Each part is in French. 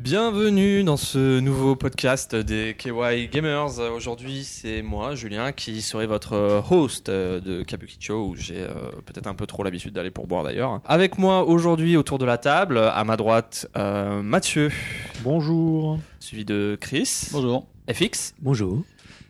Bienvenue dans ce nouveau podcast des KY Gamers. Aujourd'hui, c'est moi, Julien, qui serai votre host de Kabukicho, où j'ai peut-être un peu trop l'habitude d'aller pour boire d'ailleurs. Avec moi aujourd'hui autour de la table, à ma droite, Mathieu. Bonjour. Suivi de Chris. Bonjour. FX. Bonjour.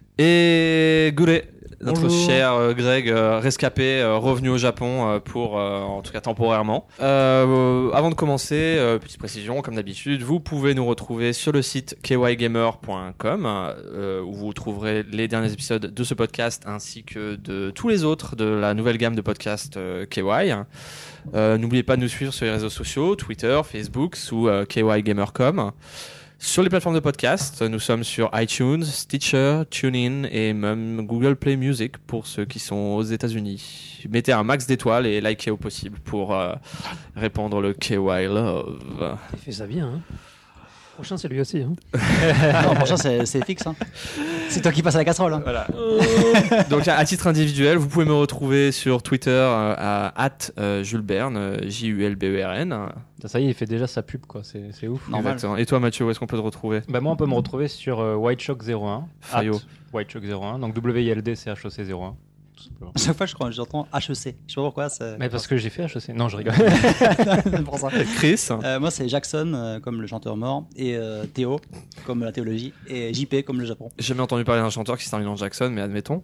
Et Goulet, notre Bonjour. cher Greg, rescapé, revenu au Japon pour, en tout cas temporairement. Avant de commencer, petite précision, comme d'habitude, vous pouvez nous retrouver sur le site kygamer.com où vous trouverez les derniers épisodes de ce podcast ainsi que de tous les autres de la nouvelle gamme de podcasts KY. N'oubliez pas de nous suivre sur les réseaux sociaux, Twitter, Facebook, sous kygamer.com. Sur les plateformes de podcast, nous sommes sur iTunes, Stitcher, TuneIn et même Google Play Music pour ceux qui sont aux États-Unis. Mettez un max d'étoiles et likez au possible pour répandre le KY Love. Il fait ça bien. Hein. Prochain, c'est lui aussi. Hein. Non, prochain, c'est fixe. Hein. C'est toi qui passes à la casserole. Hein. Voilà. Donc à titre individuel, vous pouvez me retrouver sur Twitter à @JulesBern, JULBERN. Ça y est, il fait déjà sa pub, quoi. C'est ouf. Normal. Exactement. Et toi, Mathieu, où est-ce qu'on peut te retrouver? Bah, moi, on peut me retrouver sur WhiteShock01. Fayot. WhiteShock01. Donc WILDCHOC01. À chaque fois, j'entends HEC. Je sais pas pourquoi. Mais parce que j'ai fait HEC. Non, je rigole. C'est pour ça. Chris. Moi, c'est Jackson, comme le chanteur mort, et Théo, comme la théologie, et JP, comme le Japon. J'ai jamais entendu parler d'un chanteur qui se termine en Jackson, mais admettons.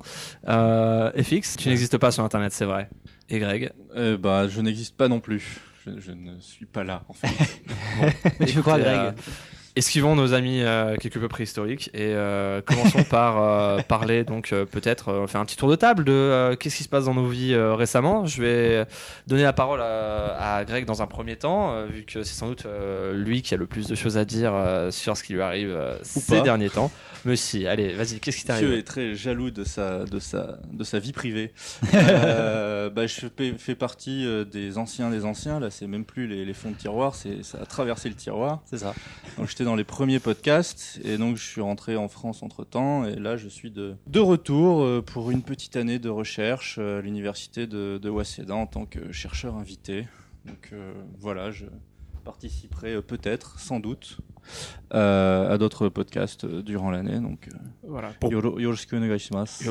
FX, tu n'existes pas sur Internet, c'est vrai. Et Greg? Je n'existe pas non plus. Je ne suis pas là, en fait. Mais tu fais quoi, Greg? Esquivons nos amis quelque peu préhistoriques et commençons par parler donc peut-être faire un petit tour de table de qu'est-ce qui se passe dans nos vies récemment. Je vais donner la parole à Greg dans un premier temps vu que c'est sans doute lui qui a le plus de choses à dire sur ce qui lui arrive ces derniers temps. Mais si, allez, vas-y, qu'est-ce qui t'arrive? Monsieur est très jaloux de sa vie privée. Je fais partie des anciens. Là, c'est même plus les fonds de tiroir, ça a traversé le tiroir. C'est ça. Donc j'étais dans les premiers podcasts et donc je suis rentré en France entre-temps et là je suis de retour pour une petite année de recherche à l'université de Waseda en tant que chercheur invité. Donc voilà, je participerai peut-être, sans doute, à d'autres podcasts durant l'année. Donc Voilà. yoroshiku onegaishimasu.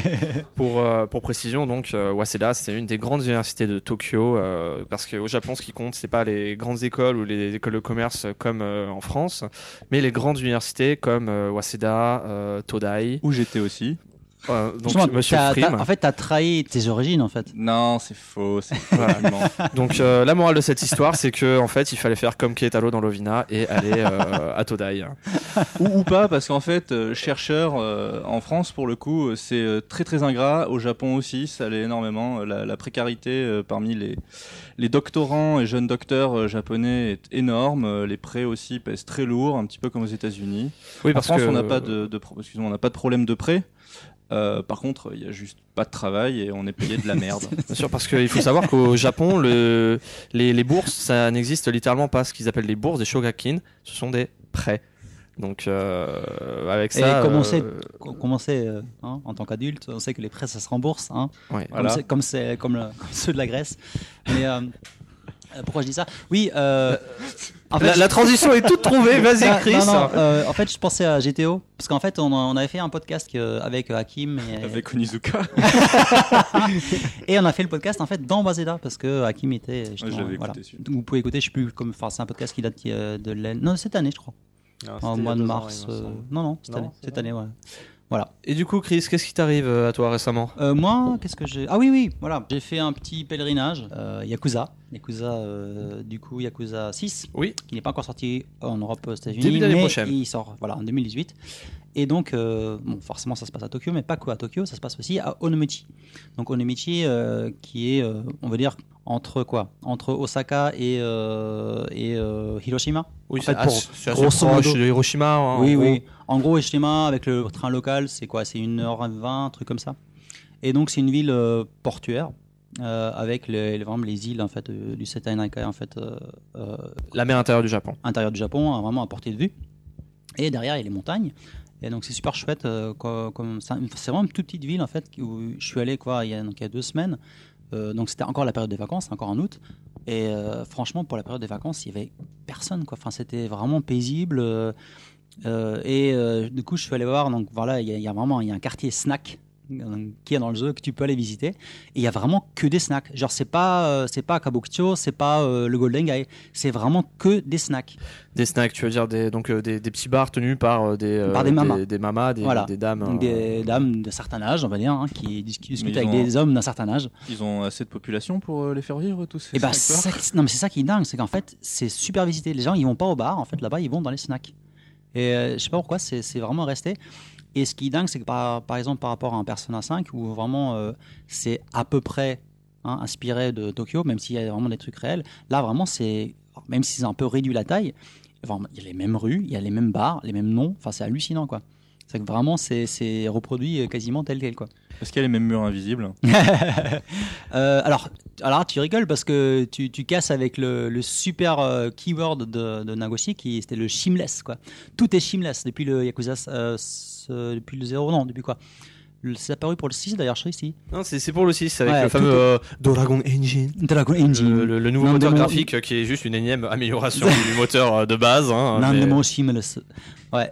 Pour précision, donc Waseda, c'est une des grandes universités de Tokyo, parce qu'au Japon, ce qui compte, c'est pas les grandes écoles ou les écoles de commerce comme en France, mais les grandes universités comme Waseda, Todai. Où j'étais aussi. Donc Monsieur Frim. En fait, t'as trahi tes origines, en fait. Non, c'est faux. Voilà. Donc la morale de cette histoire, c'est que en fait, il fallait faire comme Keitaro dans Lovina et aller à Todai. ou pas, parce qu'en fait, chercheur en France, pour le coup, c'est très très ingrat. Au Japon aussi, ça l'est énormément. La précarité parmi les doctorants et jeunes docteurs japonais est énorme. Les prêts aussi pèsent très lourd, un petit peu comme aux États-Unis. Oui, en parce France, que on n'a pas on n'a pas de problème de prêt. Par contre, il y a juste pas de travail et on est payé de la merde. Bien sûr, parce qu'il faut savoir qu'au Japon, les bourses, ça n'existe littéralement pas. Ce qu'ils appellent les bourses des shogakin, ce sont des prêts. Donc, avec ça. Et comment c'est en tant qu'adulte, on sait que les prêts, ça se rembourse. Hein, ouais, comme, voilà. comme ceux de la Grèce. Mais pourquoi je dis ça? Oui. En fait, la transition est toute trouvée. Vas-y, Chris. En fait, je pensais à GTO parce qu'en fait, on avait fait un podcast avec Hakim et avec Onizuka. et on a fait le podcast en fait dans Waseda parce que Hakim était. J'avais voilà. écouté. Vous pouvez écouter, je sais plus comme. Enfin, c'est un podcast qui date de non cette année, je crois. En mois de mars. Non, cette année, ouais. Voilà. Et du coup, Chris, qu'est-ce qui t'arrive à toi récemment? Moi, qu'est-ce que j'ai... Ah oui, voilà. J'ai fait un petit pèlerinage, Yakuza, du coup, Yakuza 6, oui, qui n'est pas encore sorti en Europe, aux États-Unis, début d'année mais prochaine. Il sort en 2018. Et donc, forcément, ça se passe à Tokyo, mais pas que à Tokyo, ça se passe aussi à Onomichi. Donc Onomichi, qui est, on va dire, entre Osaka et Hiroshima. Oui, en fait, c'est assez proche de Hiroshima. Hein, oui. En gros, Hiroshima, avec le train local, c'est quoi? C'est 1h20, un truc comme ça. Et donc, c'est une ville portuaire. Avec vraiment les îles en fait, du Setai-Naikai en fait, la mer intérieure du Japon. Intérieur du Japon, vraiment à portée de vue. Et derrière, il y a les montagnes. Et donc, c'est super chouette. C'est vraiment une toute petite ville en fait, où je suis allé il y a 2 semaines. Donc, c'était encore la période des vacances, encore en août. Et franchement, pour la période des vacances, il y avait personne, quoi. Enfin, c'était vraiment paisible. Du coup, je suis allé voir. Donc voilà, il y a un quartier snack qui est dans le jeu que tu peux aller visiter. Et il y a vraiment que des snacks. Genre, c'est pas Kabukicho, c'est pas le Golden Guy. C'est vraiment que des snacks. Des snacks, tu veux dire des petits bars tenus par des mamas. Des mamas, Voilà. des dames. Donc, des dames d'un certain âge, on va dire, qui discutent avec ont- des hommes d'un certain âge. Ils ont assez de population pour les faire vivre tous ces Et bah, snack-bars non, mais c'est ça qui est dingue, c'est qu'en fait, c'est super visité. Les gens, ils vont pas au bar, en fait, là-bas, ils vont dans les snacks. Et je sais pas pourquoi, c'est vraiment resté. Et ce qui est dingue, c'est que par exemple, par rapport à un Persona 5, où vraiment c'est à peu près inspiré de Tokyo, même s'il y a vraiment des trucs réels, là, vraiment, même s'ils ont un peu réduit la taille, vraiment, il y a les mêmes rues, il y a les mêmes bars, les mêmes noms, enfin, c'est hallucinant, quoi. C'est que vraiment, c'est reproduit quasiment tel quel, quoi. Est-ce qu'il y a les mêmes murs invisibles? Alors, tu rigoles parce que tu casses avec le super keyword de Nagoshi qui c'était le shimless, quoi. Tout est shimless depuis le Yakuza, depuis le 0, non, depuis quoi? C'est apparu pour le 6 d'ailleurs, je sais ici. Non, c'est pour le 6 avec Ouais, le fameux Dragon Engine. Dragon Engine. Le nouveau Non, moteur mais graphique qui est juste une énième amélioration du moteur de base. Hein, Non, mais- mais shimless. Ouais,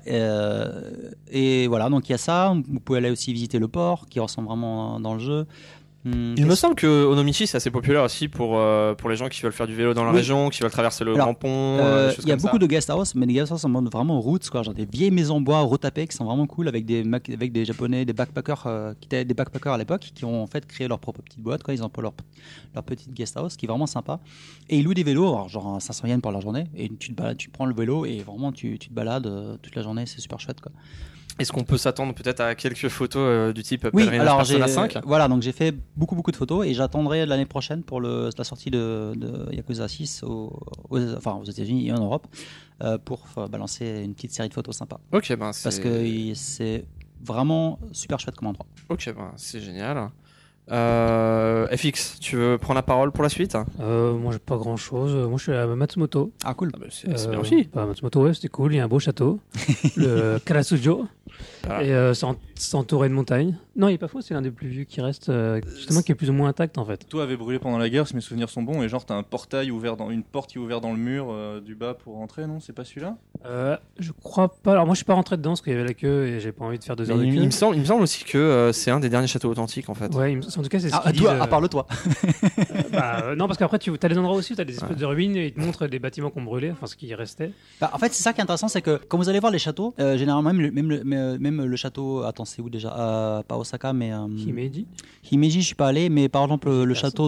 et voilà, donc il y a ça. Vous pouvez aller aussi visiter le port qui ressemble vraiment dans le jeu. Il me semble que Onomichi c'est assez populaire aussi pour les gens qui veulent faire du vélo dans la Oui. région, qui veulent traverser le Alors, grand pont. des choses il y a comme beaucoup ça. de guest house, mais les guest house sont vraiment roots, quoi. Genre des vieilles maisons en bois retapées qui sont vraiment cool avec des japonais, des backpackers qui étaient des backpackers à l'époque qui ont en fait créé leur propre petite boîte, quoi. Ils ont leur petite guest house qui est vraiment sympa. Et ils louent des vélos, alors genre 500 yens pour la journée. Et tu te balades, tu prends le vélo et vraiment tu te balades toute la journée. C'est super chouette, quoi. Est-ce qu'on peut s'attendre peut-être à quelques photos du type Oui, Pèlerinage alors Persona 5 voilà, donc j'ai fait beaucoup de photos et j'attendrai l'année prochaine pour la sortie de Yakuza 6 aux États-Unis et en Europe pour balancer une petite série de photos sympas. Ok, ben c'est. Parce que c'est vraiment super chouette comme endroit. Ok, ben c'est génial. FX, tu veux prendre la parole pour la suite? Moi, j'ai pas grand chose. Moi, je suis à Matsumoto. Ah cool. C'est bien aussi. Matsumoto, ouais, c'était cool. Il y a un beau château, le Karasujo. Voilà. Et c'est entouré de montagnes. Non, il est pas faux, c'est l'un des plus vieux qui reste, justement, qui est plus ou moins intact en fait. Tout avait brûlé pendant la guerre, si mes souvenirs sont bons, et genre t'as un portail ouvert une porte qui est ouverte dans le mur du bas pour rentrer, non? C'est pas celui-là? Je crois pas. Alors, moi, je suis pas rentré dedans parce qu'il y avait la queue et j'ai pas envie de faire 2 heures de Il queue. me semble aussi que c'est un des derniers châteaux authentiques en fait. Ouais, en tout cas, c'est ce qu'ils Toi, disent, parle-toi. non, parce qu'après, tu as des endroits aussi où tu as des espèces de ruines et ils te montrent des bâtiments qu'on brûlait, enfin ce qui restait. En fait, c'est ça qui est intéressant, c'est que quand vous allez voir les châteaux, généralement même le château, attends, c'est où déjà? Pas Osaka, mais Himeji. Himeji, je suis pas allé, mais par exemple le château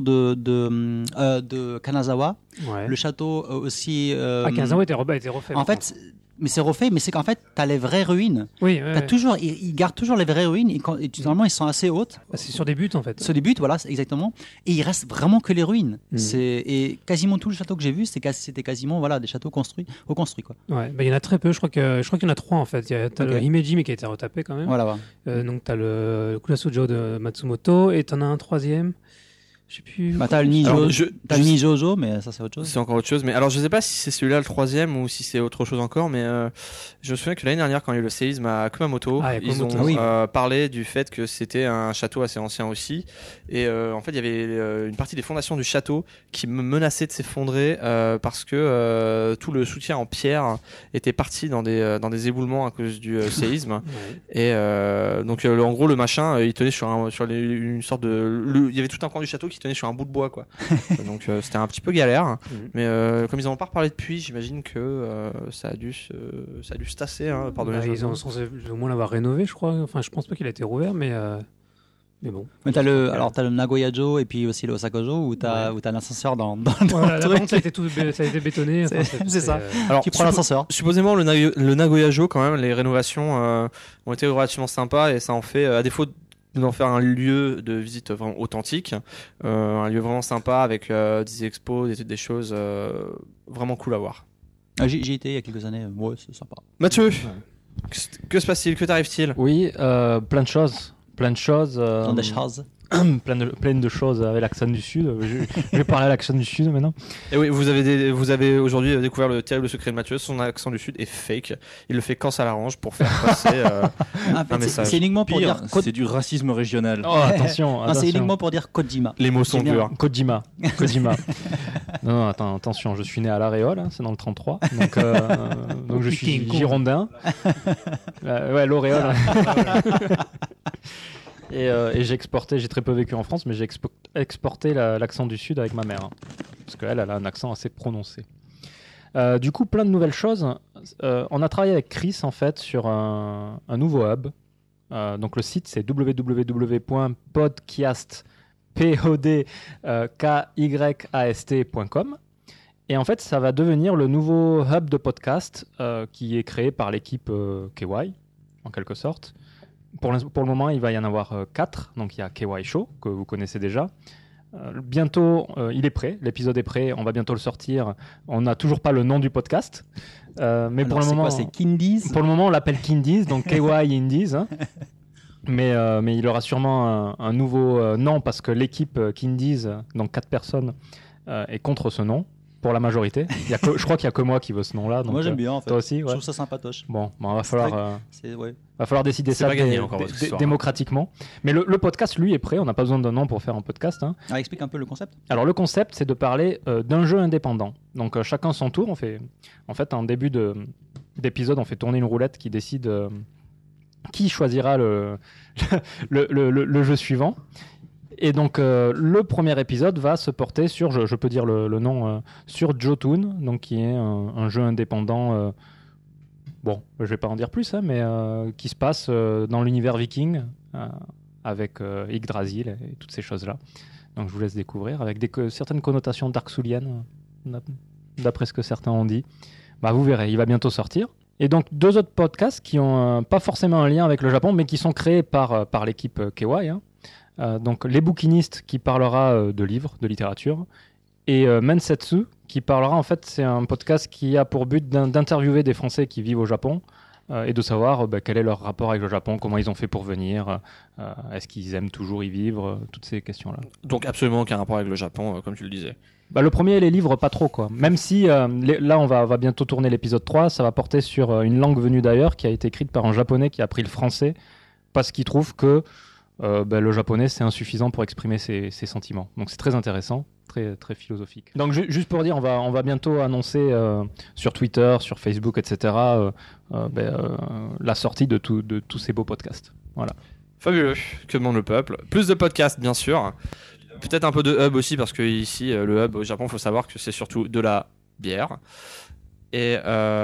de Kanazawa, Ouais. le château aussi. Kanazawa était refait. En fait, mais c'est refait, mais c'est qu'en fait, t'as les vraies ruines. oui, T'as toujours, ils gardent toujours les vraies ruines et normalement ils sont assez hautes. c'est sur des buts en fait. Sur des buts, voilà, c'est exactement. Et il reste vraiment que les ruines. Mm. Et quasiment tout le château que j'ai vu, c'était quasiment voilà des châteaux reconstruits quoi. Ouais, il y en a très peu. Je crois qu'il y en a 3 en fait. T'as Ok. le Himeji mais qui a été retapé quand même. Voilà. Donc t'as le Kurasujo de Matsumoto et t'en as un troisième. Je sais plus. Bah, t'as le Alors, Nijojo, mais ça c'est autre chose. C'est encore autre chose, mais alors je sais pas si c'est celui-là le troisième ou si c'est autre chose encore, mais je me souviens que l'année dernière quand il y a eu le séisme à Kumamoto, Ah, à ils ont Kumamoto. parlé du fait que c'était un château assez ancien aussi, et en fait il y avait une partie des fondations du château qui menaçait de s'effondrer parce que tout le soutien en pierre était parti dans des éboulements à cause du séisme, Ouais. et donc en gros le machin il tenait sur une sorte il y avait tout un coin du château qui tenait sur un bout de bois quoi. Donc c'était un petit peu galère, mais comme ils en ont pas reparlé depuis, j'imagine que ça a dû se tasser, hein, pardonnez. Ils ont censé au moins l'avoir rénové, je crois. Enfin, je pense pas qu'il a été rouvert, mais bon. Mais t'as le Nagoya-jo et puis aussi le Osaka-jo où t'as l'ascenseur dans Voilà, le là, par truc. contre, ça a été bétonné. Enfin, C'est ça. Alors, Tu prends l'ascenseur. supposément le Nagoya-jo quand même, les rénovations ont été relativement sympas et ça en fait, à défaut d'en faire un lieu de visite vraiment authentique, un lieu vraiment sympa avec des expos, des choses vraiment cool à voir. J'y étais il y a quelques années. Ouais, c'est sympa. Mathieu, que se passe-t-il, que t'arrive-t-il? Oui, plein de choses. Dans des choses. plein de choses avec l'accent du Sud. Je vais parler à l'accent du Sud maintenant. Et oui, vous avez aujourd'hui découvert le terrible secret de Mathieu. Son accent du Sud est fake. Il le fait quand ça l'arrange pour faire passer un message. C'est uniquement pour Pire, dire c'est du racisme régional. Oh, attention, Non, c'est uniquement pour dire Kojima. Les mots sont C'est bien. durs. Kojima. Non, attends, attention, je suis né à l'Aréole, hein, c'est dans le 33, donc je suis King Kong. girondin. Ouais, l'Auréole. Et j'ai très peu vécu en France, mais j'ai exporté l'accent du Sud avec ma mère, hein, parce qu'elle a un accent assez prononcé. Du coup, plein de nouvelles choses. On a travaillé avec Chris en fait sur un nouveau hub. Donc le site c'est www.podcast.com et en fait ça va devenir le nouveau hub de podcast qui est créé par l'équipe KY en quelque sorte. Pour le moment il va y en avoir 4, donc il y a KY Show que vous connaissez déjà. Bientôt, il est prêt, l'épisode est prêt, on va bientôt le sortir. On n'a toujours pas le nom du podcast, mais Alors, pour le moment, c'est Kindies. pour le moment, on l'appelle Kindies, donc KY Indies. Hein. Mais il aura sûrement un nouveau nom parce que l'équipe Kindies, donc 4 personnes, est contre ce nom pour la majorité. Je crois qu'il n'y a que moi qui veux ce nom-là. Donc, Moi j'aime bien en fait. Toi aussi, Je ouais. trouve ça sympatoche. Bon, va falloir. Ouais. Va falloir décider C'est ça pas gagné encore, votre histoire. démocratiquement. Mais le podcast, lui, est prêt. On n'a pas besoin d'un nom pour faire un podcast. Hein. Ah, explique un peu le concept. Alors, le concept, c'est de parler d'un jeu indépendant. Donc, chacun son tour. En fait, en début d'épisode, on fait tourner une roulette qui décide qui choisira le jeu suivant. Et donc, le premier épisode va se porter sur, je peux dire le nom, sur Jotun, donc qui est un jeu indépendant. Bon, je vais pas en dire plus, hein, mais qui se passe dans l'univers viking avec Yggdrasil et toutes ces choses-là. Donc je vous laisse découvrir avec certaines connotations dark-souliennes, d'après ce que certains ont dit. Bah, vous verrez, il va bientôt sortir. Et donc 2 autres podcasts qui ont pas forcément un lien avec le Japon, mais qui sont créés par l'équipe KY. Hein. Donc Les Bouquinistes qui parlera de livres, de littérature, et Mensetsu qui parlera, en fait, c'est un podcast qui a pour but d'interviewer des Français qui vivent au Japon et de savoir quel est leur rapport avec le Japon, comment ils ont fait pour venir, est-ce qu'ils aiment toujours y vivre, toutes ces questions-là. Donc absolument aucun rapport avec le Japon, comme tu le disais. Bah, le premier, les livres, pas trop, quoi. Même si, là, on va bientôt tourner l'épisode 3, ça va porter sur une langue venue d'ailleurs, qui a été écrite par un Japonais qui a appris le français, parce qu'il trouve que le japonais, c'est insuffisant pour exprimer ses sentiments. Donc c'est très intéressant. Très, très philosophique. Donc juste pour dire, on va bientôt annoncer sur Twitter, sur Facebook, etc. La sortie de tous ces beaux podcasts. Voilà. Fabuleux, que demande le peuple. Plus de podcasts, bien sûr. Peut-être un peu de hub aussi, parce que ici, le hub au Japon, il faut savoir que c'est surtout de la bière. Et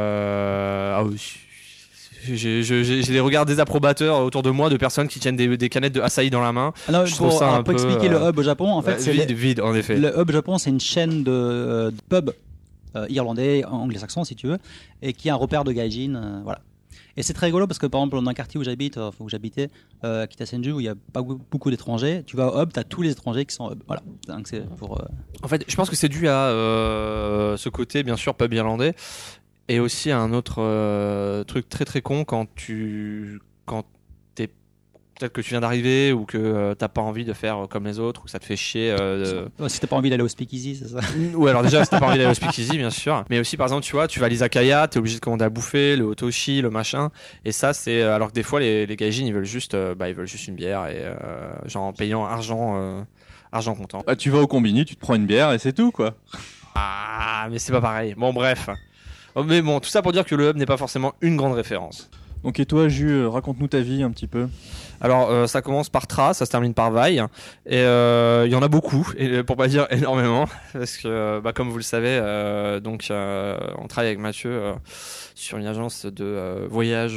j'ai des regards désapprobateurs autour de moi de personnes qui tiennent des canettes de Asahi dans la main. Alors, Je trouve ça un pour peu, expliquer le hub au Japon, en fait, c'est vide en effet. le hub Japon, c'est une chaîne de pubs irlandais, anglo-saxons si tu veux, et qui est un repère de gaijin, voilà. Et c'est très rigolo parce que par exemple dans un quartier où j'habitais, Kitasenju, où il n'y a pas beaucoup d'étrangers, tu vas au hub, tu as tous les étrangers qui sont au hub. Voilà. Donc c'est pour. En fait, je pense que c'est dû à ce côté, bien sûr, pub irlandais. Et aussi un autre truc très très con quand t'es peut-être que tu viens d'arriver ou que t'as pas envie de faire comme les autres ou que ça te fait chier. Si t'as pas envie d'aller au speakeasy, c'est ça. Ou alors déjà si t'as pas envie d'aller au speakeasy, bien sûr. Mais aussi par exemple, tu vois, tu vas à l'izakaya, t'es obligé de commander à bouffer, le otoshi, le machin. Et ça c'est alors que des fois les gaijins ils veulent juste une bière et genre en payant argent comptant. Bah, tu vas au combini, tu te prends une bière et c'est tout quoi. Ah mais c'est pas pareil. Bon bref. Mais bon, tout ça pour dire que le hub n'est pas forcément une grande référence. Donc et toi Jus, raconte-nous ta vie un petit peu. Alors ça commence par Tra, ça se termine par Vaille, et il y en a beaucoup, et pour pas dire énormément, parce que comme vous le savez, on travaille avec Mathieu sur une agence de voyage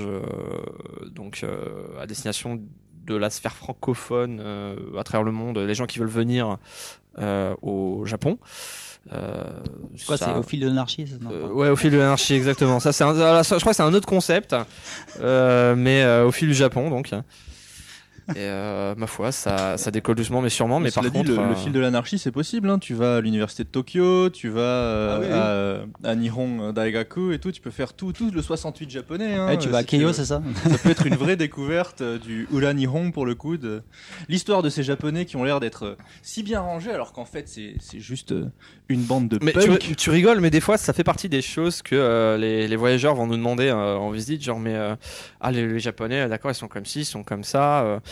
à destination de la sphère francophone à travers le monde, les gens qui veulent venir au Japon. Quoi, c'est au fil de l'anarchie, ça, ouais, au fil de l'anarchie, exactement. Ça, je crois que c'est un autre concept, mais au fil du Japon, donc. Et ma foi, ça décolle doucement, mais sûrement. Mais par contre, le fil de l'anarchie, c'est possible. Hein. Tu vas à l'université de Tokyo, tu vas à Nihon Daigaku et tout. Tu peux faire tout le 68 japonais. Hein, tu vas à Keio, c'est ça. Ça peut être une vraie découverte du Ura Nihon pour le coup. De l'histoire de ces japonais qui ont l'air d'être si bien rangés, alors qu'en fait, c'est juste une bande de punk. Tu rigoles, mais des fois, ça fait partie des choses que les voyageurs vont nous demander en visite. Genre, les japonais, d'accord, ils sont comme ci, ils sont comme ça.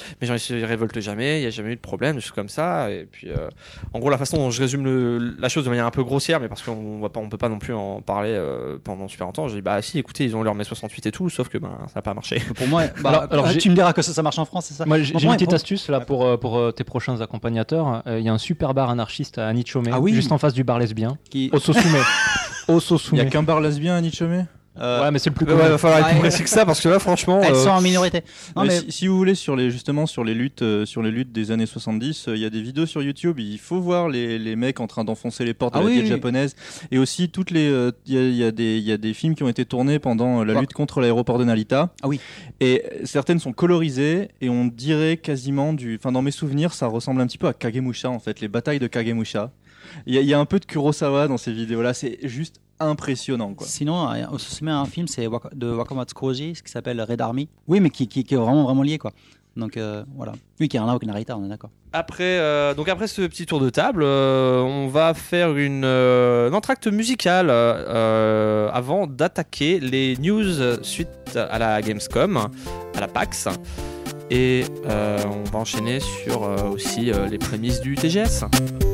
mais gens ils se révoltent jamais, il n'y a jamais eu de problème, des choses comme ça. Et puis, en gros, la façon dont je résume la chose de manière un peu grossière, mais parce qu'on peut pas non plus en parler pendant super longtemps, j'ai dit bah si, écoutez, ils ont leur mai 68 et tout, sauf que ça n'a pas marché. Pour moi, tu me diras que ça marche en France, c'est ça? Moi, j'ai une petite astuce là pour tes prochains accompagnateurs. Il y a un super bar anarchiste à Nichome, juste en face du bar lesbien, Ososume. Il y a qu'un bar lesbien à Nichome. Ouais, mais c'est le plus il va falloir être plus précis que ça parce que là, franchement, elles sont en minorité. Non, mais si vous voulez sur les luttes des années 70, il y a des vidéos sur YouTube. Il faut voir les mecs en train d'enfoncer les portes de la guerre japonaise, et aussi toutes les il y a des films qui ont été tournés pendant la lutte contre l'aéroport de Narita. Ah oui. Et certaines sont colorisées et on dirait quasiment dans mes souvenirs, ça ressemble un petit peu à Kagemusha en fait, les batailles de Kagemusha. Il y a un peu de Kurosawa dans ces vidéos-là, c'est juste impressionnant, quoi. Sinon, on se met à un film, c'est de Wakamatsu Koji, qui s'appelle Red Army. Oui, mais qui est vraiment lié, quoi. Donc voilà. Oui, qui a rien à voir avec Narita, on est d'accord. Après ce petit tour de table, on va faire un entracte musical avant d'attaquer les news suite à la Gamescom, à la PAX. Et on va enchaîner sur aussi les prémices du TGS.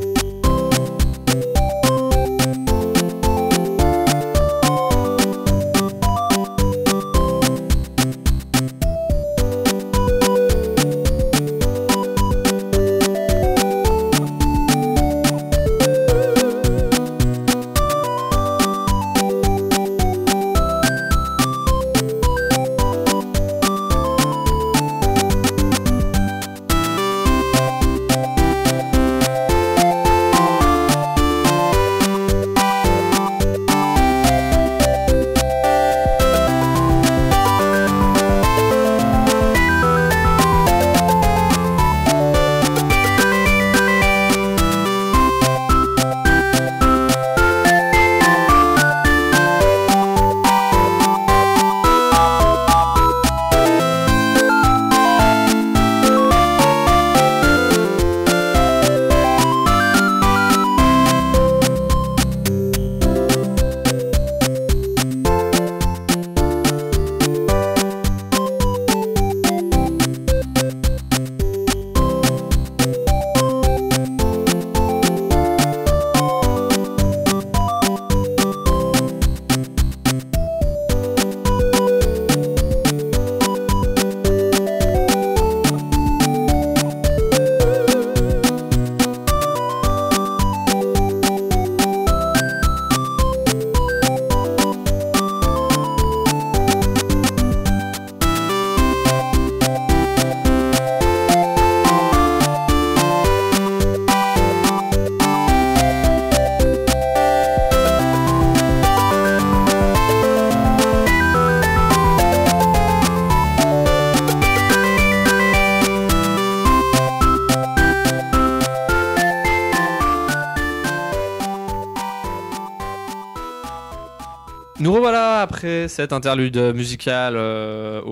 Nous revoilà après cette interlude musicale à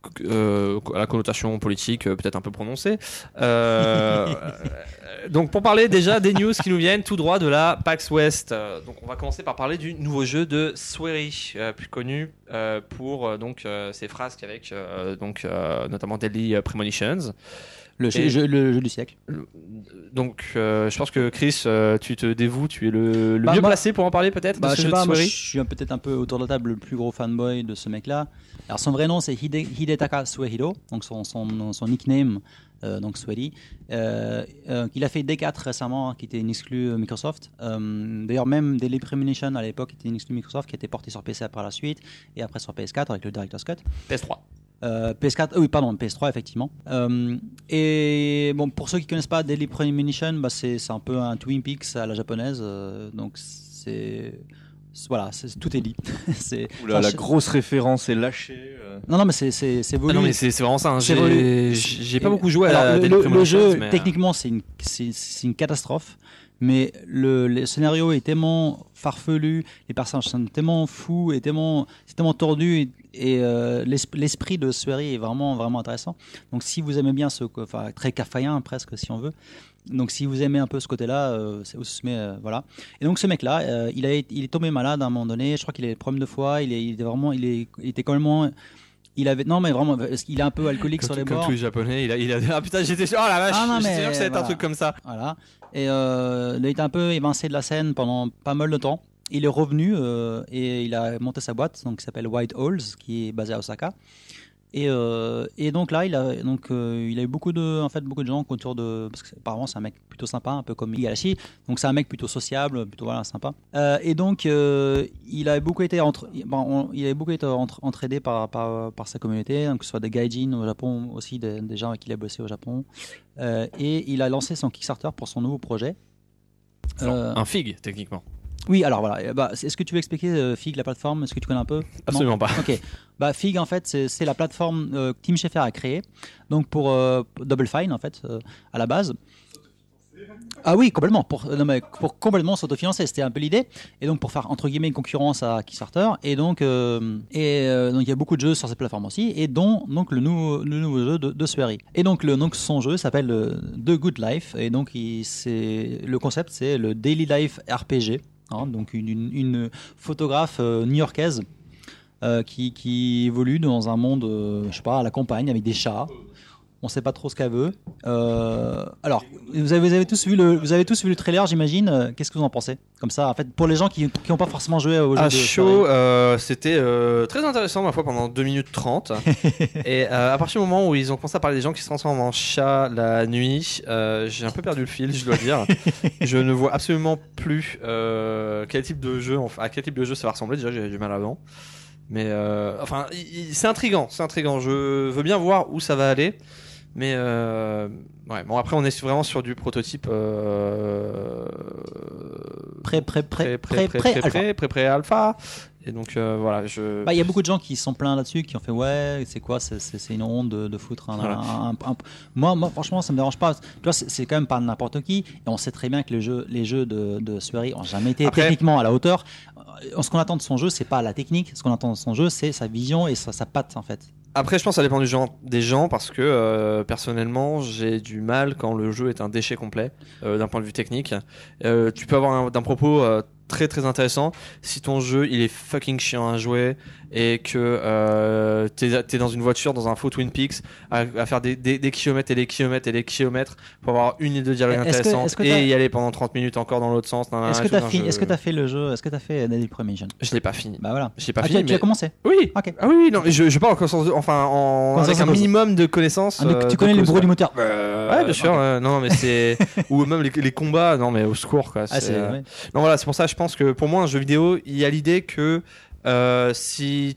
la connotation politique peut-être un peu prononcée. Donc pour parler déjà des news qui nous viennent tout droit de la PAX West. Donc on va commencer par parler du nouveau jeu de Swery, plus connu pour ses frasques avec notamment Deadly Premonitions. Le jeu du siècle. Donc, je pense que Chris, tu te dévoues, tu es le mieux placé pour en parler peut-être de ce jeu de Swery. Je suis peut-être un peu autour de la table le plus gros fanboy de ce mec-là. Alors son vrai nom c'est Hidetaka Suehiro, donc son nickname donc Swery. Il a fait D4 récemment, qui était une exclue Microsoft. D'ailleurs même Deadly Premonition à l'époque était une exclue Microsoft qui a été portée sur PC après la suite et après sur PS4 avec le Director's Cut. PS3. PS3 effectivement. Et bon, pour ceux qui connaissent pas Deadly Premonition, c'est un peu un Twin Peaks à la japonaise, donc tout est dit. La grosse référence est lâchée. Non mais c'est voulu. Ah non mais c'est vraiment ça. J'ai pas beaucoup joué à Deadly Premonition. Le jeu techniquement c'est une catastrophe. Mais le scénario est tellement farfelu, les personnages sont tellement fous et c'est tellement tordu et l'esprit de Swery est vraiment vraiment intéressant. Donc si vous aimez bien très kafkaïen presque si on veut. Donc si vous aimez un peu ce côté-là, voilà. Et donc ce mec-là, il est tombé malade à un moment donné. Je crois qu'il avait des problèmes de foie. Il était quand même Il avait non mais vraiment parce qu'il est un peu alcoolique sur les Comme bords. tous les japonais, il a ah putain, j'étais sûr, oh la vache, Ah non, j'étais mais sûr que ça allait être un voilà. truc comme ça. Voilà. Et il a été un peu évincé de la scène pendant pas mal de temps. Il est revenu et il a monté sa boîte, donc qui s'appelle White Halls, qui est basée à Osaka. Et donc là, il a eu beaucoup de gens autour de, parce que apparemment c'est un mec plutôt sympa, un peu comme Igarashi. Donc c'est un mec plutôt sociable, plutôt voilà sympa. Et donc il avait beaucoup été entraidé par sa communauté, donc que ce soit des gaijin au Japon, aussi des gens avec qui il a bossé au Japon. Et il a lancé son Kickstarter pour son nouveau projet. Un fig, techniquement. Oui, alors voilà. Est-ce que tu veux expliquer Fig, la plateforme? Est-ce que tu connais un peu? Absolument pas. Ok. Fig, en fait, c'est la plateforme que Tim Schafer a créée. Donc pour Double Fine, en fait, à la base. Ah oui, complètement. Pour complètement s'autofinancer, c'était un peu l'idée. Et donc pour faire entre guillemets une concurrence à Kickstarter. Et donc il y a beaucoup de jeux sur cette plateforme aussi, et dont donc le nouveau jeu de Swery. Et donc son jeu s'appelle The Good Life. Et donc le concept, c'est le Daily Life RPG. Donc une photographe new-yorkaise qui évolue dans un monde, je sais pas, à la campagne avec des chats. On sait pas trop ce qu'elle veut. Alors, vous avez tous vu le trailer, j'imagine. Qu'est-ce que vous en pensez? Comme ça, en fait, pour les gens qui n'ont pas forcément joué au jeu À de chaud, c'était très intéressant ma foi pendant 2 minutes 30. Et à partir du moment où ils ont commencé à parler des gens qui se transforment en chat la nuit, j'ai un peu perdu le fil, je dois dire. Je ne vois absolument plus à quel type de jeu ça va ressembler. Déjà, j'ai du mal avant. Mais enfin, c'est intriguant. Je veux bien voir où ça va aller. Mais ouais, bon, après on est vraiment sur du prototype pré-alpha. Et donc voilà, il y a beaucoup de gens qui sont pleins là-dessus, qui ont fait ouais, c'est quoi, c'est une honte de foutre Moi franchement ça me dérange pas. Tu vois, c'est quand même pas n'importe qui, et on sait très bien que les jeux de Swery ont jamais été techniquement à la hauteur. Ce qu'on attend de son jeu, c'est pas la technique. Ce qu'on attend de son jeu, c'est sa vision et sa patte en fait. Après, je pense que ça dépend des gens, parce que personnellement, j'ai du mal quand le jeu est un déchet complet d'un point de vue technique. Tu peux avoir d'un propos très très intéressant si ton jeu il est fucking chiant à jouer et que t'es dans une voiture dans un faux Twin Peaks à faire des kilomètres et des kilomètres et des kilomètres pour avoir une idée de dialogue intéressante et y aller pendant 30 minutes encore dans l'autre sens. Est-ce que t'as fait le jeu? Est-ce que t'as fait Daily Premonition? Je l'ai pas fini. Bah voilà. Je l'ai pas fini. Tu as commencé? Oui. Okay. Ah oui, non, mais je parle avec un minimum de connaissances. Tu connais les bruits du moteur? Ouais, bien sûr. Non, mais c'est ou même les combats. Non, mais au secours quoi. Ouais. Non, voilà, c'est pour ça. Je pense que pour moi, un jeu vidéo, il y a l'idée que il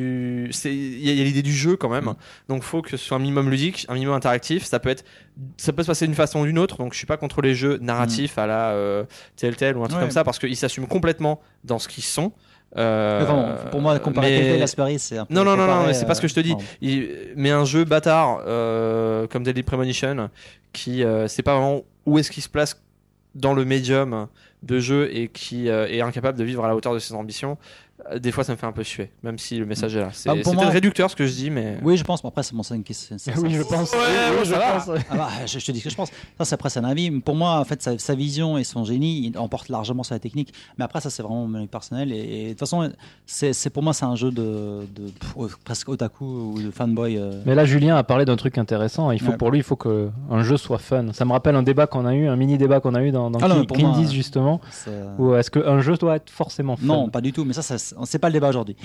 y a l'idée du jeu quand même. Donc faut que ce soit un minimum ludique, un minimum interactif. Ça peut se passer d'une façon ou d'une autre. Donc je suis pas contre les jeux narratifs à la Telltale ou un truc comme ça, parce qu'ils s'assument complètement dans ce qu'ils sont. Pour moi, comparer Telltale à Swery, c'est un peu. Non, mais c'est pas ce que je te dis. Mais un jeu bâtard comme Deadly Premonition, qui c'est pas vraiment où est-ce qu'il se place dans le médium de jeu et qui est incapable de vivre à la hauteur de ses ambitions, des fois ça me fait un peu suer, même si le message est là. C'est peut-être réducteur ce que je dis, mais oui, je pense. Mais après, c'est mon scène qui. Oui, je pense. Je te dis ce que je pense. Ça, c'est après c'est un avis. Pour moi, en fait, sa vision et son génie, il emporte largement sur la technique. Mais après, ça, c'est vraiment mon avis personnel. Et de toute façon, c'est pour moi, c'est un jeu de presque otaku ou de fanboy. Mais là, Julien a parlé d'un truc intéressant. Pour lui, il faut que un jeu soit fun. Ça me rappelle un mini débat qu'on a eu dans Kindies justement. Ou est-ce qu'un jeu doit être forcément fun? Non, pas du tout. Mais ça, c'est pas le débat aujourd'hui.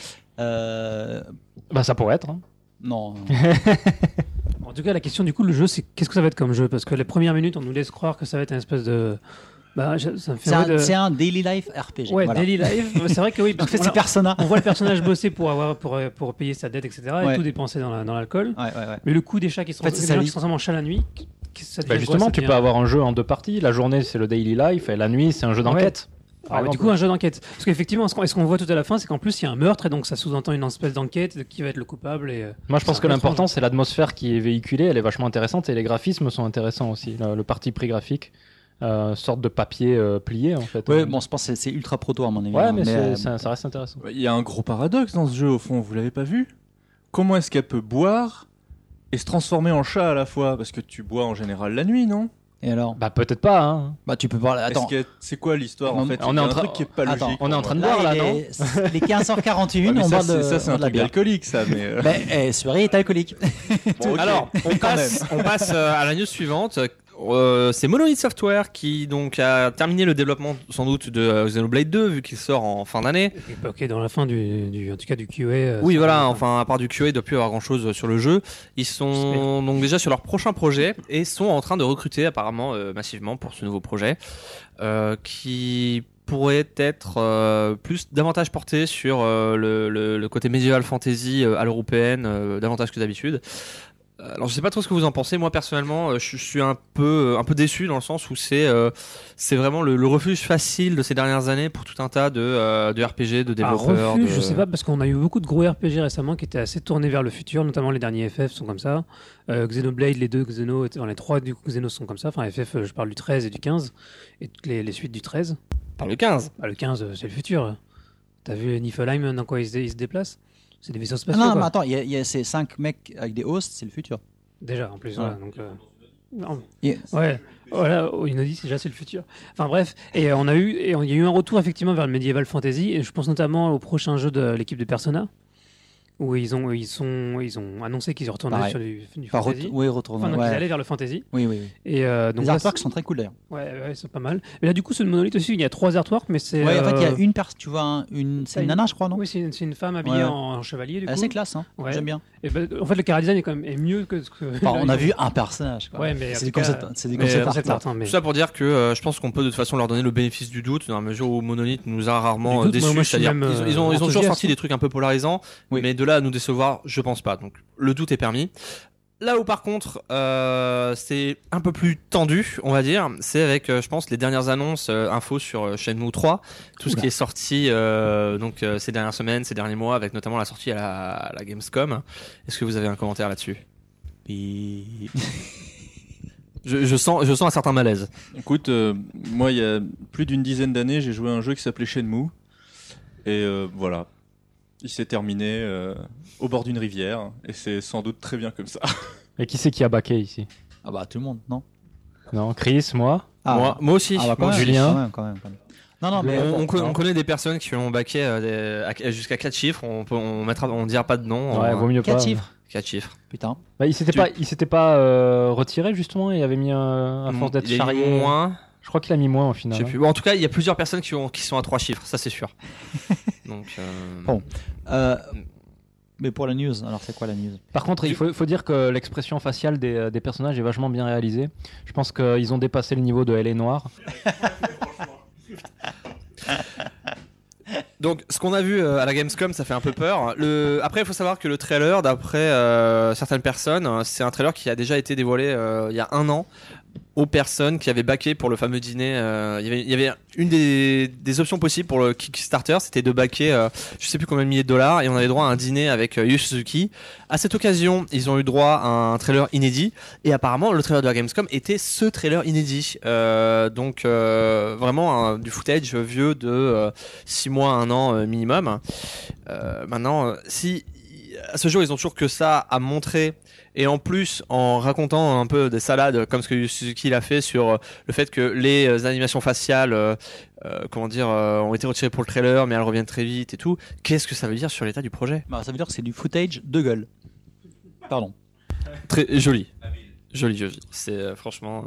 Ça pourrait être. Hein. Non. En tout cas, la question du coup, le jeu, c'est qu'est-ce que ça va être comme jeu? Parce que les premières minutes, on nous laisse croire que ça va être une espèce de. Ça me fait c'est un daily life RPG. Ouais, voilà. Daily life. C'est vrai que oui. En fait, c'est Persona. On voit le personnage bosser pour payer sa dette, etc. Et tout dépenser dans l'alcool. Ouais. Mais le coup des chats qui se transforment en chat la nuit. Justement, tu peux avoir un jeu en 2 parties. La journée, c'est le daily life, et la nuit, c'est un jeu d'enquête. Du coup, un jeu d'enquête. Parce qu'effectivement, ce qu'on voit tout à la fin, c'est qu'en plus, il y a un meurtre, et donc ça sous-entend une espèce d'enquête de qui va être le coupable. Moi, je pense que l'important, c'est l'atmosphère qui est véhiculée. Elle est vachement intéressante, et les graphismes sont intéressants aussi. Le parti pris graphique, sorte de papier plié, en fait. Ouais, bon, je pense que c'est ultra proto à mon avis. Ouais, mais ça reste intéressant. Il y a un gros paradoxe dans ce jeu, au fond. Vous l'avez pas vu? Comment est-ce qu'elle peut boire et se transformer en chat à la fois? Parce que tu bois en général la nuit, non? Et alors Bah peut-être pas. Hein. Bah tu peux parler. Attends. C'est quoi l'histoire en On- fait on Il y est a en un train- truc qui est pas Attends, logique. on est en train de Là, boire là, il non est- Les 15h41, mais on ça, parle de. ça c'est un de la truc bière. alcoolique, ça. Mais Mais Suary est alcoolique. bon, ok. Alors, on Quand passe à la news suivante. C'est Monolith Software qui donc a terminé le développement sans doute de Xenoblade 2 vu qu'il sort en fin d'année. Ok, dans la fin en tout cas du QA. Oui, ça- voilà, enfin, à part du QA, il doit plus y avoir grand chose sur le jeu. Ils sont donc déjà sur leur prochain projet et sont en train de recruter apparemment massivement pour ce nouveau projet qui pourrait être davantage porté sur le côté medieval fantasy à l'européenne, davantage que d'habitude. Alors je sais pas trop ce que vous en pensez. Moi personnellement, je suis un peu déçu dans le sens où c'est vraiment le refuge facile de ces dernières années pour tout un tas de RPG, de développeurs. Refuge, je sais pas, parce qu'on a eu beaucoup de gros RPG récemment qui étaient assez tournés vers le futur, notamment les derniers FF sont comme ça. Xenoblade, les deux Xeno, les trois du coup Xeno sont comme ça. Enfin FF, je parle du 13 et du 15 et toutes les suites du 13. Par le 15. Bah, le 15, c'est le futur. T'as vu Niflheim dans quoi il se déplace? C'est des vaisseaux Ah spatiaux. non, quoi. mais attends, il y a ces 5 mecs avec des hosts, c'est le futur. Déjà, en plus, Ouais. voilà, donc, non. Yes. Ouais, voilà, Inodis, déjà, c'est le futur. Enfin bref, et il y a eu un retour effectivement vers le medieval fantasy, et je pense notamment au prochain jeu de l'équipe de Persona, où ils ont annoncé qu'ils retournaient Pareil. sur du Enfin, fantasy. oui, retourne. Enfin, donc ils ouais. allaient vers le fantasy. Oui, oui, oui. Et donc Les là, artworks sont très cool d'ailleurs. ouais, c'est pas mal. Mais là, du coup, ce Monolith aussi, il y a 3 artworks, mais c'est. Ouais, en fait, il y a une personne, tu vois, c'est une nana, je crois, non? Oui, c'est une femme habillée Ouais. en chevalier, du coup. C'est classe, hein. Ouais. J'aime bien. Et ben, en fait, le chara-design est mieux que ce que. Enfin, on a vu un personnage, quoi. Ouais, mais en c'est tout des cas, concepts, c'est des mais concept concept art, art, hein, mais- Tout ça pour dire que je pense qu'on peut de toute façon leur donner le bénéfice du doute dans la mesure où Monolith nous a rarement Du doute, déçus. moi, je suis C'est-à-dire même, ils ont toujours enthousiaste. sorti des trucs un peu polarisants, Oui. mais de là à nous décevoir, je pense pas. Donc le doute est permis. Là où par contre c'est un peu plus tendu, on va dire, c'est avec je pense les dernières annonces infos sur Shenmue 3, tout ce Oula. qui est sorti ces dernières semaines, ces derniers mois, avec notamment la sortie à la Gamescom. Est-ce que vous avez un commentaire là-dessus? Puis... Je sens un certain malaise. Écoute, moi, il y a plus d'une dizaine d'années, j'ai joué à un jeu qui s'appelait Shenmue. Et voilà. Il s'est terminé au bord d'une rivière. Et c'est sans doute très bien comme ça. Et qui c'est qui a baqué ici? Ah bah, tout le monde, non? Non, Chris, moi. Ah, Moi aussi. ah bah, quand Moi même, aussi. Julien. quand même. Non, non, mais On connaît des personnes qui ont baqué jusqu'à 4 chiffres. On dira pas de nom. Ouais, vaut mieux pas. 4 chiffres. 4 chiffres. Putain. Bah, il s'était pas retiré justement et avait mis à force d'être Il y a charrié. moins. Je crois qu'il a mis moins au Je final. sais plus. Bon, en tout cas, il y a plusieurs personnes qui sont à 3 chiffres. Ça, c'est sûr. Donc. Bon. Mais pour la news, alors c'est quoi la news? Par contre, il faut dire que l'expression faciale des personnages est vachement bien réalisée. Je pense qu'ils ont dépassé le niveau de Elle est noire. Donc, ce qu'on a vu à la Gamescom, ça fait un peu peur. Après, il faut savoir que le trailer, d'après certaines personnes, c'est un trailer qui a déjà été dévoilé il y a 1 an aux personnes qui avaient backé pour le fameux dîner. Il y avait une des options possibles pour le Kickstarter, c'était de backer je sais plus combien de milliers de dollars, et on avait droit à un dîner avec Yu Suzuki. À cette occasion, ils ont eu droit à un trailer inédit, et apparemment le trailer de la Gamescom était ce trailer inédit. Donc vraiment du footage vieux de 6 mois, 1 an minimum. Maintenant, si à ce jour ils ont toujours que ça à montrer, et en plus en racontant un peu des salades comme ce que Suzuki l'a fait sur le fait que les animations faciales ont été retirées pour le trailer mais elles reviennent très vite et tout, qu'est-ce que ça veut dire sur l'état du projet? Bah, ça veut dire que c'est du footage de gueule. Pardon. Très joli. Joli. C'est franchement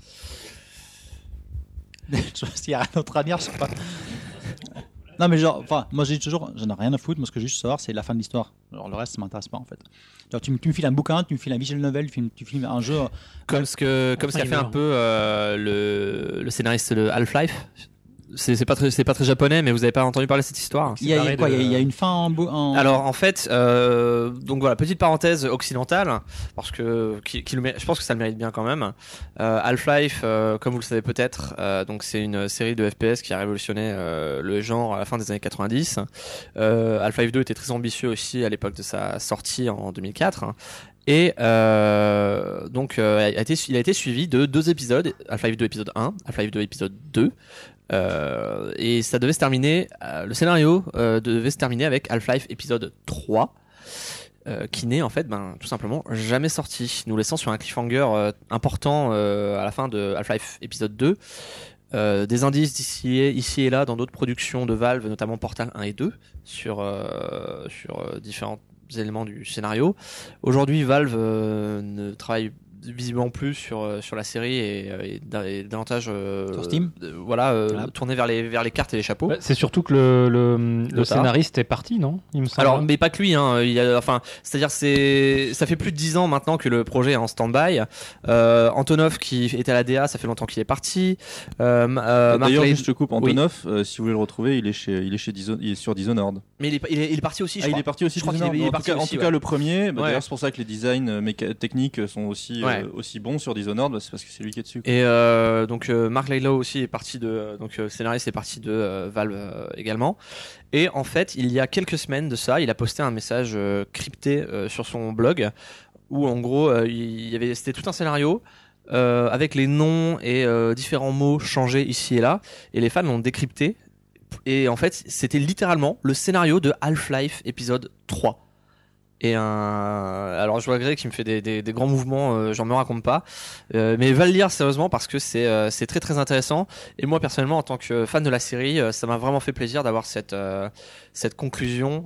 S'il y a rien d'autre à dire, je sais pas. Non, mais genre, enfin, moi j'ai toujours, j'en ai rien à foutre. Moi, ce que je veux juste savoir, c'est la fin de l'histoire. Genre, le reste, ça m'intéresse pas en fait. Genre, tu me files un bouquin, tu me files un visual novel, tu files un jeu. comme ce qu'a fait un peu le scénariste de Half-Life. C'est pas très japonais, mais vous avez pas entendu parler de cette histoire? Il y a une fin en... Alors en fait, donc voilà, petite parenthèse occidentale, parce que je pense que ça le mérite bien quand même. Half-Life, comme vous le savez peut-être, donc c'est une série de FPS qui a révolutionné le genre à la fin des années 90. Half-Life 2 était très ambitieux aussi à l'époque de sa sortie en 2004. Et donc il a été suivi de 2 épisodes, Half-Life 2 épisode 1, Half-Life 2 épisode 2. Et ça devait se terminer, le scénario devait se terminer avec Half-Life épisode 3. qui n'est en fait tout simplement jamais sorti, nous laissant sur un cliffhanger important à la fin de Half-Life épisode 2. Des indices ici et là dans d'autres productions de Valve, notamment Portal 1 et 2, sur différents éléments du scénario. Aujourd'hui, Valve ne travaille visiblement plus sur la série et davantage Sur Steam. tourné vers les cartes et les chapeaux. C'est surtout que le scénariste est parti, non? Il me semble. Alors, mais pas que lui, hein. C'est-à-dire, ça fait plus de 10 ans maintenant que le projet est en stand-by. Antonov, qui était à la DA, ça fait longtemps qu'il est parti. D'ailleurs, juste je coupe, Antonov, si vous voulez le retrouver, il est sur Dishonored. Mais il est parti aussi, je crois. Il est parti aussi. Je crois qu'il est parti en aussi, tout cas, ouais. le premier. Ouais. D'ailleurs, c'est pour ça que les designs techniques sont aussi bons sur Dishonored, c'est parce que c'est lui qui est dessus, quoi. Et donc Mark Laylow aussi est parti scénariste est parti de Valve également. Et en fait, il y a quelques semaines de ça, il a posté un message crypté sur son blog où en gros c'était tout un scénario avec les noms et différents mots changés ici et là, et les fans l'ont décrypté. Et en fait, c'était littéralement le scénario de Half-Life épisode 3. Et alors je vois Greg qui me fait des grands mouvements, j'en me raconte pas, mais va le lire sérieusement parce que c'est très très intéressant. Et moi personnellement, en tant que fan de la série, ça m'a vraiment fait plaisir d'avoir cette conclusion,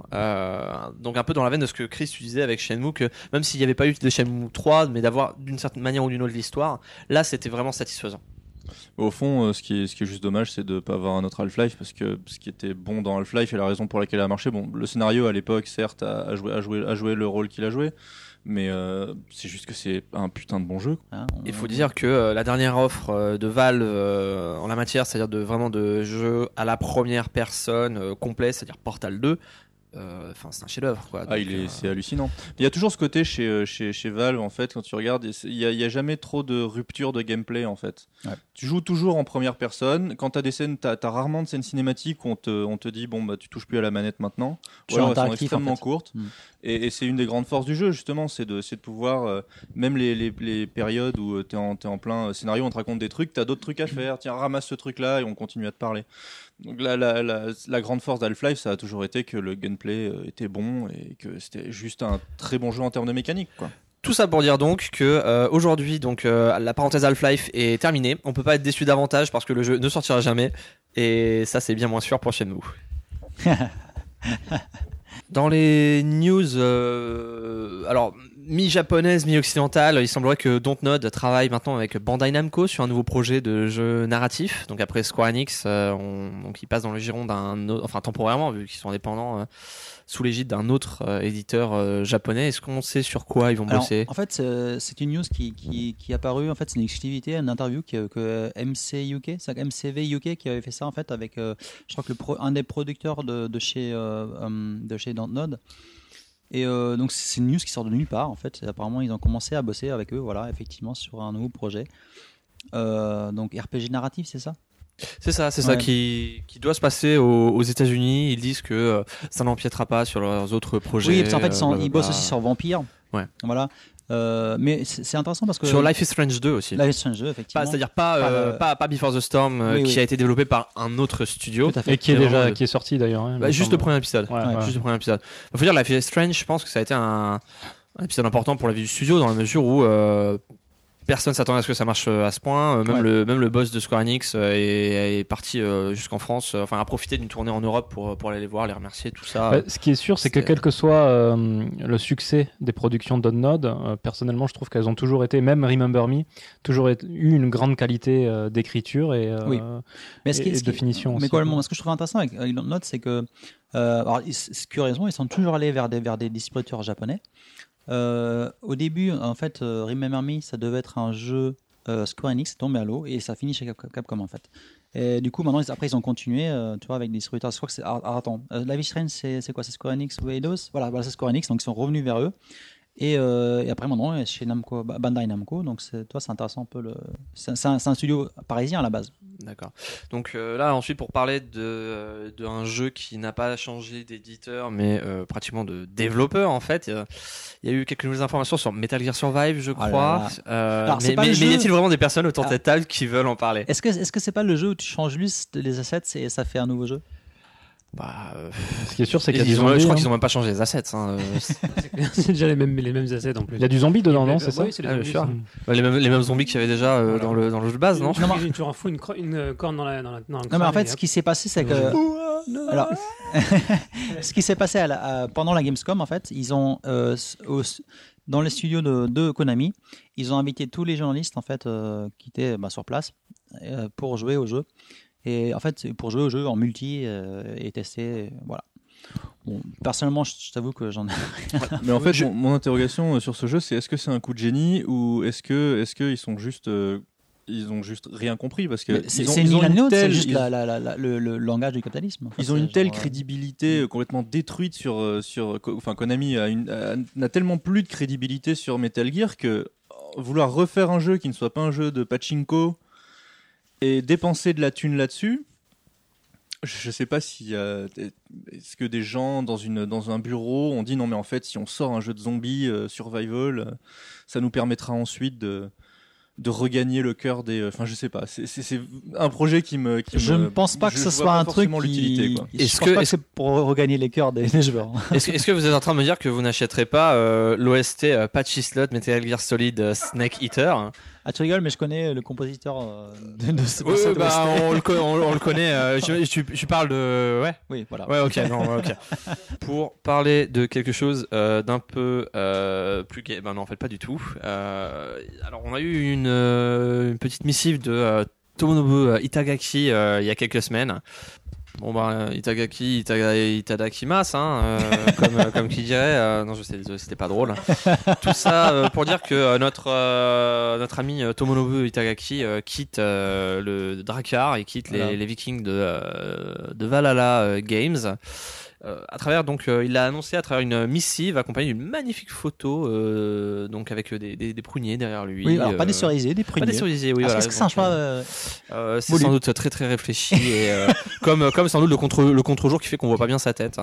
donc un peu dans la veine de ce que Chris tu disais avec Shenmue, que même s'il n'y avait pas eu de Shenmue 3, mais d'avoir d'une certaine manière ou d'une autre l'histoire, là c'était vraiment satisfaisant. Au fond, ce qui est juste dommage, c'est de ne pas avoir un autre Half-Life, parce que ce qui était bon dans Half-Life et la raison pour laquelle il a marché, bon, le scénario à l'époque, certes, a joué le rôle qu'il a joué, mais c'est juste que c'est un putain de bon jeu. Il faut dire que la dernière offre de Valve en la matière, c'est-à-dire vraiment de jeux à la première personne complet, c'est-à-dire Portal 2, c'est un chef-d'œuvre, quoi. C'est hallucinant. Il y a toujours ce côté chez Valve, en fait, quand tu regardes, il y a jamais trop de rupture de gameplay, en fait. Ouais. Tu joues toujours en première personne. Quand t'as des scènes, t'as rarement de scènes cinématiques où on te dit bon bah tu touches plus à la manette maintenant. Ou alors elles sont extrêmement courtes. Et c'est une des grandes forces du jeu, justement, c'est de pouvoir même les périodes où t'es en plein scénario, on te raconte des trucs, t'as d'autres trucs à faire. Tiens, ramasse ce truc-là et on continue à te parler. Donc la grande force d'Half-Life, ça a toujours été que le gameplay était bon et que c'était juste un très bon jeu en termes de mécanique, quoi. Tout ça pour dire donc que aujourd'hui, la parenthèse Half-Life est terminée. On peut pas être déçu davantage parce que le jeu ne sortira jamais, et ça c'est bien moins sûr pour Shenmue. Dans les news, alors mi-japonaise, mi-occidentale, il semblerait que Dontnod travaille maintenant avec Bandai Namco sur un nouveau projet de jeu narratif. Donc après Square Enix, donc ils passent dans le giron d'un autre, enfin temporairement vu qu'ils sont indépendants, sous l'égide d'un autre éditeur japonais. Est-ce qu'on sait sur quoi ils vont bosser? En fait, c'est une news qui est apparue. En fait, c'est une exclusivité, une interview que MCV UK qui avait fait ça en fait avec, je crois que un des producteurs de chez Dontnod. Et donc c'est une news qui sort de nulle part en fait. Apparemment, ils ont commencé à bosser avec eux, voilà, effectivement, sur un nouveau projet. Donc RPG narratif, c'est ça? C'est ça qui doit se passer aux États-Unis. Ils disent que ça n'empiétera pas sur leurs autres projets. Oui, parce qu'en fait, ils bossent aussi sur Vampire. Ouais. Voilà. Mais c'est intéressant parce que sur Life is Strange 2 aussi. Life is Strange 2, effectivement. C'est-à-dire pas Before the Storm, qui a été développé par un autre studio. Tout à fait. Et qui est sorti d'ailleurs. Hein, juste le premier épisode. Juste le premier épisode. Il faut dire Life is Strange, je pense que ça a été un épisode important pour la vie du studio dans la mesure où personne s'attendait à ce que ça marche à ce point. Même le boss de Square Enix est parti jusqu'en France, a profité d'une tournée en Europe pour aller les voir, les remercier, tout ça. Ce qui est sûr, c'est que quel que soit le succès des productions de Dontnod, personnellement, je trouve qu'elles ont toujours été, même Remember Me, toujours eu une grande qualité d'écriture et de finition. Mais ce que je trouve intéressant avec Dontnod, c'est que, curieusement, ils sont toujours allés vers des distributeurs japonais. Au début, en fait, Remember Me, ça devait être un jeu Square Enix, c'est tombé à l'eau et ça finit chez Capcom en fait. Et du coup, maintenant, ils ont continué, tu vois, avec des distributeurs. Je crois que c'est. Attends, Life is Strange, c'est quoi? C'est Square Enix ou Eidos? Voilà, c'est Square Enix, donc ils sont revenus vers eux. Et après, maintenant, chez Namco, Bandai Namco, donc c'est intéressant un peu. C'est un studio parisien à la base. D'accord. Donc là, ensuite, pour parler d'un jeu qui n'a pas changé d'éditeur, mais pratiquement de développeur, en fait, il y a eu quelques nouvelles informations sur Metal Gear Survive, je crois. Alors, mais y a-t-il vraiment des personnes autour de cette table qui veulent en parler? Est-ce que c'est pas le jeu où tu changes juste les assets et ça fait un nouveau jeu? Ce qui est sûr, c'est qu'il y a du je zombie. crois hein. qu'ils ont même pas changé les assets. Hein. C'est déjà les mêmes assets en plus. Il y a du zombie dedans, non? C'est ça? Oui, c'est les Ah, zombies, sûr. c'est- Les mêmes zombies qu'il y avait déjà Voilà. dans le jeu de base, non? J'ai toujours un fou une corne dans la Non, mais en fait, ce qui s'est passé, c'est que. Alors, ce qui s'est passé pendant la Gamescom, en fait, ils ont dans les studios de Konami, ils ont invité tous les journalistes en fait qui étaient sur place pour jouer au jeu. Et en fait, pour jouer au jeu en multi et tester, voilà. Bon, personnellement, je t'avoue que j'en ai. Mais en fait, mon interrogation sur ce jeu, c'est est-ce que c'est un coup de génie ou est-ce que ils sont juste ils ont juste rien compris parce que C'est ils ont ni l'un ni l'autre, c'est telle- juste ils- le langage du capitalisme. Enfin, Ils ont c'est une telle genre, crédibilité complètement détruite enfin Konami n'a tellement plus de crédibilité sur Metal Gear que vouloir refaire un jeu qui ne soit pas un jeu de pachinko et dépenser de la thune là-dessus, je sais pas si est-ce que des gens dans un bureau ont dit non mais en fait si on sort un jeu de zombies survival, ça nous permettra ensuite de regagner le cœur des. Enfin, je sais pas. C'est un projet qui me. Je ne pense pas que ce soit un truc l'utilité, quoi. Je pense pas que c'est pour regagner les cœurs des joueurs. Est-ce que vous êtes en train de me dire que vous n'achèterez pas l'OST Patchy Slot Metal Gear Solid Snake Eater? Ah, tu rigoles, mais je connais le compositeur de ce Oui, cette OST. on le connaît. Je parle de. Ouais. Oui, voilà. Ouais, ok, non, ouais, ok. Pour parler de quelque chose d'un peu plus gay, ben non, en fait, pas du tout. Alors, on a eu une petite missive de Tomonobu Itagaki il y a quelques semaines. Bon, ben, Itadakimasu, hein, comme qui dirait. Non, je sais, désolé, c'était pas drôle. Tout ça pour dire que notre ami Tomonobu Itagaki quitte le Drakkar et quitte Voilà. les Vikings de Valhalla Games. À travers il l'a annoncé à travers une missive accompagnée d'une magnifique photo donc avec des pruniers derrière lui. Oui, alors pas des cerisiers, des Pas pruniers. des cerisiers, oui. Ah, Voilà, est-ce que c'est un donc, choix c'est voulu. sans doute très très réfléchi et comme sans doute le contre-jour qui fait qu'on voit pas bien sa tête.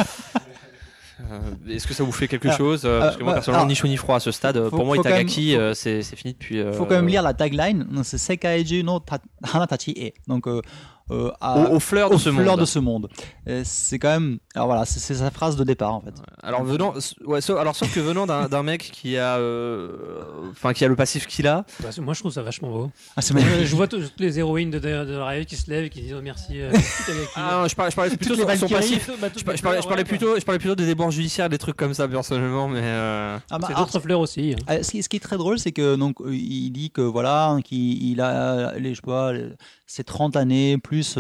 Est-ce que ça vous fait quelque chose parce que moi personnellement ni chaud ni froid à ce stade. Pour moi faut quand Itagaki même- c'est fini depuis. faut quand même lire la tagline, c'est Seikaiju no Hanatachi e. Donc aux fleurs de aux ce fleurs monde. de ce monde. C'est quand même. Alors voilà, c'est sa phrase de départ en fait. Alors sauf que venant d'un mec qui a qui a le passif qu'il a. Bah, moi, je trouve ça vachement beau. Ah, c'est magnifique. Je vois toutes les héroïnes de la rêve qui se lèvent et qui disent oh, merci. Itagaki. Ah non, je parlais plutôt Toutes les sur son Valkyries. passif. Je parlais plutôt des déboires judiciaires, des trucs comme ça personnellement, mais Ah, bah, C'est alors, d'autres fleurs aussi. ce qui est très drôle, c'est que donc il dit que voilà, qu'il a ces 30 années plus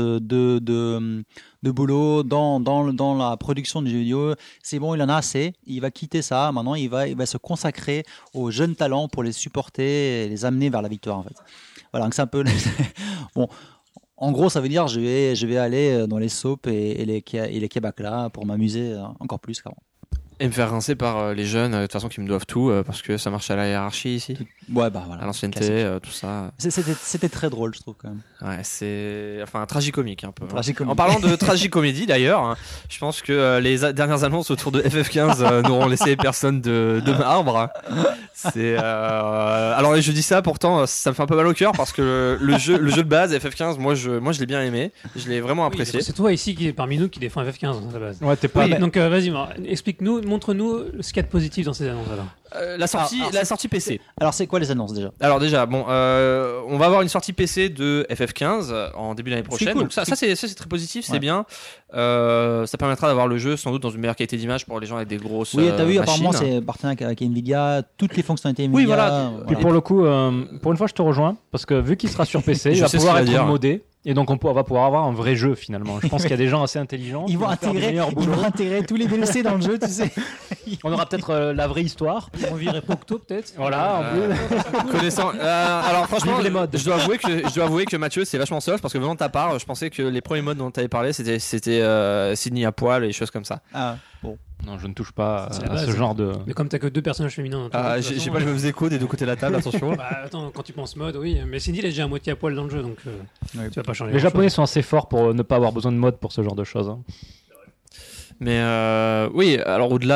de boulot dans la production du jeu vidéo. C'est bon, il en a assez. Il va quitter ça. Maintenant, il va se consacrer aux jeunes talents pour les supporter et les amener vers la victoire en fait. Voilà, donc c'est un peu bon. En gros, ça veut dire je vais aller dans les soaps et les kebabs là pour m'amuser encore plus qu'avant. et me faire rincer par les jeunes de toute façon qui me doivent tout parce que ça marche à la hiérarchie ici, Ouais, bah voilà. à l'ancienneté, Classique. tout ça. C'était très drôle, je trouve quand même. Ouais, c'est un tragicomique un peu. Tragicomique. En parlant de tragicomédie d'ailleurs, hein, je pense que les dernières annonces autour de FF15 n'auront laissé personne de marbre. C'est alors je dis ça pourtant ça me fait un peu mal au cœur parce que le jeu de base FF15 moi je l'ai bien aimé, je l'ai vraiment apprécié. C'est toi ici qui est parmi nous qui défend FF15 à la base. Ouais, t'es pas. Oui, donc vas-y, explique-nous, montre-nous ce qu'il y a de positif dans ces annonces alors. La sortie PC. Alors, c'est quoi les annonces déjà? Alors déjà, bon, on va avoir une sortie PC de FF15 en début d'année prochaine. cool. Donc ça c'est très positif, c'est Ouais. bien. Ça permettra d'avoir le jeu sans doute dans une meilleure qualité d'image pour les gens avec des grosses Oui, t'as vu, machines. apparemment, c'est partenaire avec Nvidia, toutes les fonctionnalités Nvidia. Oui, voilà. Puis pour le coup, pour une fois, je te rejoins parce que vu qu'il sera sur PC, il Je va sais ce pouvoir qu'il va être dire. modé et donc on va pouvoir avoir un vrai jeu finalement. Je pense qu'il y a des gens assez intelligents. Ils qui vont faire du meilleur ils boulot. vont intégrer tous les DLC dans le jeu, tu sais. On aura peut-être la vraie histoire. On virait Pocto peut-être. Voilà. En plus. Connaissant, alors franchement, Vive les modes. je dois avouer que Mathieu c'est vachement soft parce que venant de ta part, je pensais que les premiers modes dont tu avais parlé c'était Sydney à poil et des choses comme ça. Ah, bon. Non, je ne touche pas C'est la à ce base. genre de. Mais comme t'as que 2 personnages féminins dans ton jeu, de toute J'ai façon, pas les mêmes échos des deux côtés de la table, attention. Bah attends, quand tu penses mode, oui, mais Cindy elle est déjà à moitié à poil dans le jeu, donc tu vas pas changer. Les grand-chose. Japonais sont assez forts pour ne pas avoir besoin de mode pour ce genre de choses. Hein. Mais oui, alors au-delà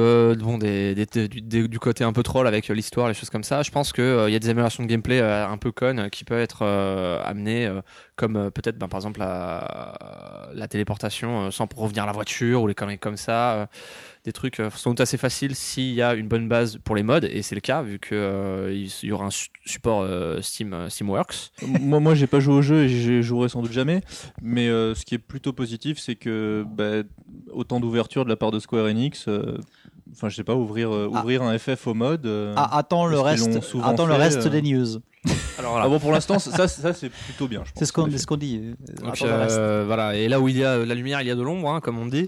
du côté un peu troll avec l'histoire, les choses comme ça, je pense qu'il y a des améliorations de gameplay un peu connes qui peuvent être amenées, comme peut-être par exemple la téléportation sans revenir à la voiture ou les conneries comme ça. Des trucs sans doute assez faciles s'il y a une bonne base pour les mods, et c'est le cas vu que il y aura un support Steamworks. Moi, j'ai pas joué au jeu et j'y jouerai sans doute jamais. Mais ce qui est plutôt positif, c'est que autant d'ouverture de la part de Square Enix. Enfin, je sais pas, ouvrir un FF au mode. Attends le reste des news. Alors voilà. Ah bon, pour l'instant, ça c'est plutôt bien, je pense. C'est ce qu'on dit. Donc, Attends le reste. voilà, et là où il y a la lumière, il y a de l'ombre, hein, comme on dit.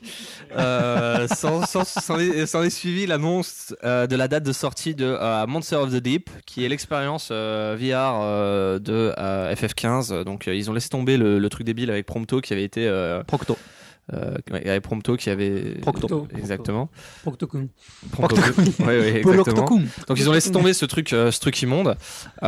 S'en est suivi l'annonce de la date de sortie de Monster of the Deep, qui est l'expérience VR de FF15. Donc ils ont laissé tomber le truc débile avec Prompto qui avait été Procto. avec Prompto qui avait Procto. exactement. Procto-kun. Procto-kun. Oui, exactement. Procto-kun. Donc ils ont laissé tomber ce truc immonde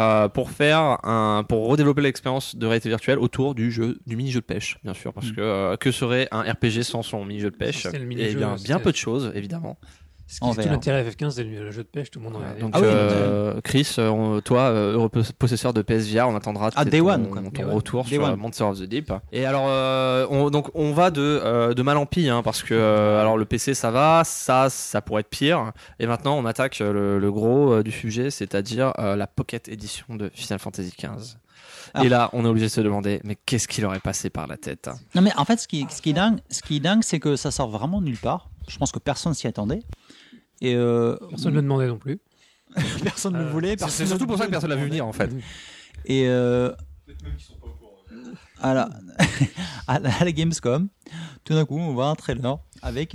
pour redévelopper l'expérience de réalité virtuelle autour du mini-jeu de pêche, bien sûr, parce que serait un RPG sans son mini-jeu de pêche? C'est le Et mini-jeu, bien c'était- peu de choses, évidemment. En Tout VR. l'intérêt FF15, c'est le jeu de pêche, tout le monde en a. Donc Ah oui, Chris, toi, heureux possesseur de PSVR, on attendra Ah, peut-être Day One, ton, quoi. ton Day One. retour Day sur One. Monster of the Deep. Et alors, on va de mal en pis, hein, parce que alors le PC ça va, ça pourrait être pire. Et maintenant, on attaque le gros du sujet, c'est-à-dire la Pocket Edition de Final Fantasy XV. Ah. Et là, on est obligé de se demander, mais qu'est-ce qui leur est passé par la tête? Non mais en fait, ce qui est dingue, c'est que ça sort vraiment nulle part. Je pense que personne s'y attendait. Et Personne ne le demandait non plus. personne ne le voulait. C'est surtout pour ça que personne l'a vu venir, en fait. Et à la, à la Gamescom, tout d'un coup, on voit un trailer avec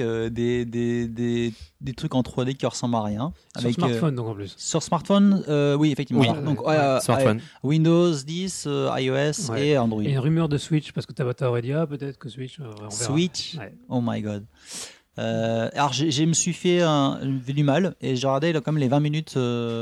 des trucs en 3D qui ressemblent à rien. Sur Avec, smartphone, donc en plus. sur smartphone, oui, effectivement. Oui. Donc, Smartphone. Windows 10, iOS Ouais. et Android. Et une rumeur de Switch, parce que Tabata aurait dit, peut-être que Switch, on verra. Switch, Ouais. oh my god. Alors, je me suis fait du mal et j'ai regardé là, comme les 20 minutes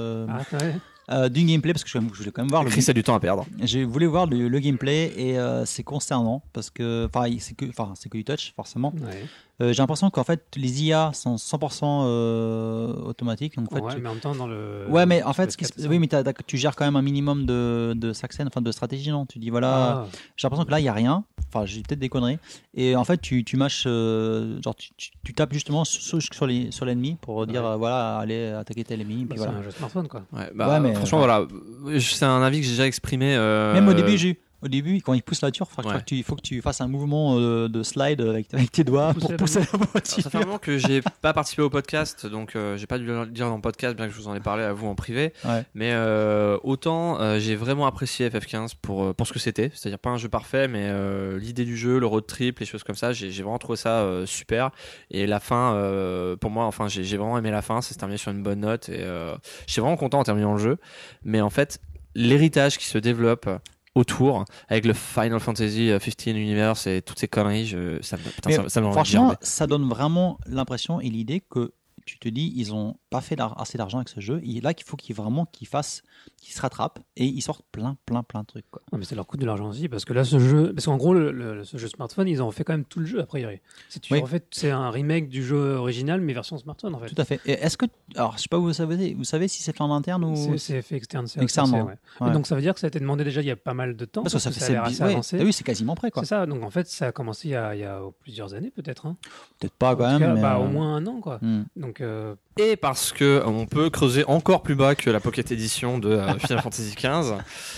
Ouais. du gameplay parce que je voulais quand même voir Chris a du temps à perdre. J'ai voulu voir le gameplay et c'est consternant parce que c'est que du touch forcément. Ouais. J'ai l'impression qu'en fait les IA sont 100% automatiques. Donc, en fait, Ouais, mais en même temps, dans le. ouais, mais en fait, le cap, oui, mais tu gères quand même un minimum de success, enfin de stratégie, non? Tu dis voilà, Ah. j'ai l'impression que là il y a rien. Enfin, j'ai peut-être des conneries. Et en fait, tu mâches, genre tu tapes justement sur l'ennemi pour dire voilà, allez attaquer tel ennemi. Bah, Puis c'est voilà. un jeu smartphone, quoi. Ouais, Ouais, mais- franchement, voilà. C'est un avis que j'ai déjà exprimé. Même au début, au début, quand il pousse la voiture, Ouais. il faut que tu fasses un mouvement de slide avec tes doigts pour pousser la Alors, voiture. ça fait un moment que j'ai pas participé au podcast, donc j'ai pas dû le dire dans le podcast, bien que je vous en ai parlé à vous en privé. Ouais. Mais autant j'ai vraiment apprécié FF15 pour ce que c'était, c'est-à-dire pas un jeu parfait, mais l'idée du jeu, le road trip, les choses comme ça, j'ai vraiment trouvé ça super. Et la fin, pour moi, enfin, j'ai vraiment aimé la fin, ça s'est terminé sur une bonne note et j'étais vraiment content en terminant le jeu. Mais en fait, l'héritage qui se développe autour avec le Final Fantasy 15 Universe et toutes ces conneries, ça me rend Franchement, gerbé. ça donne vraiment l'impression et l'idée que tu te dis, ils ont pas fait assez d'argent avec ce jeu. Et là, qu'il faut qu'ils se rattrapent et ils sortent plein de trucs, quoi. Ouais, mais ça leur coûte de l'argent aussi, parce que là, parce qu'en gros, ce jeu smartphone, ils ont fait quand même tout le jeu, a priori. Oui. C'est un remake du jeu original, mais version smartphone, en fait. Tout à fait. Et est-ce que, alors, je sais pas, vous savez si c'est fait en interne ou C'est fait externe. C'est Externement, outsourcé, ouais. ouais. Et donc, ça veut dire que ça a été demandé déjà il y a pas mal de temps. parce que ça fait a l'air assez ouais. avancé. Ah oui, c'est quasiment prêt, quoi. C'est ça. Donc, en fait, ça a commencé il y a plusieurs années, peut-être. Hein. Peut-être pas quand En tout même. cas, mais, au moins un an, quoi. Donc, Et parce que on peut creuser encore plus bas que la Pocket Edition de Final Fantasy XV,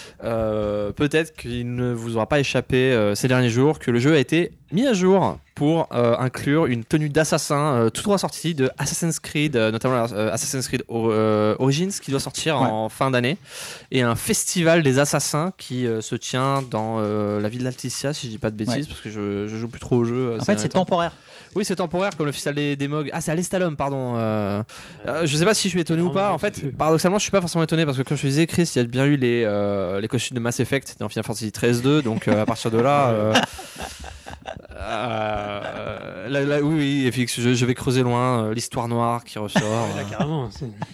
peut-être qu'il ne vous aura pas échappé ces derniers jours que le jeu a été mis à jour pour inclure une tenue d'assassin tout droit sortie de Assassin's Creed, notamment Assassin's Creed Origins qui doit sortir en fin d'année, et un festival des assassins qui se tient dans la ville d'Alticia, si je dis pas de bêtises, parce que je joue plus trop au jeu. En fait, c'est temporaire. Oui, c'est temporaire comme le festival des MOG. Ah, c'est à l'Estalum, pardon. Je sais pas si je suis étonné ou pas. En fait, paradoxalement, je suis pas forcément étonné parce que comme je te disais, Chris, il y a bien eu les costumes de Mass Effect dans Final Fantasy 13-2, donc à partir de là, oui, FX, je vais creuser loin l'histoire noire qui ressort. là, carrément.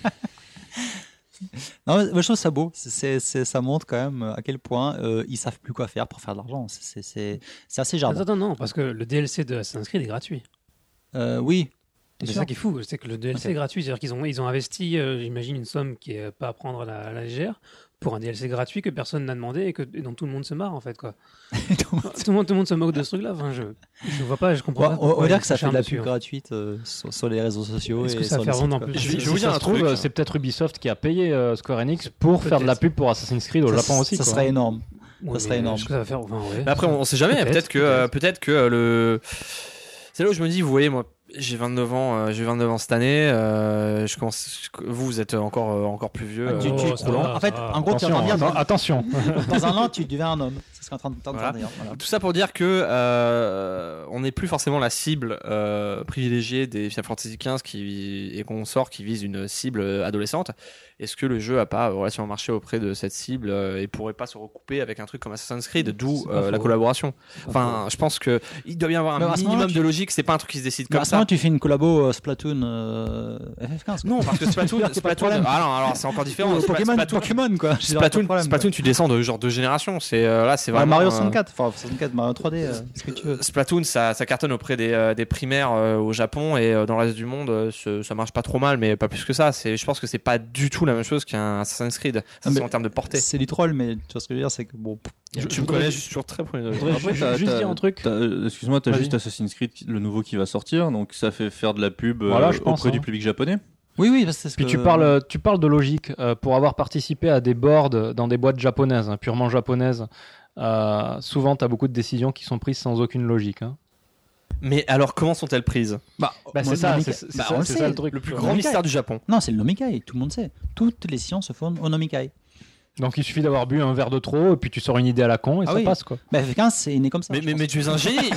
Non, mais je trouve ça beau. Ça montre quand même à quel point ils savent plus quoi faire pour faire de l'argent. C'est assez jardin. Attends, non, parce que le DLC de Assassin's Creed est gratuit. Oui. C'est ça qui est fou, c'est que le DLC est gratuit. C'est-à-dire qu'ils ont investi, j'imagine, une somme qui est pas à prendre à la légère pour un DLC gratuit que personne n'a demandé et dont tout le monde se marre en fait quoi. tout le monde se moque de ce truc-là. Enfin, je vois pas, je comprends pas. On va dire que ça fait fait de la pub gratuite sur les réseaux sociaux. Est-ce et que ça sur fait les vendre sites, en plus? quoi. Je vais vous dire un truc. C'est peut-être Ubisoft qui a payé Square Enix pour faire de la pub pour Assassin's Creed au Japon aussi. Ça quoi. serait énorme. Ouais, serait mais énorme. est-ce que ça va faire... ouais. Mais après, on sait jamais. Peut-être que le. C'est là où je me dis, vous voyez, moi, j'ai 29 ans cette année. Je commence. Vous êtes encore plus vieux. En fait, en gros, tu es en train de dire Attention. dans un an, tu deviens un homme. C'est ce qu'on est en train de Voilà. dire. Voilà. Tout ça pour dire que on n'est plus forcément la cible privilégiée des Final Fantasy XV et qu'on sort qui vise une cible adolescente. Est-ce que le jeu a pas relativement marché auprès de cette cible et pourrait pas se recouper avec un truc comme Assassin's Creed, d'où la collaboration. Enfin, je pense que il doit bien y avoir un minimum de logique. C'est pas un truc qui se décide comme ça. Tu fais une collabo Splatoon FF15. Non, parce que Splatoon, alors c'est encore différent. Pokémon quoi. Splatoon, tu descends de genre de génération. C'est là, c'est vraiment Mario 64, enfin 64, Mario 3D. Ce que tu veux. Splatoon, ça cartonne auprès des primaires au Japon et dans le reste du monde, ça marche pas trop mal, mais pas plus que ça. Je pense que c'est pas du tout la même chose qu'un Assassin's Creed en termes de portée. C'est du troll, mais tu vois ce que je veux dire, c'est que bon. Tu me connais, je suis toujours très premier. Juste dire un truc. Excuse-moi, t'as Vas-y. juste Assassin's Creed, le nouveau qui va sortir, donc ça fait faire de la pub Voilà, je pense, auprès du public japonais. Oui, c'est ce Puis que... tu parles de logique. Pour avoir participé à des boards dans des boîtes japonaises, purement japonaises, souvent tu as beaucoup de décisions qui sont prises sans aucune logique. Mais alors, comment sont-elles prises? C'est ça, on c'est le ça sait. le truc. Le plus grand mystère du Japon. Non, c'est le nomikai, tout le monde sait. Toutes les sciences se font au nomikai. Donc il suffit d'avoir bu un verre de trop, et puis tu sors une idée à la con, et ça passe quoi. Bah, FF15, c'est né comme ça. Mais tu es un génie.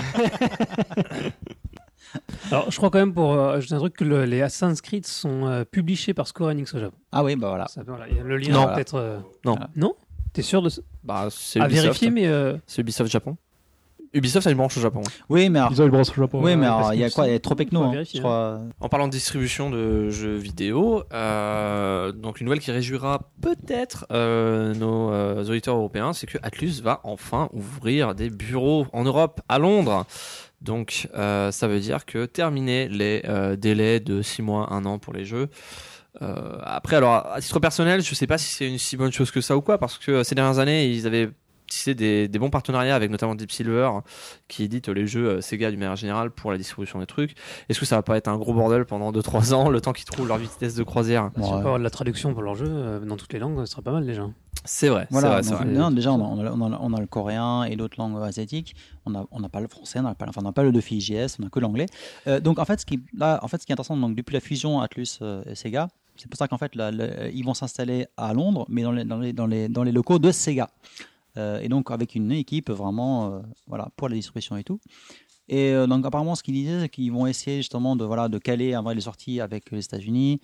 Alors, je crois quand même pour ajouter un truc que les Assassin's Creed sont publiés par Square Enix au Japon. Ah oui, bah voilà. Ça, voilà, il y a le lien Non. peut-être. Non. Non. T'es sûr de ça? C'est À Ubisoft. vérifier, mais C'est Ubisoft Japon. Ubisoft a une branche au Japon. Oui, mais alors, Ils ont une brosse au Japon. oui, mais alors, parce il y a qu'il quoi? me Il y a trop techno, faut hein, vérifier, je crois. En parlant de distribution de jeux vidéo, donc une nouvelle qui réjouira peut-être nos auditeurs européens, c'est que Atlus va enfin ouvrir des bureaux en Europe, à Londres. Donc ça veut dire que terminer les délais de 6 mois, 1 an pour les jeux. Après, alors à titre personnel, je sais pas si c'est une si bonne chose que ça ou quoi, parce que ces dernières années, ils avaient tissé des bons partenariats avec notamment Deep Silver qui édite les jeux Sega d'une manière générale pour la distribution des trucs. Est-ce que ça va pas être un gros bordel pendant 2-3 ans, le temps qu'ils trouvent leur vitesse de croisière? si on peut avoir de la traduction pour leur jeu dans toutes les langues, ce serait pas mal déjà. C'est vrai, Voilà, c'est vrai. non, déjà on a le coréen et d'autres langues asiatiques. On n'a pas le français, on n'a pas le Defi IGS, on n'a que l'anglais. Donc en fait, ce qui est intéressant, donc depuis la fusion Atlus et Sega, c'est pour ça qu'en fait ils vont s'installer à Londres, mais dans les locaux de Sega. Et donc avec une équipe vraiment pour la distribution et tout. Et donc apparemment ce qu'ils disaient, c'est qu'ils vont essayer justement de caler les sorties avec les États-Unis,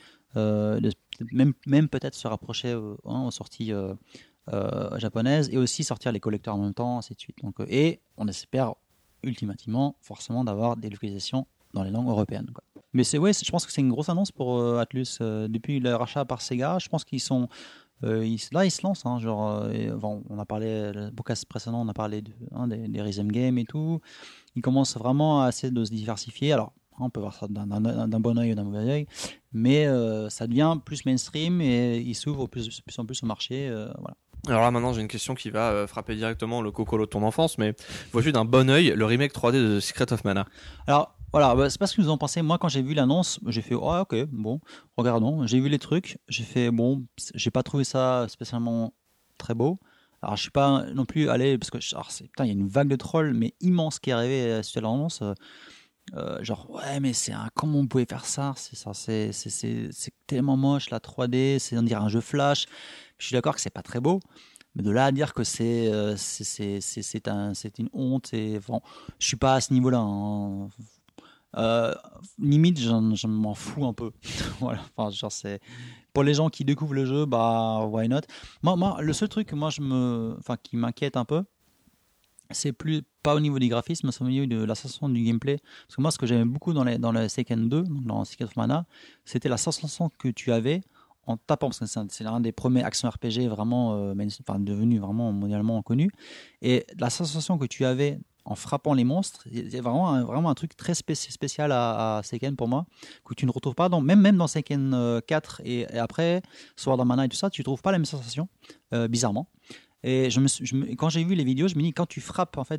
même peut-être se rapprocher aux sorties japonaises et aussi sortir les collecteurs en même temps, ainsi de suite. Donc, et on espère ultimativement forcément d'avoir des localisations dans les langues européennes, quoi. Mais je pense que c'est une grosse annonce pour Atlus depuis le rachat par Sega. Je pense qu'ils sont ils se lancent, hein, on a parlé le podcast précédent, on a parlé des Rhythm Games et tout. Ils commencent vraiment à essayer de se diversifier. Alors on peut voir ça d'un bon œil ou d'un mauvais œil, mais ça devient plus mainstream et ils s'ouvrent plus en plus au marché. Voilà. Alors là maintenant j'ai une question qui va frapper directement le cocolo de ton enfance, mais vois-tu d'un bon œil le remake 3D de Secret of Mana? Alors voilà, c'est pas ce que vous en pensez. Moi quand j'ai vu l'annonce, j'ai fait ok, bon, regardons. J'ai vu les trucs, j'ai fait bon, j'ai pas trouvé ça spécialement très beau. Alors je suis pas non plus allé parce que il y a une vague de trolls mais immense qui est arrivée suite à l'annonce. Genre ouais mais comment on pouvait faire ça, c'est tellement moche la 3D, c'est on dirait un jeu flash. Je suis d'accord que c'est pas très beau, mais de là à dire que c'est une honte, et bon, je suis pas à ce niveau-là, hein. Limite je m'en fous un peu. Voilà, enfin genre c'est pour les gens qui découvrent le jeu, bah why not. Moi le seul truc que qui m'inquiète un peu, c'est pas au niveau des graphismes, c'est au niveau de la sensation du gameplay. Parce que moi, ce que j'aimais beaucoup dans le Seiken 2, donc dans Secret of Mana, c'était la sensation que tu avais en tapant, parce que c'est l'un des premiers action RPG vraiment devenu vraiment mondialement connu. Et la sensation que tu avais en frappant les monstres. C'est vraiment un truc très spécial à Seiken pour moi, que tu ne retrouves pas même dans Seiken 4 et après Sword of Mana et tout ça, tu ne trouves pas la même sensation, bizarrement. Et quand j'ai vu les vidéos, je me dis, quand tu frappes en fait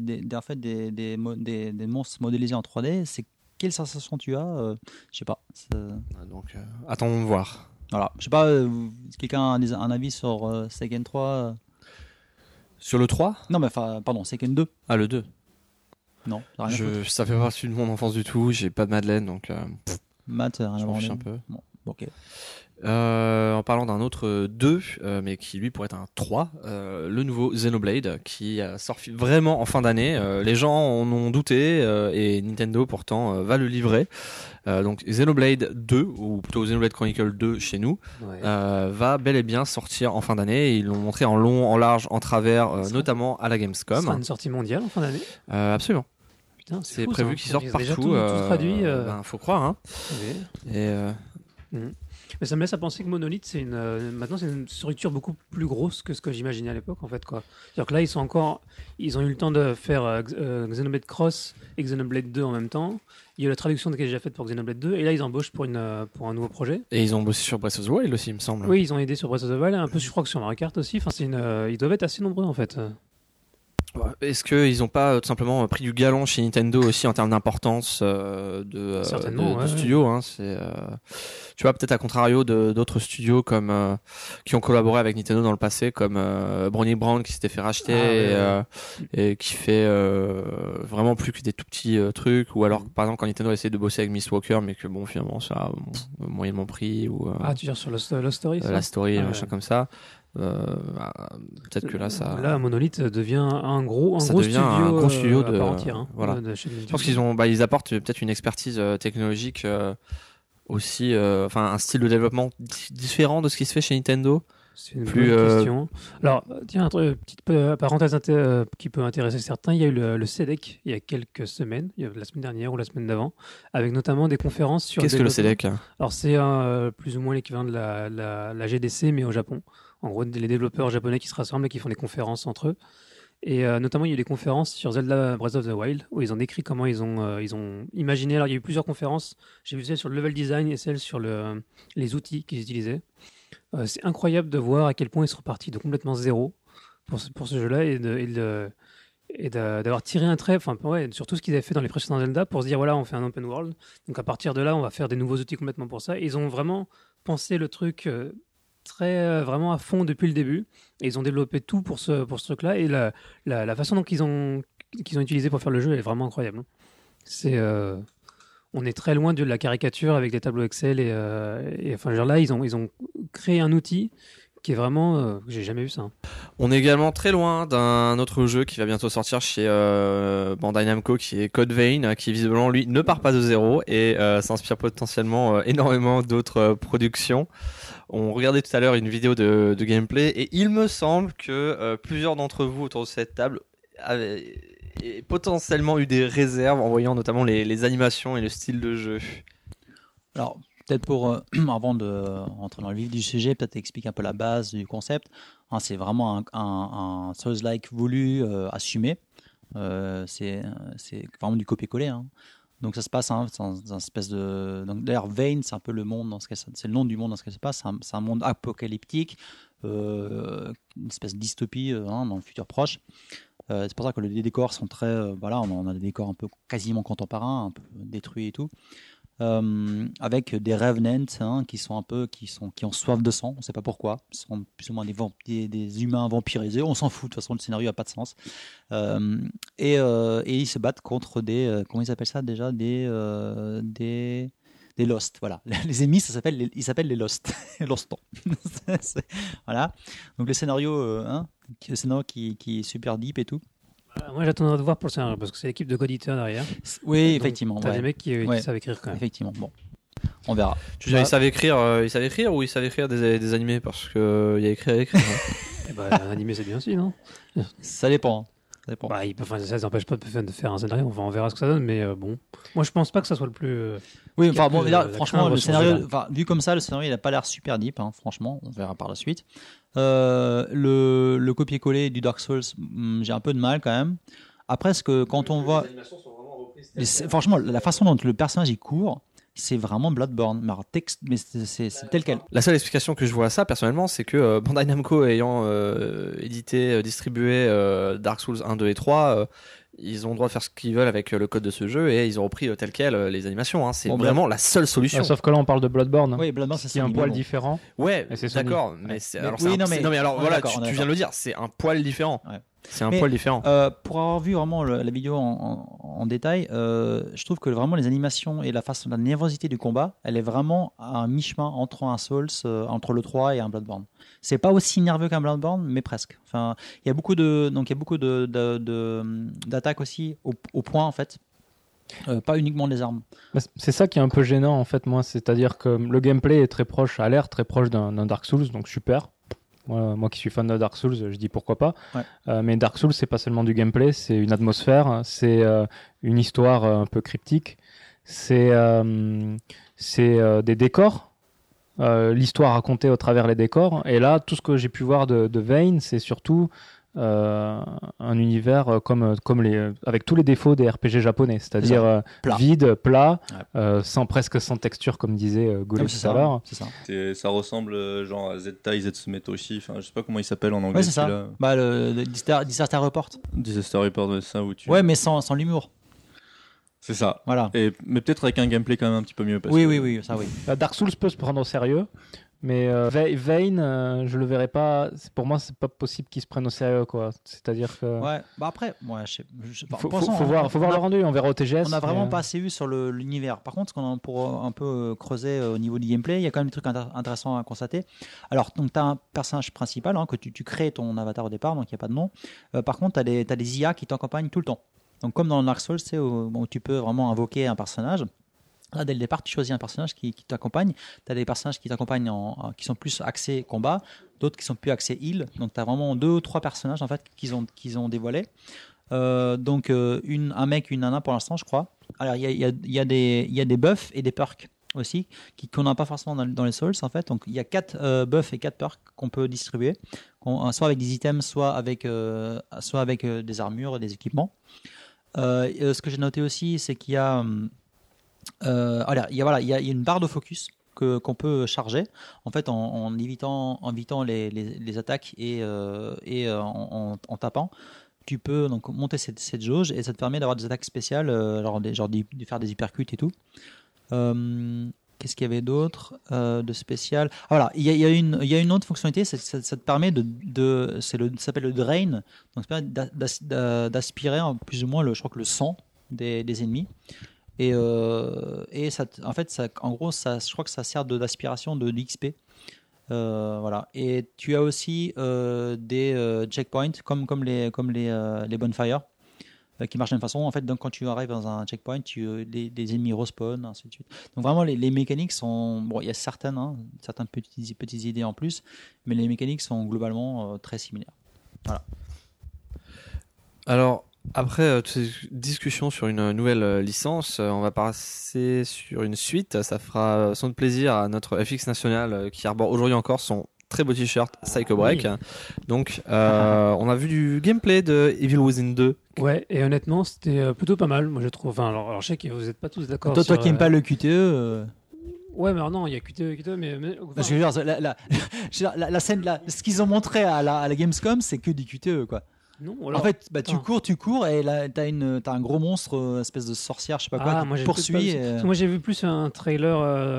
des monstres modélisés en 3D, c'est quelle sensation tu as, je sais pas. Donc, attendons de voir. Voilà, je sais pas, quelqu'un a un avis sur Seiken 3 Sur le 3 ? Non, mais pardon, Seiken 2. Ah, le 2. Non, ça n'a rien à foutre. Ça fait partie de mon enfance du tout. J'ai pas de Madeleine, donc Matt, rien je à m'en voir. fiche un peu. Bon, ok. En parlant d'un autre 2, mais qui lui pourrait être un 3, le nouveau Xenoblade qui sort vraiment en fin d'année. Les gens en ont douté et Nintendo pourtant va le livrer. Donc Xenoblade 2, ou plutôt Xenoblade Chronicle 2 chez nous, va bel et bien sortir en fin d'année. Ils l'ont montré en long, en large, en travers, notamment à la Gamescom. Ce sera une sortie mondiale en fin d'année. Absolument. Putain, C'est fou, prévu ça. qu'il sorte Ils ont partout. déjà tout traduit. Faut croire. Hein. Oui. Et Mais ça me laisse à penser que Monolith, maintenant c'est une structure beaucoup plus grosse que ce que j'imaginais à l'époque en fait quoi. C'est-à-dire que là ils ont eu le temps de faire Xenoblade Cross et Xenoblade 2 en même temps. Il y a eu la traduction qui est déjà faite pour Xenoblade 2 et là ils embauchent pour un nouveau projet. Et ils ont bossé sur Breath of the Wild aussi, il me semble. Oui, ils ont aidé sur Breath of the Wild, un peu je crois que sur Mario Kart aussi. Enfin ils doivent être assez nombreux en fait. Est-ce qu'ils n'ont pas tout simplement pris du galon chez Nintendo aussi en termes d'importance de studio hein, tu vois, peut-être à contrario d'autres studios comme qui ont collaboré avec Nintendo dans le passé, comme Brownie Brown qui s'était fait racheter et qui fait vraiment plus que des tout petits trucs, ou alors par exemple quand Nintendo a essayé de bosser avec Miss Walker mais que bon finalement ça a moyennement pris, ou tu veux dire sur Lost Story la story, machin comme ça. Peut-être que là Monolith devient un gros studio à part entière, hein, voilà. Je pense qu'ils apportent peut-être une expertise technologique aussi, un style de développement différent de ce qui se fait chez Nintendo. C'est une bonne question. Alors tiens, petite parenthèse qui peut intéresser certains, il y a eu le CEDEC il y a quelques semaines, la semaine dernière ou la semaine d'avant, avec notamment des conférences sur qu'est-ce que le CEDEC? Alors c'est plus ou moins l'équivalent de la GDC mais au Japon. En gros, les développeurs japonais qui se rassemblent et qui font des conférences entre eux. Et notamment, il y a eu des conférences sur Zelda Breath of the Wild, où ils ont décrit comment ils ont imaginé. Alors, il y a eu plusieurs conférences. J'ai vu celle sur le level design et celle sur les outils qu'ils utilisaient. C'est incroyable de voir à quel point ils sont repartis de complètement zéro pour ce jeu-là et d'avoir tiré un trait sur tout ce qu'ils avaient fait dans les précédents Zelda pour se dire, voilà, on fait un open world. Donc, à partir de là, on va faire des nouveaux outils complètement pour ça. Et ils ont vraiment pensé le truc... vraiment à fond depuis le début, et ils ont développé tout pour ce truc-là, et la façon dont qu'ils ont utilisé pour faire le jeu est vraiment incroyable. On est très loin de la caricature avec des tableaux Excel et genre là ils ont créé un outil qui est vraiment j'ai jamais vu ça. On est également très loin d'un autre jeu qui va bientôt sortir chez Bandai Namco, qui est Code Vein, qui visiblement lui ne part pas de zéro et s'inspire potentiellement énormément d'autres productions. On regardait tout à l'heure une vidéo de gameplay et il me semble que plusieurs d'entre vous autour de cette table avaient potentiellement eu des réserves en voyant notamment les animations et le style de jeu. Alors peut-être avant de rentrer dans le vif du sujet, peut-être expliquer un peu la base du concept. C'est vraiment un Souls-like voulu, assumé. C'est vraiment du copier-coller. Donc ça se passe dans une espèce de... Donc, d'ailleurs, Vein, c'est un peu le monde, c'est le nom du monde dans ce qui se passe. C'est un monde apocalyptique, une espèce de dystopie dans le futur proche. C'est pour ça que les décors sont très... on a des décors un peu quasiment contemporains, un peu détruits et tout. Avec des revenants qui ont soif de sang, on ne sait pas pourquoi, ce sont plus ou moins des humains vampirisés, on s'en fout, de toute façon le scénario n'a pas de sens, et ils se battent contre des comment ils appellent ça déjà, des Lost, voilà. Les ennemis ils s'appellent les Lost. Lostons. Voilà, donc le scénario qui est super deep et tout. Moi j'attendrai de voir pour le scénario parce que c'est l'équipe de coditeurs derrière. Oui, donc, effectivement. T'as des mecs qui savent écrire quand même. Effectivement, bon, on verra. Tu veux dire, ils savent écrire ou ils savent écrire des animés, parce que il y a écrire. Un animé c'est bien aussi, non? Ça dépend. Ça n'empêche pas de faire un scénario. On verra ce que ça donne, mais bon. Moi je pense pas que ça soit le plus. Oui, franchement, le scénario, vu comme ça, le scénario il a pas l'air super deep. Franchement, on verra par la suite. Le copier-coller du Dark Souls, j'ai un peu de mal quand même. Après, quand on voit. Franchement, la façon dont le personnage il court, c'est vraiment Bloodborne. Mais c'est tel quel. La seule explication que je vois à ça, personnellement, c'est que Bandai Namco ayant distribué Dark Souls 1, 2 et 3, ils ont le droit de faire ce qu'ils veulent avec le code de ce jeu et ils ont repris tel quel les animations. Hein. C'est vraiment la seule solution. Ouais, sauf que là, on parle de Bloodborne. Oui, Bloodborne, c'est qui est un poil différent. Ouais, Et c'est Sony. d'accord. Mais c'est alors, oui, non, mais alors voilà, tu viens d'accord. de le dire, c'est un poil différent. Ouais. C'est un Mais, poil différent. Pour avoir vu vraiment la vidéo en détail, je trouve que vraiment les animations et la nervosité du combat, elle est vraiment à un mi-chemin entre un Souls, entre le 3 et un Bloodborne. C'est pas aussi nerveux qu'un Bloodborne, mais presque. Enfin, il y a beaucoup d'attaques aussi au point en fait. Pas uniquement les armes. C'est ça qui est un peu gênant en fait, moi. C'est-à-dire que le gameplay est très proche, a l'air très proche d'un Dark Souls, donc super. Moi qui suis fan de Dark Souls, je dis pourquoi pas. Ouais. Mais Dark Souls, c'est pas seulement du gameplay, c'est une atmosphère, c'est une histoire un peu cryptique, c'est des décors, l'histoire racontée au travers les décors. Et là, tout ce que j'ai pu voir de Vayne, c'est surtout un univers avec tous les défauts des RPG japonais, c'est-à-dire vide, plat, presque sans texture, comme disait Goulet tout à l'heure. C'est ça. Ça ressemble genre à Zettai Zetsume Toshi, enfin je sais pas comment il s'appelle en anglais. Ouais, c'est ça. Le Disaster Report. Disaster Report de ça où tu. Ouais, mais sans l'humour. C'est ça. Voilà. Mais peut-être avec un gameplay quand même un petit peu mieux. Oui, ça oui. Dark Souls peut se prendre au sérieux. Mais Vayne, je le verrais pas. Pour moi, c'est pas possible qu'ils se prennent au sérieux, quoi. C'est-à-dire que. Ouais. Bah après, faut voir le rendu. On verra au TGS. On a vraiment pas assez eu sur l'univers. Par contre, pour un peu creuser au niveau du gameplay, il y a quand même des trucs intéressants à constater. Alors, donc t'as un personnage principal que tu crées ton avatar au départ, donc il y a pas de nom. Par contre, t'as des IA qui t'accompagnent tout le temps. Donc comme dans Dark Souls, c'est où tu peux vraiment invoquer un personnage. Là, dès le départ, tu choisis un personnage qui t'accompagne. Tu as des personnages qui t'accompagnent qui sont plus axés combat, d'autres qui sont plus axés heal. Donc, tu as vraiment 2 ou 3 personnages en fait, qu'ils ont dévoilés. Donc, un mec, une nana pour l'instant, je crois. Alors, il y a des buffs et des perks aussi qu'on n'a pas forcément dans les Souls en fait. Donc, il y a 4 buffs et 4 perks qu'on peut distribuer, soit avec des items, soit avec des armures, des équipements. Ce que j'ai noté aussi, c'est qu'il y a il y a une barre de focus qu'on peut charger en fait en évitant les attaques et en tapant. Tu peux donc monter cette jauge et ça te permet d'avoir des attaques spéciales, de faire des hypercutes et tout. Qu'est-ce qu'il y avait d'autre de spécial? Voilà, il y a une autre fonctionnalité, ça te permet ça s'appelle le drain, donc ça permet d'aspirer plus ou moins je crois que le sang des ennemis. Et ça, en fait, en gros, je crois que ça sert d'aspiration de l'XP. Voilà. Et tu as aussi des checkpoints comme les bonfires qui marchent de la même façon. En fait, donc quand tu arrives dans un checkpoint, les ennemis respawn, ainsi de suite. Donc vraiment, les mécaniques sont. Bon, il y a certaines petites idées en plus, mais les mécaniques sont globalement très similaires. Voilà. Alors. Après toutes ces discussions sur une nouvelle licence, on va passer sur une suite. Ça fera sans doute plaisir à notre FX national qui arbore aujourd'hui encore son très beau t-shirt Psycho Break. Oui. Donc, on a vu du gameplay de Evil Within 2. Ouais, et honnêtement, c'était plutôt pas mal. Moi, je trouve. Enfin, alors je sais que vous n'êtes pas tous d'accord. Toi qui n'aimes pas le QTE. Ouais, mais alors non, il y a QTE, mais parce que la scène là, ce qu'ils ont montré à la Gamescom, c'est que du QTE, quoi. Non, alors, en fait, tu cours et là t'as un gros monstre, espèce de sorcière, je sais pas quoi, qui poursuit. Moi j'ai vu plus un trailer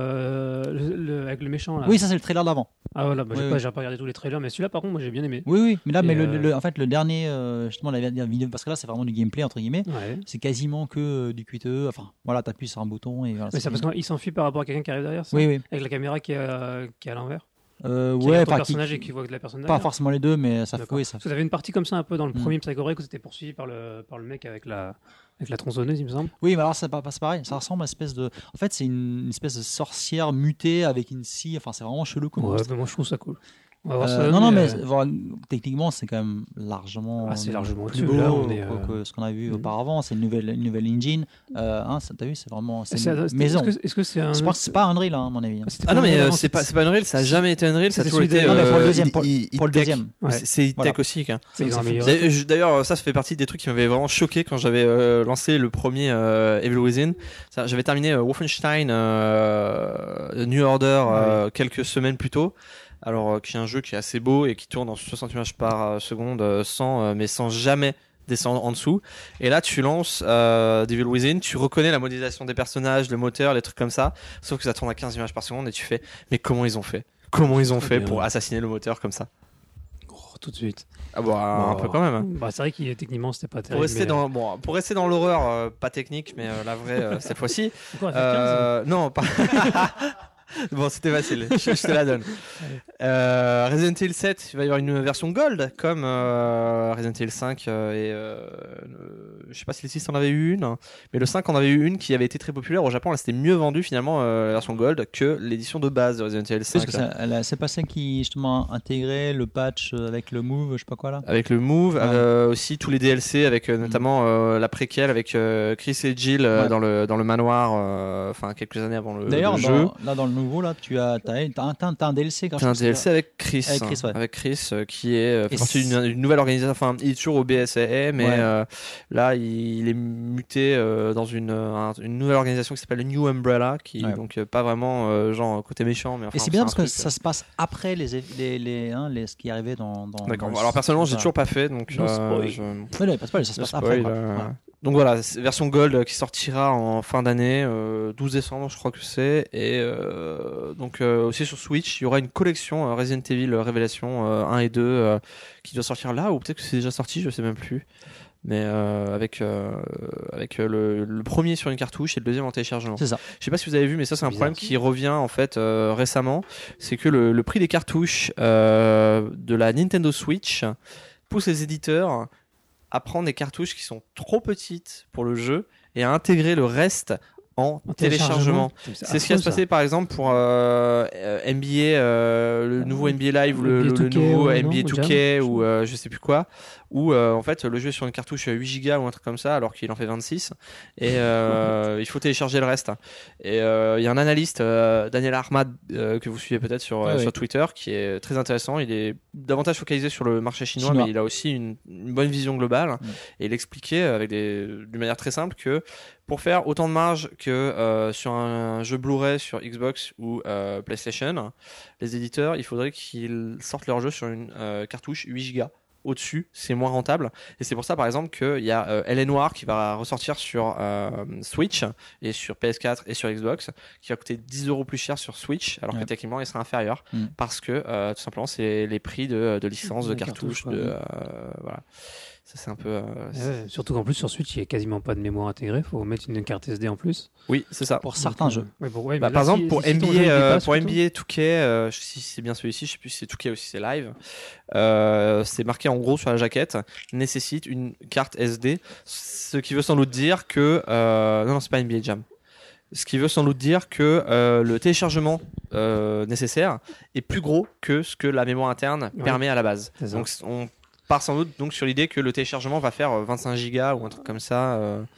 avec le méchant là. Oui, ça c'est le trailer d'avant. Ah voilà, j'ai pas regardé tous les trailers, mais celui-là par contre moi j'ai bien aimé. Oui, mais là, en fait le dernier, justement la dernière vidéo, parce que là c'est vraiment du gameplay entre guillemets, c'est quasiment que du QTE. Enfin voilà, t'appuies sur un bouton et voilà. Mais c'est parce qu'il s'enfuit par rapport à quelqu'un qui arrive derrière. Ça, oui. Avec la caméra qui est à l'envers. Personnage et qui voit la personne pas forcément les deux, mais ça fait ça. Vous avez une partie comme ça un peu dans le premier Psycho Break où c'était poursuivi par le mec avec la tronçonneuse, il me semble. Oui, mais alors c'est pareil, ça ressemble à une espèce de. En fait, c'est une espèce de sorcière mutée avec une scie. Enfin, c'est vraiment chelou comme. Ouais, mais moi je trouve ça cool. On va voir ça. non, mais voilà, techniquement, c'est quand même largement, c'est largement plus au-dessus. beau Là, on est, que ce qu'on a vu Mhm. auparavant. C'est une nouvelle engine. T'as vu, c'est vraiment c'est une c'est- maison. Est-ce que c'est un. Je pense que c'est pas Unreal, à mon avis. C'était Ah non, pas mais Unreal avant, c'est pas Unreal, ça a jamais été Unreal, ça a C'était toujours celui été. de- Non, mais pour le deuxième, pour E-Tech. le deuxième. Ouais. C'est E-Tech Voilà. aussi. Hein. Ils ont amélioré. D'ailleurs, ça fait partie des trucs qui m'avaient vraiment choqué quand j'avais lancé le premier Evil Within. J'avais terminé Wolfenstein New Order quelques semaines plus tôt. Alors, qui est un jeu qui est assez beau et qui tourne en 60 images par seconde mais sans jamais descendre en dessous. Et là, tu lances Devil Within, tu reconnais la modélisation des personnages, le moteur, les trucs comme ça. Sauf que ça tourne à 15 images par seconde et tu fais, mais comment ils ont fait? Comment ils ont fait bien. pour assassiner le moteur comme ça? Tout de suite. Ah bon, un peu quand même. Hein. Bah, c'est vrai qu'il techniquement c'était pas Pour terrible. rester, pour rester dans l'horreur, pas technique, mais la vraie cette fois-ci. Pourquoi FF15 Non, pas. Bon, c'était facile, je te la donne. Resident Evil 7, il va y avoir une version Gold, comme Resident Evil 5 je sais pas si le 6 en avait eu une, mais le 5 en avait eu une qui avait été très populaire au Japon. Là, c'était mieux vendu finalement la version Gold que l'édition de base de Resident Evil 5. Parce que c'est pas celle qui justement intégrait le patch avec le move, je sais pas quoi là. Avec le Move, Ouais. aussi tous les DLC avec notamment la préquelle avec Chris et Jill Ouais. dans le manoir, enfin quelques années avant le D'ailleurs, jeu. dans le nouveau là, t'as un DLC. T'as un DLC avec Chris, Avec Chris, ouais. Qui est Et partie d'une nouvelle organisation. Enfin, il est toujours au BSAA, mais Ouais. là, il est muté dans une nouvelle organisation qui s'appelle New Umbrella, qui Ouais. donc pas vraiment genre côté méchant, mais enfin. Et c'est bien un parce que truc, ça se passe après ce qui est arrivé dans. D'accord. dans Alors personnellement, j'ai voilà. toujours pas fait, donc Non, spoil. Ouais, non, pas spoil, ça se Le passe après. spoil, quoi. Voilà. Donc voilà, version Gold qui sortira en fin d'année, 12 décembre je crois que c'est, et donc aussi sur Switch, il y aura une collection Resident Evil Révélation 1 et 2 qui doit sortir là, ou peut-être que c'est déjà sorti, je sais même plus, mais avec le premier sur une cartouche et le deuxième en téléchargement. C'est ça. Je sais pas si vous avez vu, mais ça c'est un Bizarre. problème qui revient en fait récemment, c'est que le prix des cartouches de la Nintendo Switch pousse les éditeurs à prendre des cartouches qui sont trop petites pour le jeu et à intégrer le reste en téléchargement. C'est ce qui va se passer par exemple pour NBA, le nouveau NBA Live ou le NBA 2K, nouveau ouais, NBA non, 2K ou je sais plus quoi, où en fait le jeu est sur une cartouche 8 Go ou un truc comme ça alors qu'il en fait 26 et il faut télécharger le reste. Et il y a un analyste, Daniel Ahmad, que vous suivez peut-être sur Ouais, Twitter, qui est très intéressant. Il est davantage focalisé sur le marché chinois. Mais il a aussi une bonne vision globale et il expliquait d'une manière très simple que pour faire autant de marge que sur un jeu Blu-ray sur Xbox ou PlayStation, les éditeurs, il faudrait qu'ils sortent leur jeu sur une cartouche 8 Go. Au-dessus, c'est moins rentable. Et c'est pour ça, par exemple, qu'il y a L.A. Noire qui va ressortir sur Switch et sur PS4 et sur Xbox, qui va coûter 10 € plus cher sur Switch, alors que techniquement, il sera inférieur. Parce que, tout simplement, c'est les prix de licence, de cartouches, voilà. Ça, c'est un peu. Surtout qu'en plus, sur Switch, il n'y a quasiment pas de mémoire intégrée. Il faut mettre une carte SD en plus. Oui, c'est ça. Pour certains jeux. Ouais, par exemple, pour NBA 2K, si c'est bien celui-ci, je sais plus si c'est 2K ou si c'est Live, c'est marqué en gros sur la jaquette, nécessite une carte SD, ce qui veut sans doute dire que non, c'est pas NBA Jam. Ce qui veut sans doute dire que le téléchargement nécessaire est plus gros que ce que la mémoire interne permet à la base. Donc on part sans doute donc sur l'idée que le téléchargement va faire 25 Go ou un truc comme ça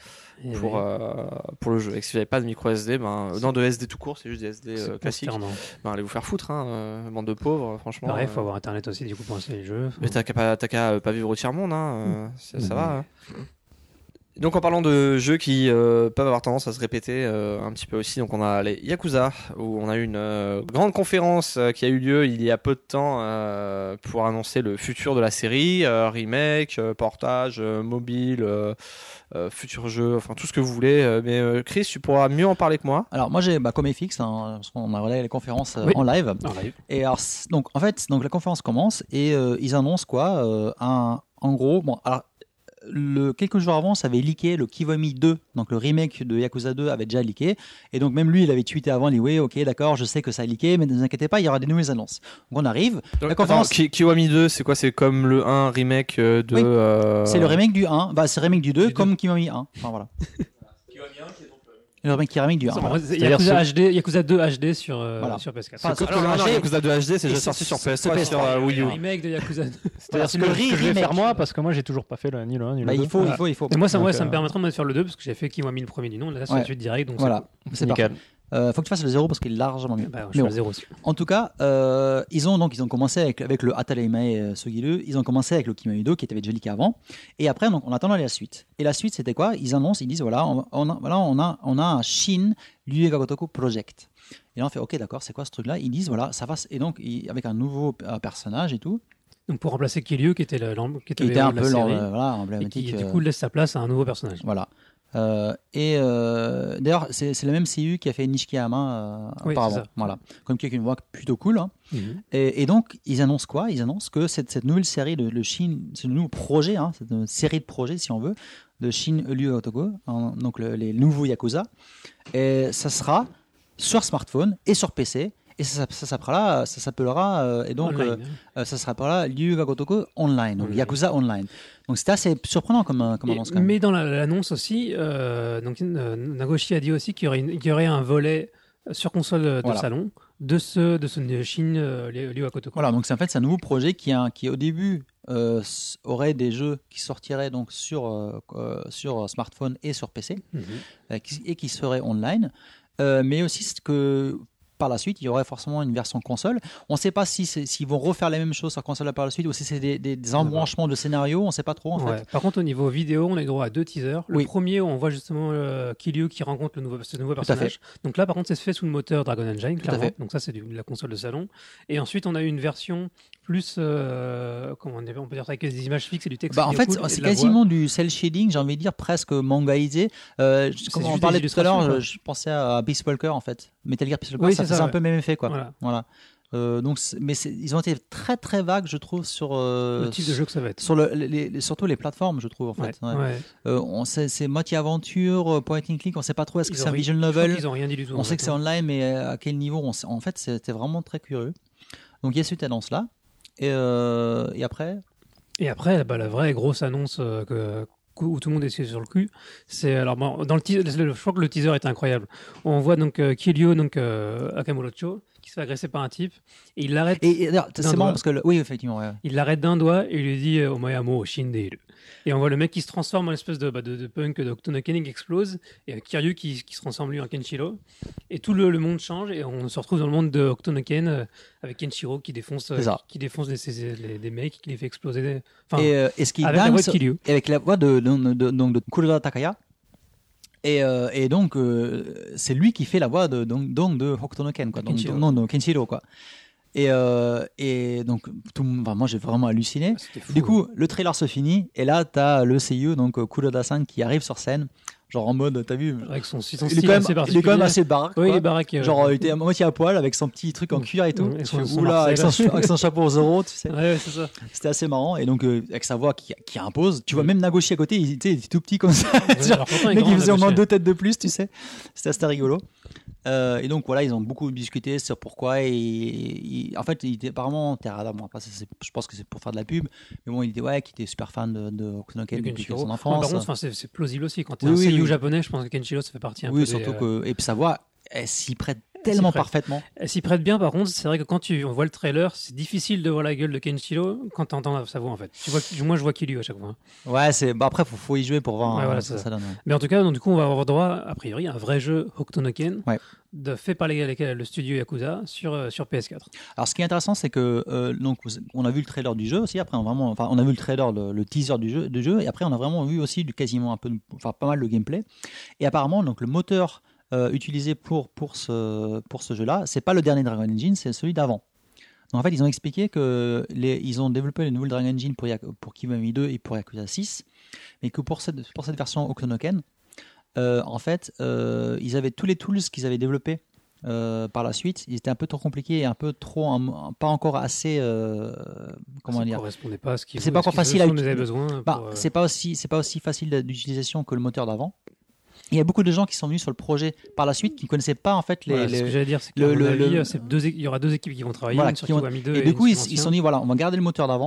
pour le jeu. Et que si vous n'avez pas de micro SD, non, de SD tout court, c'est juste des SD classiques. Allez vous faire foutre, bande de pauvres, franchement. Pareil, il faut avoir internet aussi du coup pour installer les jeux. Mais t'as qu'à pas vivre au tiers-monde, ça va. Donc en parlant de jeux qui peuvent avoir tendance à se répéter un petit peu aussi, donc on a les Yakuza, où on a eu une grande conférence qui a eu lieu il y a peu de temps pour annoncer le futur de la série, remake, portage, mobile, futur jeu, enfin tout ce que vous voulez. Mais Chris, tu pourras mieux en parler que moi. Alors moi j'ai comme FX, parce qu'on a relayé les conférences en live. Et alors donc en fait la conférence commence et ils annoncent quoi, en gros alors quelques jours avant, ça avait leaké le Kiwami 2, donc le remake de Yakuza 2 avait déjà leaké, et donc même lui il avait tweeté avant, il dit oui ok d'accord je sais que ça a leaké mais ne vous inquiétez pas il y aura des nouvelles annonces. Donc on arrive, donc, la conférence... Kiwami 2 c'est quoi, c'est comme le 1 remake de... Oui, c'est le remake du 1, c'est le remake du 2 comme Kiwami 1, enfin voilà. Kiwami 1 qui est donc Le remake qui remake du 1. En Voilà. fait, C'est-à-dire Yakuza 2 HD sur sur PS4. Enfin, Sauf que Alors, non, HD, Yakuza 2 HD, c'est et déjà c'est- sorti sur c'est PS3 et sur PS3, Wii U. Le remake de Yakuza 2. C'est-à-dire c'est que le je vais remake. faire moi parce que moi j'ai toujours pas fait ni le 1 ni le Bah, 2. il faut. Et moi, ça Donc, me permettra de faire le 2 parce que j'ai fait qui m'a mis le premier du nom. Là, c'est Ouais. la suite direct. Donc Voilà, c'est Nickel. parfait. Faut que tu fasses le 0 parce qu'il est largement mieux. c'est cool. Bah, je Mais suis bon. à 0 aussi. En tout cas, ils ont commencé avec le Atalaime Sogiru, ils ont commencé avec le Kimaido qui était avec Jellica avant, et après donc on attendait la suite. Et la suite c'était quoi? Ils annoncent, ils disent voilà, on a un Shin Ryuga Gotoku Project. Et là on fait ok d'accord, c'est quoi ce truc-là? Ils disent voilà, ça va, et donc avec un nouveau personnage et tout, Donc pour remplacer Kiryu, qui était qui le était héros un de la peu série, voilà, et emblématique. qui du coup laisse sa place à un nouveau personnage. Voilà. D'ailleurs, c'est le même CU qui a fait Nishikiyama Oui, auparavant. c'est ça. Voilà. Comme qui a une voix plutôt cool. Hein. Mhm. Et donc, ils annoncent quoi? Ils annoncent que cette nouvelle série, le Shin, ce nouveau projet, hein, cette série de projets, si on veut, de Shin Ryu Otoko, donc les nouveaux Yakuza, et ça sera sur smartphone et sur PC. Et ça s'appellera et donc Online, ça sera par là Ryuga Gotoku Online, donc Online. Yakuza Online. Donc c'était assez surprenant comme annonce quand même. Mais dans l'annonce aussi, donc, Nagoshi a dit aussi qu'il y aurait un volet sur console de Voilà. salon de ce Shin Ryu Kotoko. Voilà, donc c'est en fait c'est un nouveau projet qui au début aurait des jeux qui sortiraient donc sur smartphone et sur PC Mhm. et qui seraient online, mais aussi que par la suite, il y aurait forcément une version console. On ne sait pas s'ils vont refaire les mêmes choses sur console par la suite ou si c'est des embranchements de scénarios. On ne sait pas trop en Ouais. fait. Par contre, au niveau vidéo, on a eu droit à 2 teasers. Le Oui. premier, où on voit justement Kiryu qui rencontre ce nouveau à personnage. Donc là, par contre, c'est fait sous le moteur Dragon Engine, Tout à clairement. fait. Donc ça, c'est de la console de salon. Et ensuite, on a eu une version plus, comment on peut dire ça, avec des images fixes et du texte. Bah, en qui est fait, cool, et c'est de la voix. quasiment du cel shading, j'ai envie de dire presque mangaisé. Comme on juste parlait des tout à l'heure, illustrations, quoi. je pensais à Peace Walker en fait. Metal Gear Peace Walker, Oui, ça c'est faisait ça, un peu le même effet quoi. Voilà. Donc, ils ont été très très vagues, je trouve, sur Le type de jeu que ça va être. sur surtout les plateformes, je trouve en fait. Ouais. Ouais. Ouais. C'est moitié aventure, point and click, on sait pas trop est-ce que Ils c'est un ont visual je crois novel. qu'ils ont rien dit du tout. On sait que c'est online, mais à quel niveau en fait, c'était vraiment très curieux. Donc il y a cette annonce là. Et après, Et après, bah, la vraie grosse annonce où tout le monde est sur le cul, c'est alors bon, dans le teaser, je crois que le teaser était incroyable. On voit donc Kiryu, donc Akamurocho, qui se fait agresser par un type et il l'arrête. et d'ailleurs, c'est D'un marrant doigt. parce que oui, effectivement, ouais. Il l'arrête d'un doigt et il lui dit Omayamo Shinderu. Et on voit le mec qui se transforme en espèce de punk d'Octonoken qui explose, et Kiryu qui se transforme lui en Kenshiro. Et tout le monde change, et on se retrouve dans le monde de Octonoken avec Kenshiro qui défonce, C'est ça. des mecs, qui les fait exploser. Enfin, Et ce qui est avec la dingue, voix de Kiryu. et avec la voix de Kuroda Takaya. Et donc, c'est lui qui fait la voix de Hokuto no Ken, quoi. De Kenshiro, quoi. Et donc, moi j'ai vraiment halluciné. C'était fou, Du hein. coup, le trailer se finit, et là, t'as le seiyuu, donc Kuroda-san, qui arrive sur scène, genre en mode, t'as vu, Avec son style il est assez quand même particulier. assez baraque. Oui, il quoi. est baraque. Genre, il était à moitié à poil avec son petit truc en cuir et tout. Et son Oula, avec Marseille, avec son chapeau Zoro, tu sais. Ouais, c'est ça. C'était assez marrant. Et donc, avec sa voix qui impose, tu vois, même Nagoshi à côté, il était tout petit comme ça. Genre, Alors, pourtant, le mec, grand, il faisait au moins Nagoshi. 2 têtes de plus, tu sais. C'était assez rigolo. Et donc, voilà, ils ont beaucoup discuté sur pourquoi. En fait, il était apparemment Terada. Bon, après, je pense que c'est pour faire de la pub. Mais bon, il était super fan de Hokuto no Ken depuis Kenshiro. son Par enfance. contre, c'est plausible aussi. Quand t'es Oui, un oui, seiyuu oui. japonais, je pense que Kenshiro, ça fait partie un peu Oui, des, surtout que. Et puis sa voix, elle s'y prête tellement prête. parfaitement. Elle s'y prête bien, par contre, c'est vrai que quand on voit le trailer, c'est difficile de voir la gueule de Kenshiro quand tu entends sa voix, en fait. Moi, je vois Kiryu à chaque fois. Ouais, après, faut y jouer pour voir Ouais, voilà, ce que c'est ça donne. Ouais. Mais en tout cas, donc, du coup, on va avoir droit, a priori, à un vrai jeu Hokuto no Ken, Ouais. fait par le studio Yakuza sur PS4. Alors, ce qui est intéressant, c'est que donc on a vu le trailer du jeu aussi. Après, on a vu le trailer, le teaser du jeu, et après, on a vraiment vu aussi quasiment pas mal de gameplay. Et apparemment, donc le moteur utilisé pour ce jeu-là, c'est pas le dernier Dragon Engine, c'est celui d'avant. Donc, en fait, ils ont expliqué que ils ont développé le nouveau Dragon Engine pour Kiwami 2 et pour Yakuza 6, mais que pour cette version Hokuto no Ken, en fait, ils avaient tous les tools qu'ils avaient développés par la suite. Ils étaient un peu trop compliqués et un peu trop, pas encore assez, comment Ça dire. ne correspondait pas à ce qu'ils C'est pas encore facile à utiliser. besoin. C'est pas aussi facile d'utilisation que le moteur d'avant. Il y a beaucoup de gens qui sont venus sur le projet par la suite qui ne connaissaient pas en fait Ce que j'allais dire, c'est qu'il y aura 2 équipes qui vont travailler, Voilà, une sur Kiwami 2 et du coup une sur ils se sont dit voilà, on va garder le moteur d'avant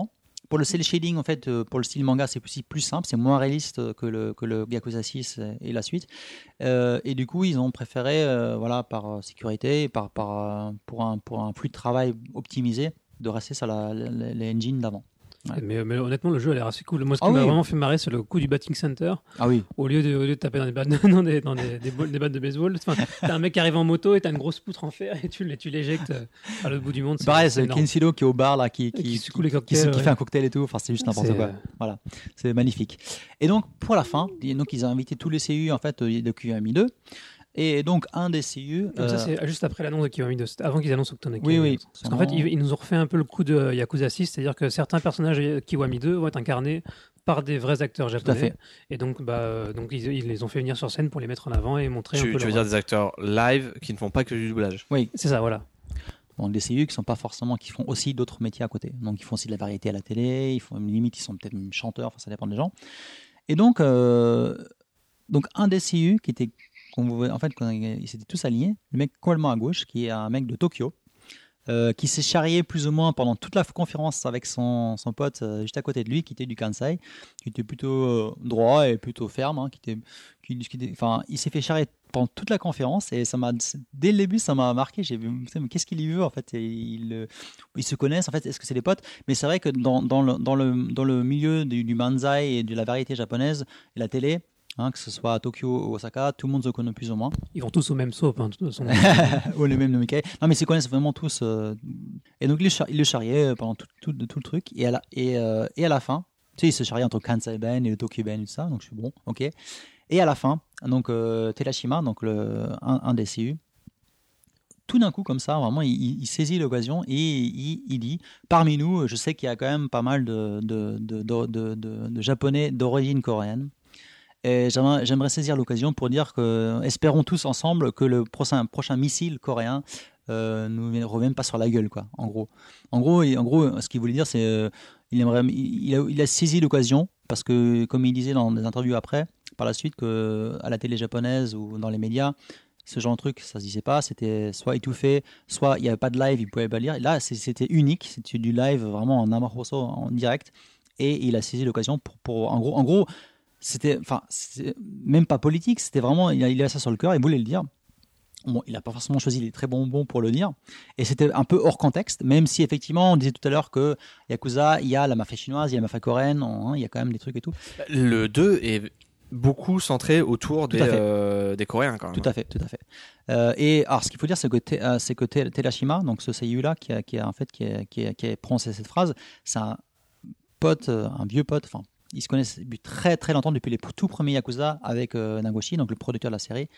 pour le cel shading, en fait, pour le style manga, c'est aussi plus simple, c'est moins réaliste que le Yakuza 6 et la suite. Et du coup, ils ont préféré, voilà, par sécurité, pour un flux de travail optimisé, de rester sur les engines d'avant. Ouais. Mais honnêtement, le jeu a l'air assez cool. Moi, ce qui m'a vraiment fait marrer, c'est le coup du batting center. Ah oui. Au lieu de taper dans des battes, des battes de baseball, t'as un mec qui arrive en moto et t'as une grosse poutre en fer et tu l'éjectes à l'autre bout du monde. Pareil, c'est Kenshiro qui est au bar là, qui fait un cocktail et tout. Enfin, c'est juste n'importe quoi. Voilà, c'est magnifique. Et donc pour la fin, donc ils ont invité tous les CU en fait de Kiwami 2. Et donc un des CU. Comme ça, c'est juste après l'annonce de Kiwami 2, avant qu'ils annoncent Octoneki. Oui. Parce qu'en fait, ils nous ont refait un peu le coup de Yakuza 6, c'est-à-dire que certains personnages de Kiwami 2 vont être incarnés par des vrais acteurs japonais. Tout à fait. Et donc, ils les ont fait venir sur scène pour les mettre en avant et montrer un peu. Tu veux dire des acteurs live qui ne font pas que du doublage. Oui, c'est ça, voilà. Bon, des CU qui font aussi d'autres métiers à côté. Donc ils font aussi de la variété à la télé, ils sont peut-être même chanteurs, enfin ça dépend des gens. Et donc un des CU qui était en fait, quand ils s'étaient tous alignés, le mec complètement à gauche, qui est un mec de Tokyo, qui s'est charrié plus ou moins pendant toute la conférence avec son pote juste à côté de lui, qui était du Kansai, qui était plutôt droit et plutôt ferme, hein, il s'est fait charrier pendant toute la conférence et dès le début ça m'a marqué. J'ai vu, mais qu'est-ce qu'il y veut en fait, et ils se connaissent en fait, est-ce que c'est des potes? Mais c'est vrai que dans le milieu du manzai et de la variété japonaise et la télé, que ce soit à Tokyo ou Osaka, tout le monde se connaît plus ou moins. Ils vont tous au même soap, de toute façon. Ou le même Nomikai. Non, mais ils se connaissent vraiment tous. Et donc, il le charriait pendant tout le truc. Et à la fin, tu sais, il se charriait entre Kansai Ben et le Tokyo Ben et tout ça. Donc, je suis bon, ok. Et à la fin, donc, Terashima, donc un des CU, tout d'un coup, comme ça, vraiment, il saisit l'occasion et il dit, parmi nous, je sais qu'il y a quand même pas mal de Japonais d'origine coréenne. Et j'aimerais saisir l'occasion pour dire que, espérons tous ensemble que le prochain missile coréen nous revienne pas sur la gueule, quoi. En gros, ce qu'il voulait dire, c'est il a saisi l'occasion parce que, comme il disait dans des interviews après, par la suite, que à la télé japonaise ou dans les médias, ce genre de truc, ça se disait pas. C'était soit étouffé, soit il y avait pas de live, il pouvait pas lire. Et là, c'était unique, c'était du live vraiment en Amaroso, en direct, et il a saisi l'occasion pour en gros. C'était même pas politique, c'était vraiment, il a ça sur le cœur, il voulait le dire. Bon, il n'a pas forcément choisi les très bons mots pour le dire, et c'était un peu hors contexte, même si effectivement on disait tout à l'heure que Yakuza, il y a la mafia chinoise, il y a la mafia coréenne, il y a quand même des trucs et tout. Le 2 est beaucoup centré autour des Coréens, quand même. Tout à fait. Et alors, ce qu'il faut dire, c'est que Terashima, donc ce seiyuu là, qui a prononcé cette phrase, c'est un vieux pote, enfin. Ils se connaissent depuis très très longtemps, depuis les tout premiers Yakuza avec Nagoshi, donc le producteur de la série.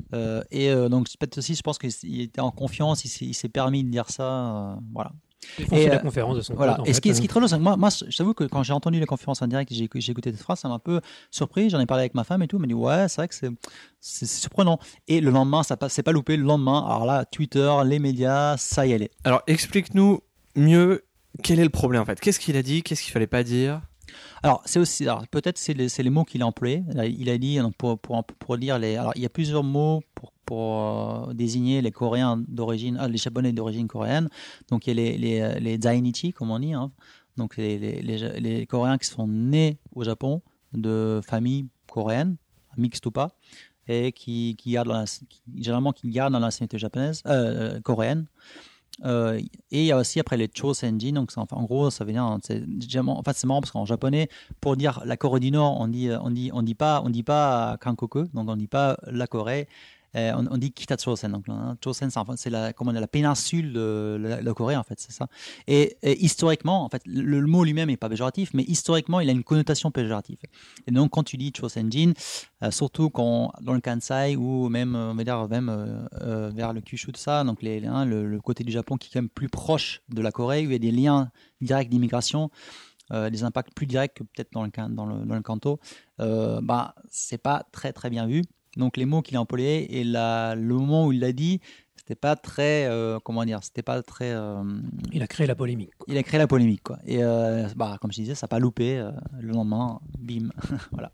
Donc peut-être aussi, je pense qu'il était en confiance, il s'est permis de dire ça. Voilà. Ils font la conférence de son voilà. pote. Et ce qui est très drôle, c'est que moi, je t'avoue que quand j'ai entendu les conférences en direct, j'ai écouté cette phrase, ça m'a un peu surpris. J'en ai parlé avec ma femme et tout, elle m'a dit ouais, c'est vrai que c'est surprenant. Et le lendemain, c'est pas loupé. Le lendemain, alors là, Twitter, les médias, ça y allait. Alors explique-nous mieux quel est le problème en fait. Qu'est-ce qu'il a dit? Qu'est-ce qu'il fallait pas dire? Alors, peut-être c'est les mots qu'il a employés. Il a dit, pour dire alors, il y a plusieurs mots pour désigner les Coréens d'origine, les Japonais d'origine coréenne. Donc, il y a les Zainichi, comme on dit, hein. Donc, les Coréens qui sont nés au Japon de familles coréennes, mixtes ou pas, et qui gardent généralement la nationalité japonaise, coréenne. Et il y a aussi après les Chosenjin, donc en gros ça veut dire, c'est marrant parce qu'en japonais, pour dire la Corée du Nord, on dit pas Kankoku, donc on dit pas la Corée, on dit Kita-Chosen. Donc Chosen, c'est la péninsule de la Corée en fait, c'est ça. Et historiquement, en fait, le mot lui-même est pas péjoratif, mais historiquement, il a une connotation péjorative. Et donc quand tu dis Chosenjin, surtout quand dans le Kansai ou même on va dire vers le Kyushu, tout ça, donc le côté du Japon qui est quand même plus proche de la Corée, où il y a des liens directs d'immigration. Des impacts plus directs que peut-être dans le Kanto, c'est pas très très bien vu. Donc les mots qu'il a employés et le moment où il l'a dit, c'était pas très c'était pas très. Il a créé la polémique. Il a créé la polémique, quoi. Et comme je disais, ça n'a pas loupé. Le lendemain, bim, voilà.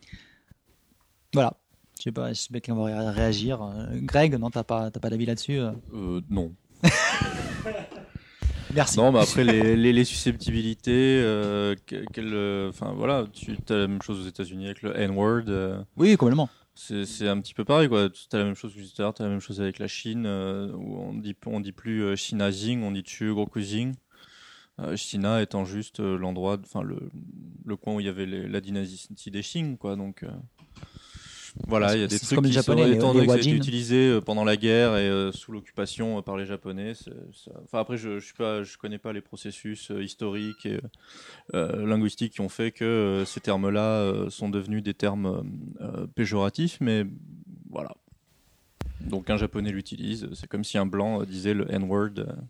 Je sais pas qui va réagir. Greg, non, t'as pas d'avis là-dessus Non. Merci. Non, mais après les susceptibilités, enfin voilà, tu as la même chose aux États-Unis avec le N-word. Oui, complètement. C'est un petit peu pareil, quoi. Tu as la même chose que tout à l'heure, tu as la même chose avec la Chine, où on dit plus China Xing, on dit Chu Xing. China étant juste l'endroit, enfin le coin où il y avait la dynastie des Qing, quoi. Donc voilà, il y a des trucs comme les qui Japonais, sont, étant donné que ça a été Wajin. utilisé pendant la guerre et sous l'occupation par les Japonais. Enfin après, je connais pas les processus historiques et linguistiques qui ont fait que ces termes-là sont devenus des termes péjoratifs, mais voilà. Donc un Japonais l'utilise, c'est comme si un Blanc disait le N-word.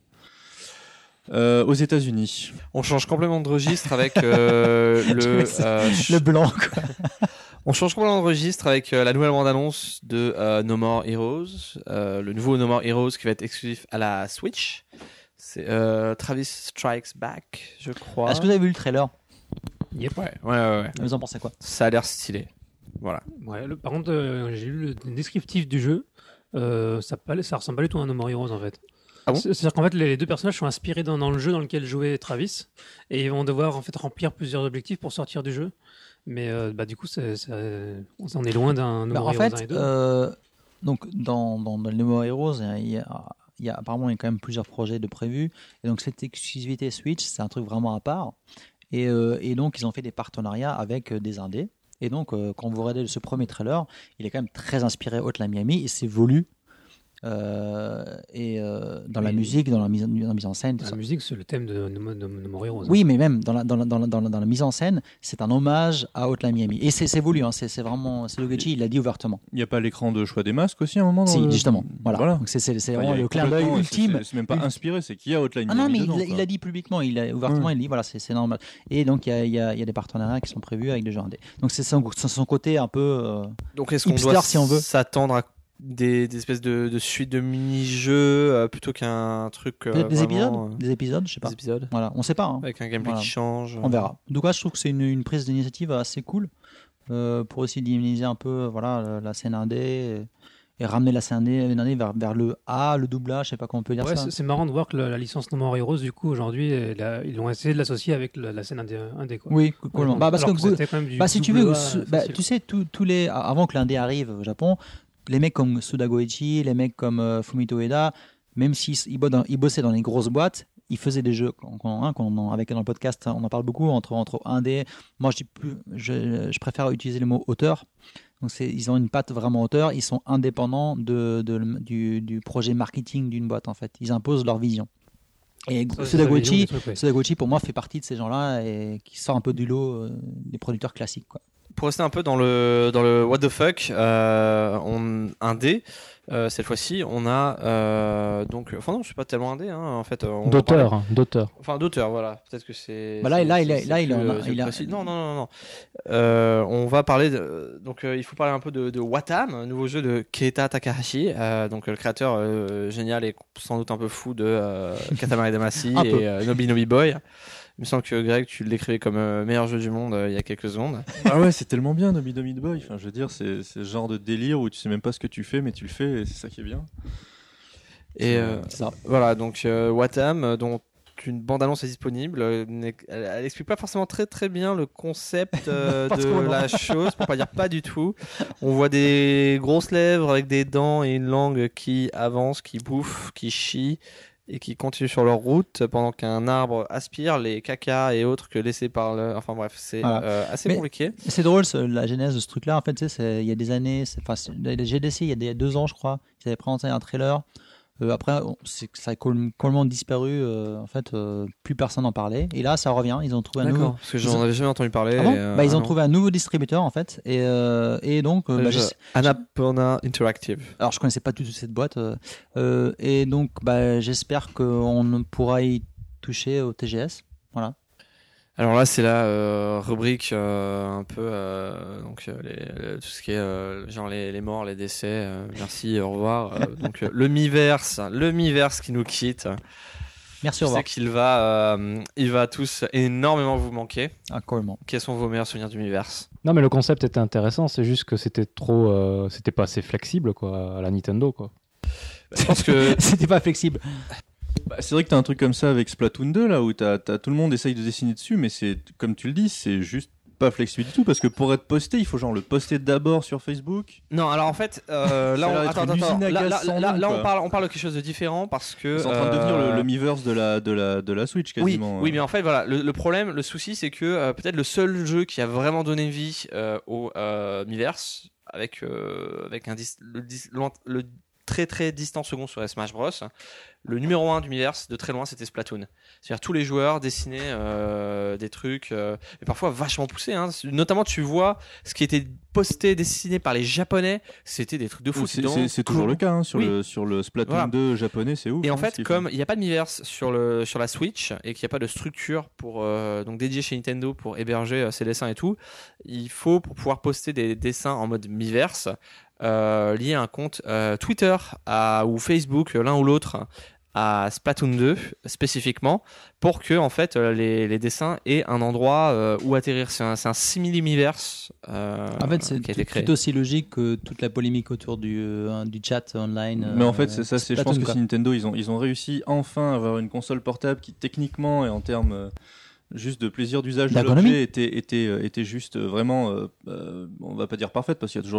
Aux États-Unis. On change complètement de registre avec Le blanc, quoi. On change complètement de registre avec la nouvelle bande-annonce de No More Heroes, le nouveau No More Heroes qui va être exclusif à la Switch. C'est Travis Strikes Back, je crois. Est-ce que vous avez vu le trailer? Yep. Ouais. Vous en pensez quoi? Ça a l'air stylé. Voilà. Ouais, par contre, j'ai lu le descriptif du jeu. Ça ressemble pas du tout à No More Heroes en fait. Ah bon? C'est-à-dire qu'en fait, les deux personnages sont inspirés dans le jeu dans lequel jouait Travis et ils vont devoir en fait remplir plusieurs objectifs pour sortir du jeu. Mais du coup, on s'en est loin d'un No More En Heroes 1 et fait, 2. donc dans le No More Heroes, apparemment il y a quand même plusieurs projets de prévus. Et donc cette exclusivité Switch, c'est un truc vraiment à part. Et donc ils ont fait des partenariats avec des indés. Et donc quand vous regardez ce premier trailer, il est quand même très inspiré Hotline Miami et c'est voulu. Dans la musique, dans la mise en scène. La musique, c'est le thème de No More Heroes. Oui, mais même dans la mise en scène, c'est un hommage à Hotline Miami. Et c'est voulu, hein, c'est vraiment, c'est Noguchi, il l'a dit ouvertement. Il n'y a pas l'écran de choix des masques aussi à un moment dans Si, le... justement. Voilà. Donc c'est Enfin, vraiment il y a le clin d'œil complètement- ultime. C'est même pas inspiré, c'est qu'il y a Hotline Ah non, mais Miami dedans, il quoi. a dit publiquement, ouvertement, il dit voilà, c'est normal. Et donc il y a des partenariats qui sont prévus avec des jeux indés. Donc c'est son côté un peu. Donc est-ce qu'on Hipster, doit si on veut. s'attendre à des espèces de suites de mini-jeux plutôt qu'un truc Peut-être vraiment, des épisodes, je sais pas. des épisodes Voilà, on sait pas. Hein. avec un gameplay Voilà. qui change. On verra. En tout cas, je trouve que c'est une prise d'initiative assez cool pour aussi dynamiser un peu la scène indé et ramener la scène indé vers le doublage, je sais pas comment on peut dire Ouais, ça. c'est marrant de voir que la licence No More Heroes, du coup, aujourd'hui, ils ont essayé de l'associer avec la scène indé, quoi. Oui, complètement. Ouais, Parce alors que c'était quand même du si tu double veux, A facile. tu sais, tous les avant que l'indé arrive au Japon, les mecs comme Suda Goichi, les mecs comme Fumito Ueda, même s'ils bossaient dans les grosses boîtes, ils faisaient des jeux avec dans le podcast, on en parle beaucoup entre indé. Moi, je préfère utiliser le mot auteur. Donc ils ont une patte vraiment auteur, ils sont indépendants du projet marketing d'une boîte en fait. Ils imposent leur vision. Et Ça, Suda c'est la vision Goichi, du truc, ouais. Suda Goichi, pour moi fait partie de ces gens-là et qui sort un peu du lot des producteurs classiques quoi. Pour rester un peu dans le what the fuck, indé, cette fois-ci, on a donc, enfin non, je suis pas tellement indé, hein, en fait. On va parler- D'auteur. Enfin d'auteur, voilà. Peut-être que c'est. Bah là, c'est- là, il c'est- a- c'est là, il plus, en a- c'est il a- précis. Non. On va parler donc il faut parler un peu de Watam, un nouveau jeu de Keita Takahashi, donc le créateur génial et sans doute un peu fou de Katamari Damacy Un peu. et Nobi Nobi Boy. Il me semble que Greg, tu le décrivais comme meilleur jeu du monde il y a quelques secondes. Ah ouais, c'est tellement bien, Nobi Nobi Boy. Enfin, je veux dire, c'est ce genre de délire où tu sais même pas ce que tu fais, mais tu le fais, et c'est ça qui est bien. Et C'est ça. voilà, donc Watam, dont une bande-annonce est disponible. Elle explique pas forcément très très bien le concept Pas trop, de non. la chose, pour pas dire pas du tout. On voit des grosses lèvres avec des dents et une langue qui avance, qui bouffe, qui chie et qui continue sur leur route pendant qu'un arbre aspire les cacas et autres que laissés par le... Enfin bref, c'est Voilà. assez Mais- compliqué. C'est drôle la genèse de ce truc-là. En fait, tu sais, il y a des années, les GDC, il y a 2 ans, je crois, ils avaient présenté un trailer. Après, ça a complètement disparu. En fait, plus personne n'en parlait. Et là, ça revient. Ils ont trouvé un nouveau. D'accord, parce que j'en avais jamais entendu parler. Ah bon et, ils ont non. trouvé un nouveau distributeur en fait. Et donc, Annapurna Interactive. alors je connaissais pas du tout cette boîte. Et donc, j'espère qu'on pourra y toucher au TGS. Voilà. Alors là, c'est la rubrique un peu donc tout ce qui est genre les morts, les décès. Merci, au revoir. Donc le Miiverse qui nous quitte. Merci, Je au revoir. sais il va tous énormément vous manquer. Ah, complètement. Quels sont vos meilleurs souvenirs du Miiverse? Non, mais le concept était intéressant, c'est juste que c'était trop. C'était pas assez flexible, quoi, à la Nintendo, quoi. Je pense que C'était pas flexible. Bah, c'est vrai que t'as un truc comme ça avec Splatoon 2 là où t'as tout le monde essaye de dessiner dessus, mais c'est comme tu le dis, c'est juste pas flexible du tout parce que pour être posté, il faut genre le poster d'abord sur Facebook. Non, alors en fait, Ça a l'air d'être une usine à gaz sans nom, là, quoi. on parle de quelque chose de différent parce que C'est en train de devenir le Miiverse de la Switch quasiment. Oui, mais en fait, voilà, le problème, le souci, c'est que peut-être le seul jeu qui a vraiment donné vie au Miiverse, avec le très très distant second sur Smash Bros. Le numéro 1 du Miiverse, de très loin, c'était Splatoon. C'est-à-dire tous les joueurs dessinaient des trucs, et parfois vachement poussés. Hein. Notamment, tu vois, ce qui était posté, dessiné par les Japonais, c'était des trucs de fou. C'est toujours le cas hein, sur le Splatoon Voilà. 2 japonais, c'est ouf. Et en hein, fait, comme il n'y a pas de Miiverse sur la Switch et qu'il n'y a pas de structure pour donc dédiée chez Nintendo pour héberger ses dessins et tout, il faut pour pouvoir poster des dessins en mode Miiverse lier un compte Twitter ou Facebook, l'un ou l'autre, à Splatoon 2 spécifiquement, pour que en fait les dessins aient un endroit où atterrir. C'est un simili-miiverse En fait, c'est qui a été créé. tout aussi logique que toute la polémique autour du chat online. Mais en fait, c'est ça. Je pense Splatoon, que quoi. si Nintendo, ils ont réussi enfin à avoir une console portable qui techniquement et en termes juste de plaisir d'usage de D'ergonomie. l'objet était juste vraiment, on va pas dire parfaite parce qu'il y a toujours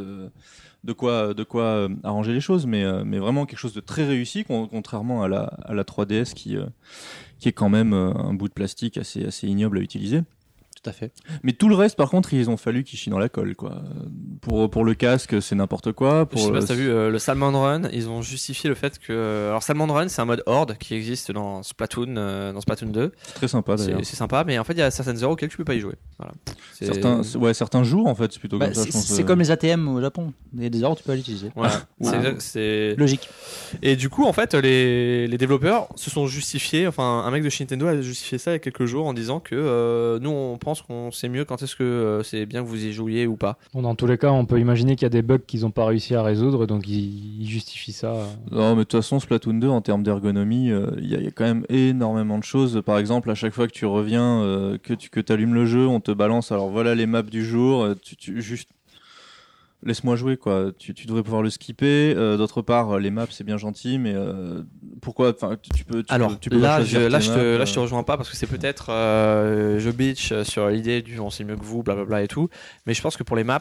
de quoi arranger les choses, mais vraiment quelque chose de très réussi, contrairement à la 3DS qui est quand même un bout de plastique assez ignoble à utiliser. Tout à fait. Mais tout le reste, par contre, ils ont fallu qu'ils chient dans la colle, quoi. Pour le casque, c'est n'importe quoi. Je sais pas si t'as vu le Salmon Run, ils ont justifié le fait que... Alors Salmon Run, c'est un mode horde qui existe dans Splatoon 2. C'est très sympa d'ailleurs. C'est sympa, mais en fait il y a certaines heures auxquelles tu peux pas y jouer. Voilà. Certains jours en fait, c'est plutôt comme ça. Je pense, c'est comme les ATM au Japon. Il y a des heures où tu peux l'utiliser. Voilà. Ouais. C'est Logique. Et du coup, en fait, les développeurs se sont justifiés. Enfin, un mec de chez Nintendo a justifié ça il y a quelques jours en disant que nous, on pense qu'on sait mieux quand est-ce que c'est bien que vous y jouiez ou pas. Bon, dans tous les cas, on peut imaginer qu'il y a des bugs qu'ils n'ont pas réussi à résoudre, donc ils justifient ça. Non, mais de toute façon, Splatoon 2, en termes d'ergonomie, il y a quand même énormément de choses. Par exemple, à chaque fois que tu reviens, que tu allumes le jeu, on te balance. Alors voilà les maps du jour. Juste laisse-moi jouer, quoi. Tu devrais pouvoir le skipper. D'autre part, les maps, c'est bien gentil, mais pourquoi? Enfin, tu peux pas choisir tes maps, je te rejoins pas parce que c'est peut-être je bitch sur l'idée du on sait mieux que vous, blablabla et tout. Mais je pense que pour les maps,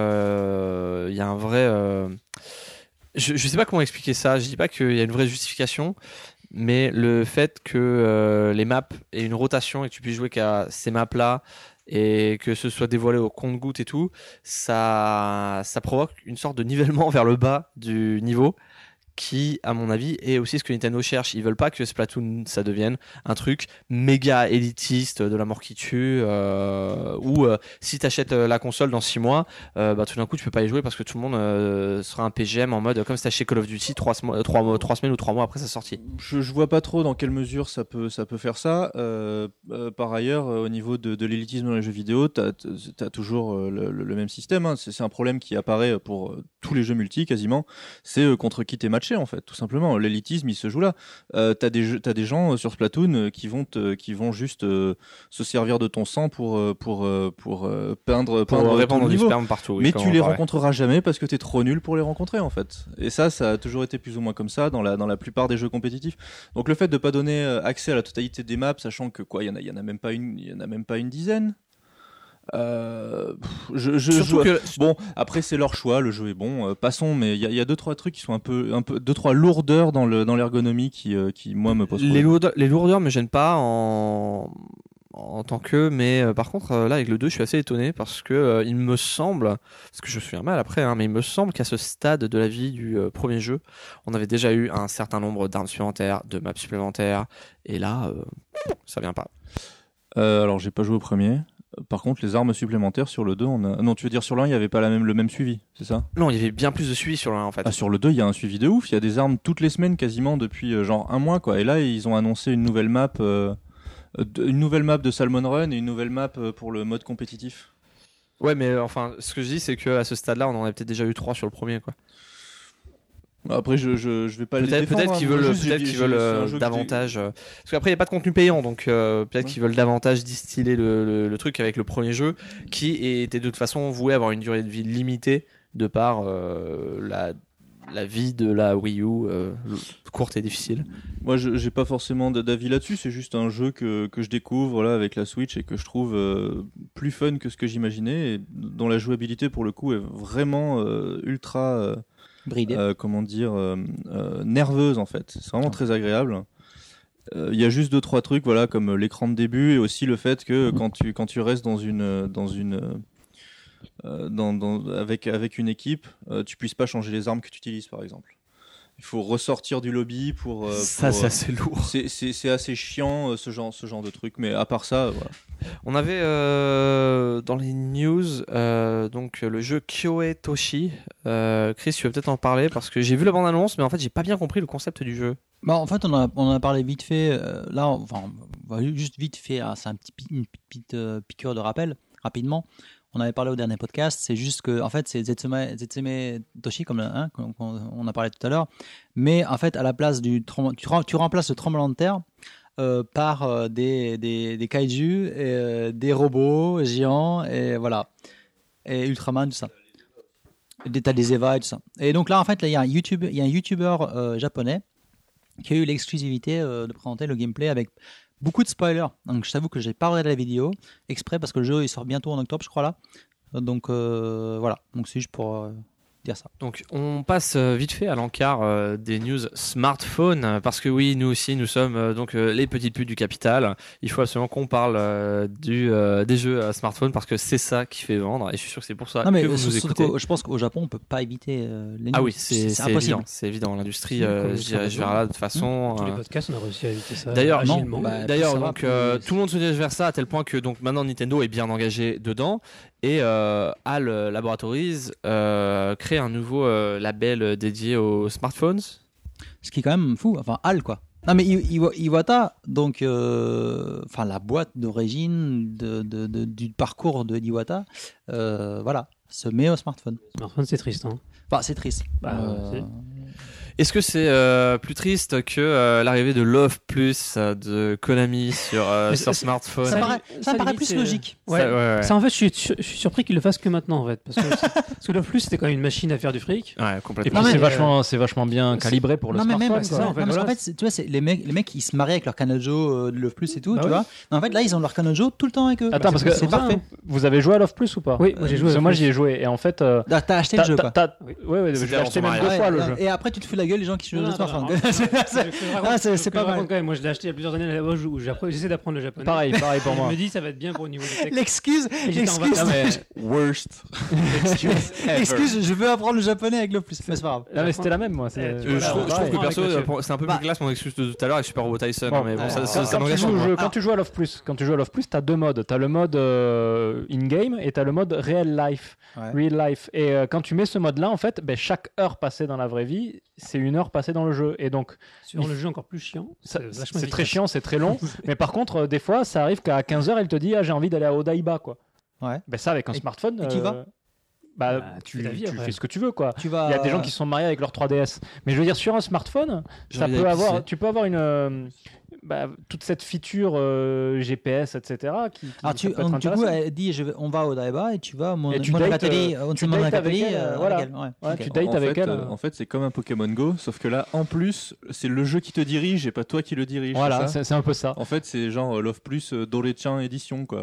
il y a un vrai. Je sais pas comment expliquer ça. Je dis pas qu'il y a une vraie justification, mais le fait que les maps aient une rotation et que tu puisses jouer qu'à ces maps-là et que ce soit dévoilé au compte-gouttes et tout, ça provoque une sorte de nivellement vers le bas du niveau qui, à mon avis, est aussi ce que Nintendo cherche. Ils veulent pas que Splatoon, ça devienne un truc méga élitiste de la mort qui tue, où si t'achètes la console dans 6 mois, tout d'un coup tu peux pas y jouer parce que tout le monde sera un PGM en mode comme si t'achetais Call of Duty 3 semaines ou 3 mois après sa sortie. Je vois pas trop dans quelle mesure ça peut faire ça. Par ailleurs, au niveau de l'élitisme dans les jeux vidéo, t'as toujours le même système. Hein. C'est un problème qui apparaît pour tous les jeux multi quasiment. C'est contre qui t'es matché en fait, tout simplement. L'élitisme, il se joue là. T'as des gens sur Splatoon qui vont juste se servir de ton sang pour peindre répandre ton du niveau. sperme partout. Oui, Mais comme tu on les parlait. rencontreras jamais parce que t'es trop nul pour les rencontrer en fait. Et ça a toujours été plus ou moins comme ça dans la plupart des jeux compétitifs. Donc le fait de pas donner accès à la totalité des maps, sachant que quoi, il y en a même pas une dizaine. Surtout que Bon, après c'est leur choix, le jeu est bon. Passons, mais il y a deux trois trucs qui sont un peu deux trois lourdeurs dans l'ergonomie qui moi me posent problème. les lourdeurs me gênent pas en tant que, mais par contre là avec le 2 je suis assez étonné parce que il me semble, parce que je suis un mal après, hein, mais il me semble qu'à ce stade de la vie du premier jeu, on avait déjà eu un certain nombre d'armes supplémentaires, de maps supplémentaires, et là ça vient pas. Alors j'ai pas joué au premier. Par contre, les armes supplémentaires sur le 2, non, tu veux dire sur le 1, il n'y avait pas le même suivi, c'est ça? Non, il y avait bien plus de suivi sur le 1 en fait. Ah, sur le 2, il y a un suivi de ouf. Il y a des armes toutes les semaines quasiment depuis genre un mois, quoi. Et là, ils ont annoncé une nouvelle map de Salmon Run et une nouvelle map pour le mode compétitif. Ouais, mais enfin, ce que je dis, c'est qu'à ce stade-là, on en avait peut-être déjà eu 3 sur le premier, quoi. Après, je vais pas les défendre. Peut-être qu'ils veulent davantage. Parce qu'après, il n'y a pas de contenu payant, donc peut-être qu'ils veulent davantage distiller le truc avec le premier jeu, qui était de toute façon voué à avoir une durée de vie limitée de par la vie de la Wii U courte et difficile. Moi, j'ai pas forcément d'avis là-dessus. C'est juste un jeu que je découvre là avec la Switch et que je trouve plus fun que ce que j'imaginais, et dont la jouabilité pour le coup est vraiment ultra Bridé. nerveuse en fait. C'est vraiment très agréable. Il y a juste 2-3 trucs, voilà, comme l'écran de début et aussi le fait que quand tu restes avec une équipe, tu puisses pas changer les armes que tu utilises, par exemple. Il faut ressortir du lobby pour. Ça, c'est assez lourd. C'est assez chiant ce genre de truc, mais à part ça, voilà. On avait dans les news donc le jeu Kyoe Toshi. Chris, tu veux peut-être en parler parce que j'ai vu la bande-annonce, mais en fait j'ai pas bien compris le concept du jeu. Bah, en fait, on en a parlé vite fait. Là, on va juste vite fait. C'est une petite piqûre de rappel, rapidement. On avait parlé au dernier podcast. C'est juste que, en fait, c'est Zetsume Toshi, comme on a parlé tout à l'heure. Mais en fait, à la place tu remplaces le tremblement de terre par des kaiju, et, des robots géants, et voilà, et Ultraman, tout ça. T'as des Eva et tout ça. Et donc là, en fait, il y a un YouTuber japonais qui a eu l'exclusivité de présenter le gameplay avec beaucoup de spoilers. Donc je t'avoue que j'ai pas regardé la vidéo exprès parce que le jeu il sort bientôt en octobre, je crois là. Donc voilà. Donc c'est juste pour dire ça. Donc on passe vite fait à l'encart des news smartphone parce que oui, nous aussi nous sommes donc les petites putes du capital. Il faut absolument qu'on parle des jeux smartphone parce que c'est ça qui fait vendre et je suis sûr que c'est pour ça Non, mais que vous nous écoutez. je pense qu'au Japon on peut pas éviter les news. Ah oui, c'est impossible. évident, c'est évident. L'industrie gère là de façon. Tous les podcasts, on a réussi à éviter ça. D'ailleurs, agilement. ça va, donc tout le monde se dirige vers ça à tel point que donc maintenant Nintendo est bien engagé dedans et HAL Laboratories crée un nouveau label dédié aux smartphones. Ce qui est quand même fou. Enfin, HAL quoi. Non mais Iwata, donc la boîte d'origine du parcours de Iwata, voilà, se met au smartphone. Smartphone, c'est triste. Hein. Enfin, c'est triste. Est-ce que c'est plus triste que l'arrivée de Love Plus de Konami sur smartphone? Ça paraît plus logique. Ouais. Ouais. Ça, en fait, je suis surpris qu'ils le fassent que maintenant, en fait, parce que Love Plus c'était quand même une machine à faire du fric. Ouais, Et complètement. puis Non, c'est vachement bien calibré pour le Non mais smartphone. même c'est ça, en fait, parce voilà. qu'en fait, tu vois, c'est les mecs ils se marient avec leur Kanojo de Love Plus et tout, Bah tu oui. vois. Non, en fait là ils ont leur Kanojo tout le temps avec eux. Attends, parce que c'est parfait. vous avez joué à Love Plus ou pas? Oui, moi, j'ai joué à Parce que Love moi Plus. j'y ai joué et en fait T'as acheté le jeu quoi. Ouais, C'était j'ai avant acheté son même mariage. 2 fois le jeu. Et après tu te fous la gueule les gens qui jouent Non, au non, smartphone. c'est pas mal. Quand même, moi, je l'ai acheté il y a plusieurs années là-bas où j'essaie d'apprendre le japonais. Pareil pour moi. Je me dis, ça va être bien pour le niveau du texte. L'excuse, Et j'étais en vacances. Worst. excuse, je veux apprendre le japonais avec Love Plus. Mais c'est pas grave. Non mais c'était la même moi. Tu Je vois, trouve pareil. que perso, Avec Mathieu. c'est un peu plus classe mon excuse de tout à l'heure avec Super Robot Tyson. Bon, Mais bon, ouais. ça Quand m'engage tu pas. joues au jeu, quand tu joues à Love Plus, t'as deux modes. T'as le mode in-game et t'as le mode real life. Et quand tu mets ce mode-là, en fait, chaque heure passée dans la vraie vie, c'est une heure passée dans le jeu. Et donc, Sur le jeu encore plus chiant. c'est vachement très efficace. chiant, c'est très long. Mais par contre, des fois, ça arrive qu'à 15h, elle te dit j'ai envie d'aller à Odaiba, quoi. Ouais. Ça, avec un smartphone. et tu vas tu fais ta vie, tu après. fais ce que tu veux, quoi. Tu vas. Il y a des gens qui se sont mariés avec leur 3DS. Mais je veux dire, sur un smartphone, J'ai envie d'aller pisser. tu peux avoir toute cette feature GPS, etc. Alors ça peut être du coup, intéressant. elle dit on va au Odaiba et tu vas au Et tu Monogatari, dates, on tu s'est dates Monogatari avec elle, voilà. avec elle. Ouais. Ouais, Ok. tu dates avec elle. En fait, c'est comme un Pokémon Go, sauf que là, en plus, c'est le jeu qui te dirige et pas toi qui le dirige. Voilà, c'est ça c'est un peu ça. En fait, c'est genre Love Plus Dore-chan édition, quoi.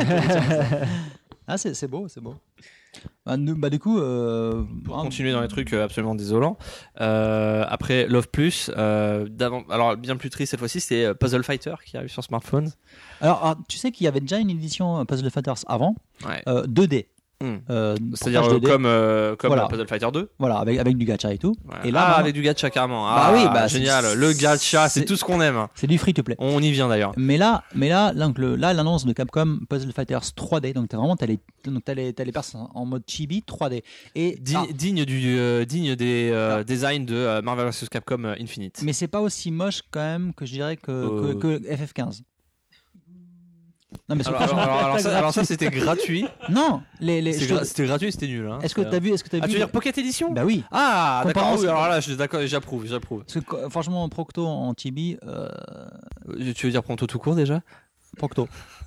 Ah c'est beau, c'est beau. Du coup, Pour continuer dans les trucs absolument désolants. Après Love Plus, alors bien plus triste cette fois-ci, c'est Puzzle Fighter qui arrive sur smartphone. alors, tu sais qu'il y avait déjà une édition Puzzle Fighters avant, Ouais. 2D. C'est-à-dire portage 2D. comme Voilà. Puzzle Fighter 2. Voilà, avec du gacha et tout. Ouais. Et là, avec du gacha carrément. Bah oui, c'est- génial. Le gacha, c'est c'est- tout ce qu'on aime. c'est du free to play. On y vient d'ailleurs. Mais là, l'annonce de Capcom Puzzle Fighters 3D, donc t'as les personnes en mode chibi 3D. Et Digne des designs de Marvel vs Capcom Infinite. mais c'est pas aussi moche quand même que je dirais que FF15. Non, mais Alors ça c'était gratuit. non, C'était gratuit, c'était nul. Hein. Est-ce que t'as vu tu veux dire Pocket Edition? Bah oui. Ah, d'accord. Comparons- Oui, alors là, d'accord, j'approuve. Parce que franchement, Procto en chibi, Tu veux dire Pronto tout court déjà? Procto.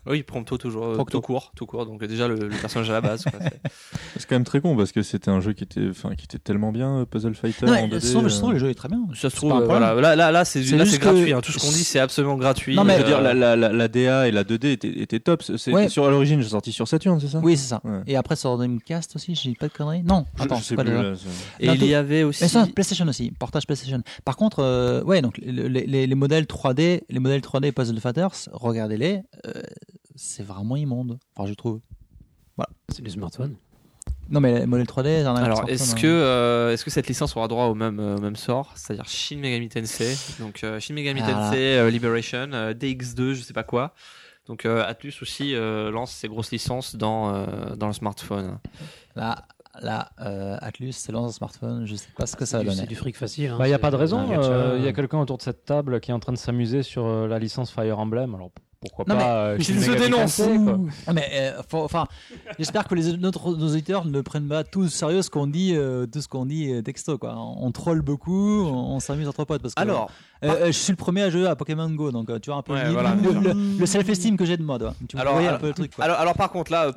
Oui, Prompto toujours Prompto. tout court. Donc déjà le personnage à la base. Quoi, C'est quand même très con parce que c'était un jeu qui était tellement bien, Puzzle Fighter Non, en mais 2D. je trouve le jeu est très bien. ça se C'est trouve, pas un problème. là c'est C'est juste gratuit. que- Hein. Tout ce qu'on dit, c'est absolument gratuit. Non, mais- Je veux dire, la DA et la 2D étaient top. Ouais. Sur à l'origine, j'ai sorti sur Saturn, c'est ça? Oui, c'est ça. Ouais. Et après, sur Dreamcast aussi, j'ai pas de conneries. Non, attends, je sais pas plus. de- Là, Et Non, il y avait aussi. Mais ça, PlayStation aussi, portage PlayStation. Par contre, ouais, donc les modèles 3D, Puzzle Fighters, regardez-les, c'est vraiment immonde. Enfin, je trouve. C'est du smartphone. Non, mais les modèles 3D, j'en ai Alors, un est-ce smartphone, que cette licence aura droit au même sort, c'est-à-dire Shin Megami Tensei, donc Shin Megami Ah. Tensei Liberation, DX2, je sais pas quoi. Donc Atlus aussi lance ses grosses licences dans le smartphone. Là, Atlus, c'est dans un smartphone, je sais pas ce que ça va C'est donner. du fric facile. Il n'y a pas de raison. un gacha. Il y a quelqu'un autour de cette table qui est en train de s'amuser sur la licence Fire Emblem. Alors pourquoi Non, pas mais Shin il se Megami dénonce. Tensei, quoi. Ah, mais enfin, j'espère que nos auditeurs ne prennent pas tout au sérieux ce qu'on dit, tout ce qu'on dit texto quoi. On troll beaucoup, on s'amuse entre potes parce que. Alors, je suis le premier à jouer à Pokémon Go, donc tu vois un peu Ouais, voilà, bien sûr. le self-esteem que j'ai de moi. Tu vois. Alors, Vous voyez un peu le truc quoi. alors par contre là,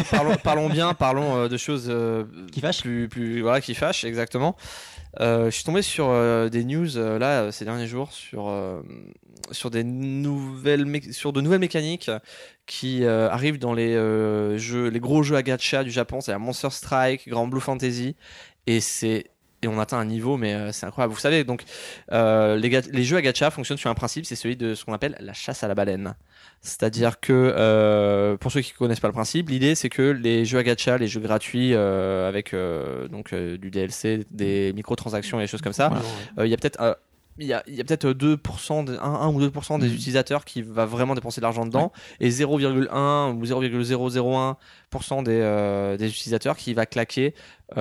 parlons de choses Qui fâche. plus voilà qui fâchent exactement. Je suis tombé sur des news là ces derniers jours sur de nouvelles mécaniques qui arrivent dans les gros jeux à gacha du Japon, c'est-à-dire Monster Strike, Grand Blue Fantasy, et on atteint un niveau, mais c'est incroyable. Vous savez, donc les jeux à gacha fonctionnent sur un principe, c'est celui de ce qu'on appelle la chasse à la baleine. C'est-à-dire que pour ceux qui connaissent pas le principe, l'idée c'est que les jeux à gacha, les jeux gratuits avec du DLC, des microtransactions et des choses comme ça, il y a peut-être il y a peut-être 2%, 1 ou 2% des utilisateurs qui va vraiment dépenser de l'argent dedans, et 0,1 ou 0,001% des utilisateurs qui va claquer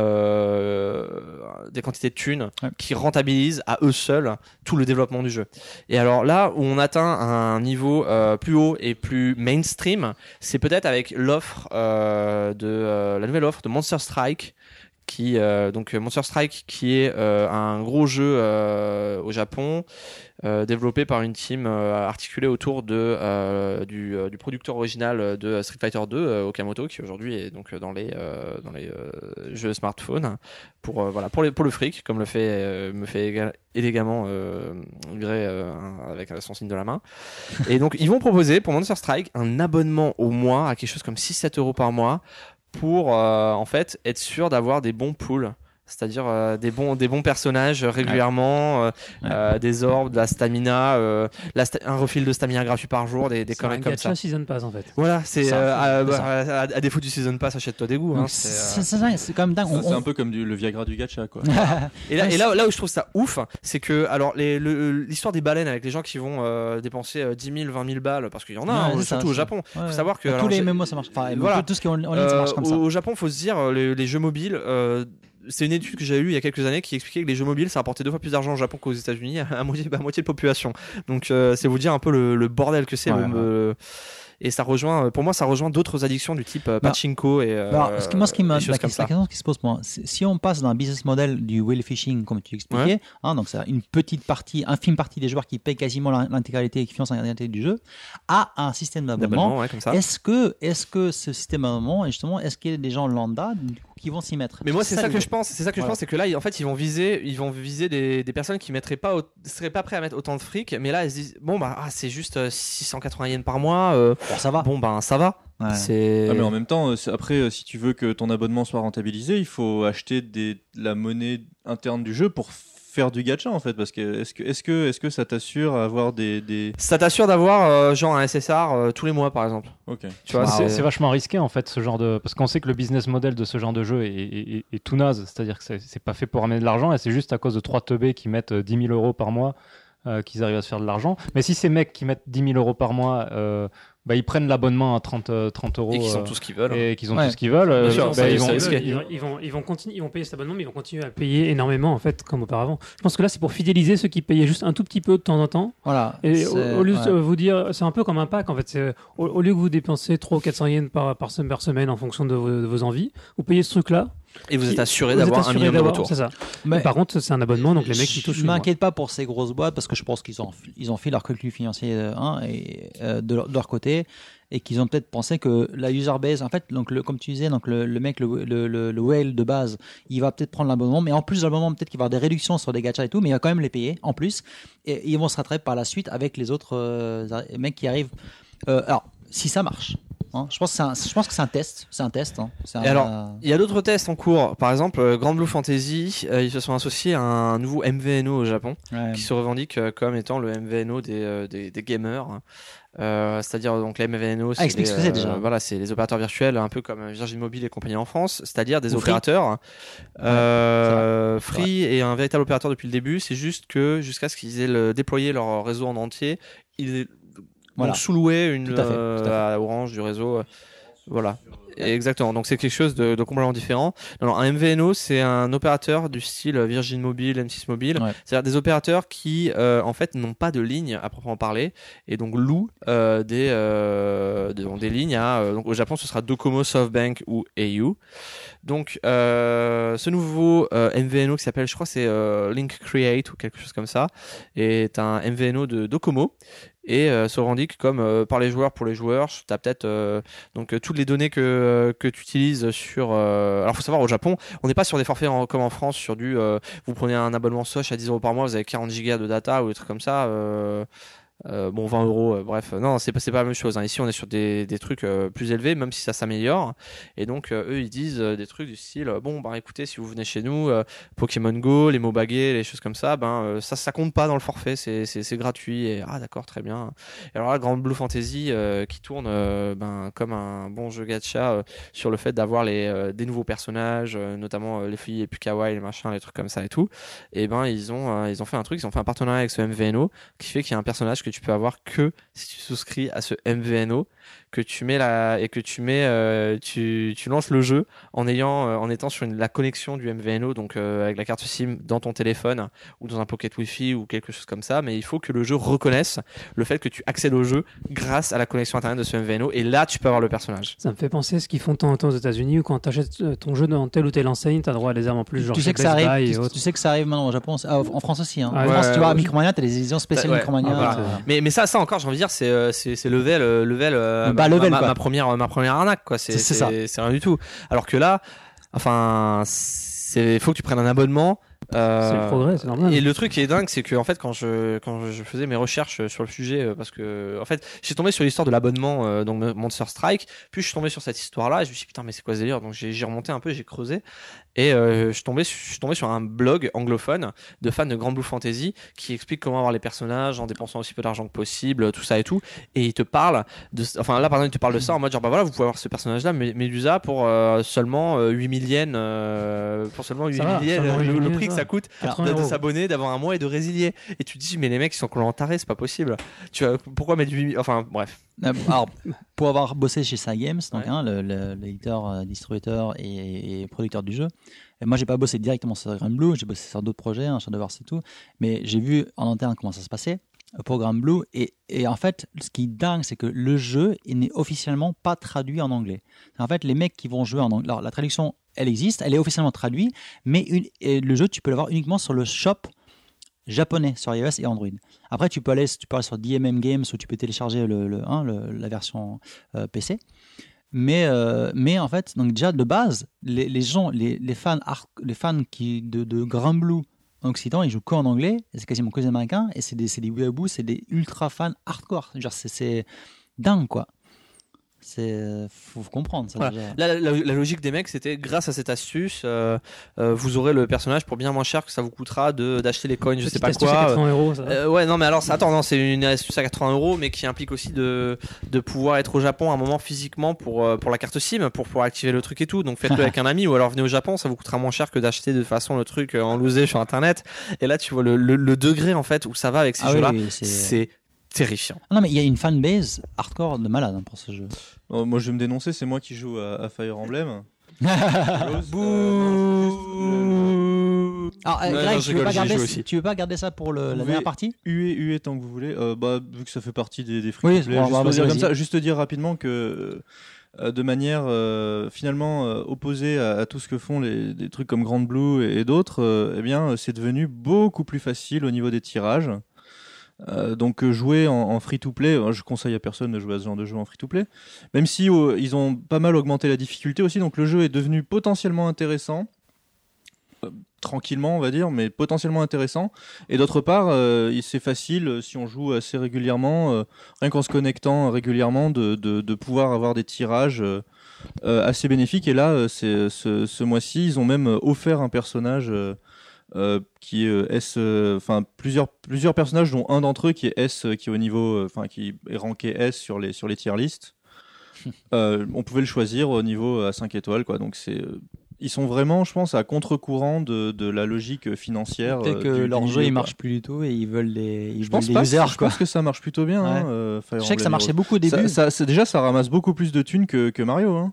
des quantités de thunes qui rentabilisent à eux seuls tout le développement du jeu. Et alors là où on atteint un niveau plus haut et plus mainstream, c'est peut-être avec l'offre la nouvelle offre de Monster Strike, donc Monster Strike qui est un gros jeu au Japon développé par une team articulée autour du producteur original de Street Fighter 2 Okamoto, qui aujourd'hui est donc dans les jeux smartphones pour le fric, comme me fait élégamment Grey avec son signe de la main. Et donc ils vont proposer pour Monster Strike un abonnement au mois à quelque chose comme 6-7 euros par mois pour en fait être sûr d'avoir des bons pools, c'est-à-dire des bons personnages régulièrement, des orbes, de la stamina, un refil de stamina gratuit par jour, des C'est un conneries comme gacha ça. Season Pass en fait. Voilà, c'est Ça, à défaut du season pass, achète-toi des goûts. Hein, Donc, c'est quand même dingue. C'est un peu comme le Viagra du gacha, quoi. Et là où je trouve ça ouf, c'est que alors l'histoire des baleines avec les gens qui vont dépenser 10 000, 20 000 balles, parce qu'il y en a, hein, c'est ça, surtout au c'est- Japon. Ouais. Faut savoir que Tous alors, les MMO ça marche. Enfin, Voilà. tout ce qui est en ligne ça marche comme ça. Au Japon, faut se dire les jeux mobiles. C'est une étude que j'avais lue il y a quelques années qui expliquait que les jeux mobiles ça rapportait 2 fois plus d'argent au Japon qu'aux États-Unis, à moitié de population. Donc c'est vous dire un peu le bordel que c'est. Ouais, Et ça rejoint, pour moi, ça rejoint d'autres addictions du type pachinko et Alors, des la choses comme ça. question qui se pose pour moi, si on passe dans un business model du whale fishing, comme tu expliquais, donc c'est une petite partie, infime partie des joueurs qui payent quasiment l'intégralité et qui financent l'intégralité du jeu, à un système d'abonnement. Comme ça. Est-ce que ce système d'abonnement, et justement, est-ce qu'il y a des gens lambda du coup, qui vont s'y mettre? Mais moi, c'est ça le que jeu. je pense. C'est ça que je pense, c'est que là, en fait, ils vont viser des personnes qui seraient pas prêts à mettre autant de fric, mais là, elles se disent, bon bah, c'est juste 680 yens par mois. Bon, ça va. Bon ben, ça va. Ouais. C'est. Ah, mais en même temps, après, si tu veux que ton abonnement soit rentabilisé, il faut acheter la monnaie interne du jeu pour faire du gacha en fait, parce que est-ce que ça t'assure à avoir des... Ça t'assure d'avoir genre un SSR tous les mois, par exemple. Ok. Tu vois, C'est vachement risqué en fait ce genre de, parce qu'on sait que le business model de ce genre de jeu est tout naze, c'est-à-dire que c'est pas fait pour ramener de l'argent et c'est juste à cause de 3 teubés qui mettent 10 000 euros par mois qu'ils arrivent à se faire de l'argent. Mais si ces mecs qui mettent 10 000 euros par mois ils prennent l'abonnement à 30 euros et qu'ils ont tout ce qu'ils veulent. et qu'ils ont Ouais. tout ce qu'ils veulent, Bien sûr, ils vont c'est risqué. Ils vont continuer, ils vont payer cet abonnement, mais ils vont continuer à payer énormément en fait, comme auparavant. Je pense que là, c'est pour fidéliser ceux qui payaient juste un tout petit peu de temps en temps. Voilà. Et C'est- au lieu de ouais. vous dire, c'est un peu comme un pack en fait. Au lieu que vous dépensez 300 ou 400 yens par semaine en fonction de vos envies, vous payez ce truc-là. Et vous êtes assuré Vous êtes d'avoir un assuré million de d'avoir- retour. C'est ça. Mais- Et par contre, c'est un abonnement, donc les mecs qui touchent. Je m'inquiète pas pour ces grosses boîtes parce que je pense qu'ils ont fait leur calcul financier de leur côté et qu'ils ont peut-être pensé que la user base, en fait, donc comme tu disais, donc le mec, le whale de base, il va peut-être prendre l'abonnement, mais en plus de l'abonnement, peut-être qu'il va y avoir des réductions sur des gachas et tout, mais il va quand même les payer en plus, et ils vont se rattraper par la suite avec les autres mecs qui arrivent. Alors, si ça marche. Hein, je pense que c'est un test. C'est un test. Hein. Et alors, il y a d'autres tests en cours. Par exemple, Grand Blue Fantasy, ils se sont associés à un nouveau MVNO au Japon, qui se revendique comme étant le MVNO des gamers. C'est-à-dire donc les MVNO, c'est explique ce que c'est déjà. Voilà, c'est les opérateurs virtuels, un peu comme Virgin Mobile et compagnie en France, c'est-à-dire des opérateurs Free est un véritable opérateur depuis le début. C'est juste que jusqu'à ce qu'ils aient déployé leur réseau en entier, ils donc sous-louer tout à fait. à Orange du réseau, voilà. Exactement. Donc c'est quelque chose de complètement différent. Alors un MVNO, c'est un opérateur du style Virgin Mobile, M6 Mobile, c'est-à-dire des opérateurs qui en fait n'ont pas de ligne à proprement parler et donc louent des lignes à donc au Japon ce sera Docomo, SoftBank ou au. Donc ce nouveau MVNO qui s'appelle, je crois c'est Link Create ou quelque chose comme ça, est un MVNO de Docomo et se revendique comme par les joueurs pour les joueurs. Tu as peut-être donc toutes les données que tu utilises sur alors faut savoir au Japon, on n'est pas sur des forfaits comme en France sur du vous prenez un abonnement Soch à 10 € par mois, vous avez 40 gigas de data ou des trucs comme ça. Bon 20 €, bref, non c'est pas la même chose hein. Ici on est sur des trucs plus élevés, même si ça s'améliore, et donc eux ils disent des trucs du style bon bah écoutez, si vous venez chez nous, Pokémon Go, les mots bagués, les choses comme ça, ça compte pas dans le forfait, c'est gratuit, et ah d'accord, très bien. Et alors là Grand Blue Fantasy qui tourne comme un bon jeu gacha sur le fait d'avoir des nouveaux personnages, notamment les filles et puis kawaii, les machins, les trucs comme ça et tout, et ils ont fait un truc, ils ont fait un partenariat avec ce MVNO qui fait qu'il y a un personnage que tu peux avoir que si tu souscris à ce MVNO, que tu mets tu lances le jeu en étant sur la connexion du MVNO, donc avec la carte SIM dans ton téléphone ou dans un pocket Wi-Fi ou quelque chose comme ça, mais il faut que le jeu reconnaisse le fait que tu accèdes au jeu grâce à la connexion internet de ce MVNO, et là tu peux avoir le personnage. Ça me fait penser à ce qu'ils font de temps en temps aux États-Unis, où quand tu achètes ton jeu dans telle ou telle enseigne, tu as droit à des armes en plus, genre tu sais que ça arrive. Tu sais que ça arrive maintenant au Japon, en France aussi. Hein. En France, tu vois, à Micromania, tu as des éditions spéciales Micromania. Voilà. Mais ça encore, j'ai envie de dire, c'est level ma première arnaque, quoi. C'est rien du tout. Alors que là, enfin, faut que tu prennes un abonnement. C'est le progrès, c'est normal. Et le truc qui est dingue, c'est que en fait, quand je faisais mes recherches sur le sujet, parce que en fait, j'ai tombé sur l'histoire de l'abonnement, donc Monster Strike, puis je suis tombé sur cette histoire-là, et je me suis dit putain, mais c'est quoi ce délire? Donc j'ai remonté un peu, j'ai creusé, et je suis tombé sur un blog anglophone de fans de Grand Blue Fantasy qui explique comment avoir les personnages en dépensant aussi peu d'argent que possible, tout ça et tout, et il te parle enfin là par exemple il te parle de ça en mode genre bah voilà, vous pouvez avoir ce personnage-là, Medusa pour seulement 8000 yens, le prix que ça coûte de s'abonner, d'avoir un mois et de résilier. Et tu te dis mais les mecs ils sont complètement tarés, c'est pas possible. Pourquoi mettre 8000, enfin bref. Alors, pour avoir bossé chez Cygames, donc l'éditeur, distributeur et producteur du jeu, et moi j'ai pas bossé directement sur Grand Blue, j'ai bossé sur d'autres projets, Shadow Wars et tout, mais j'ai vu en interne comment ça se passait pour Grand Blue, et en fait ce qui est dingue, c'est que le jeu n'est officiellement pas traduit en anglais. En fait les mecs qui vont jouer en anglais, alors la traduction elle existe, elle est officiellement traduite, mais le jeu tu peux l'avoir uniquement sur le shop japonais sur iOS et Android. Après tu peux aller sur DMM Games où tu peux télécharger la version PC. Mais en fait, donc déjà de base, les fans de Grand Blue en Occident, ils jouent qu'en anglais, et c'est quasiment que des Américains, et c'est des weeaboos, c'est des ultra fans hardcore. Genre c'est dingue quoi. Faut comprendre ça. Voilà. La logique des mecs, c'était grâce à cette astuce, vous aurez le personnage pour bien moins cher que ça vous coûtera d'acheter les coins, je sais pas quoi. 80 €, ça. Ouais, non, mais alors c'est une astuce à 80 €, mais qui implique aussi de pouvoir être au Japon à un moment physiquement pour la carte SIM, pour pouvoir activer le truc et tout. Donc faites-le avec un ami, ou alors venez au Japon, ça vous coûtera moins cher que d'acheter de façon le truc en loosé sur internet. Et là, tu vois le degré en fait où ça va avec ces jeux-là, c'est terrifiant. Non, mais il y a une fanbase hardcore de malade pour ce jeu. Moi je vais me dénoncer, c'est moi qui joue à Fire Emblem. Bouh. Alors Greg, tu veux pas garder ça pour la dernière partie? Huer tant que vous voulez. Vu que ça fait partie des free to play, juste dire rapidement que de manière finalement opposée à tout ce que font des trucs comme Grand Blue et d'autres, c'est devenu beaucoup plus facile au niveau des tirages. Donc jouer en free-to-play, je conseille à personne de jouer à ce genre de jeu en free-to-play, même si ils ont pas mal augmenté la difficulté aussi, donc le jeu est devenu potentiellement intéressant, tranquillement on va dire, mais potentiellement intéressant, et d'autre part c'est facile si on joue assez régulièrement, rien qu'en se connectant régulièrement, de pouvoir avoir des tirages assez bénéfiques, et là ce mois-ci ils ont même offert un personnage qui est S, plusieurs personnages, dont un d'entre eux qui est S, qui est au niveau, qui est ranké S sur les tier lists. On pouvait le choisir au niveau à 5 étoiles, quoi. Donc ils sont vraiment, je pense, à contre-courant de la logique financière. Peut-être que leur jeu il marche plus du tout et ils veulent des je pense que ça marche plutôt bien. Ouais. Je sais que ça marchait beaucoup au début. Déjà, ça ramasse beaucoup plus de thunes que Mario. Hein.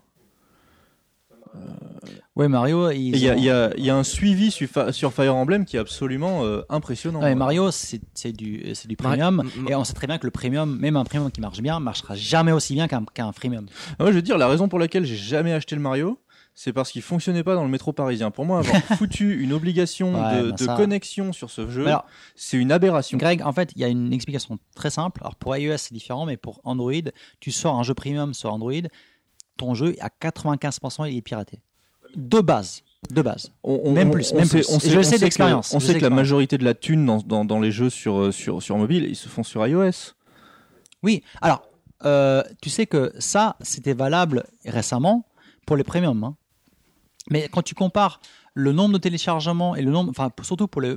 Ouais, Mario, il y a un suivi sur Fire Emblem qui est absolument impressionnant. Ouais, Mario, c'est du premium, et on sait très bien que le premium, même un premium qui marche bien, marchera jamais aussi bien qu'un freemium. Moi, je veux dire, la raison pour laquelle j'ai jamais acheté le Mario, c'est parce qu'il fonctionnait pas dans le métro parisien. Pour moi, avoir foutu une obligation de connexion sur ce jeu, c'est une aberration. Greg, en fait, il y a une explication très simple. Alors pour iOS, c'est différent, mais pour Android, tu sors un jeu premium sur Android, ton jeu à 95% il est piraté. De base. Même plus. Je sais d'expérience. On sait que la majorité de la thune dans les jeux sur mobile, ils se font sur iOS. Oui, alors, tu sais que ça, c'était valable récemment pour les premiums. Hein. Mais quand tu compares le nombre de téléchargements et le nombre, enfin surtout pour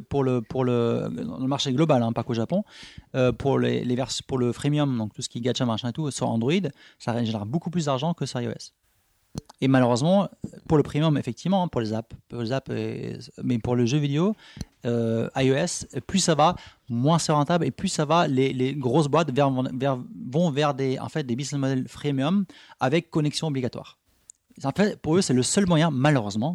le marché global, hein, pas qu'au Japon, pour le freemium, donc tout ce qui est gacha machin et tout sur Android, ça génère beaucoup plus d'argent que sur iOS. Et malheureusement, pour le premium, effectivement, pour les apps, mais pour le jeu vidéo, iOS, plus ça va, moins c'est rentable, et plus ça va, les grosses boîtes vont vers des business models freemium avec connexion obligatoire. En fait, pour eux, c'est le seul moyen, malheureusement,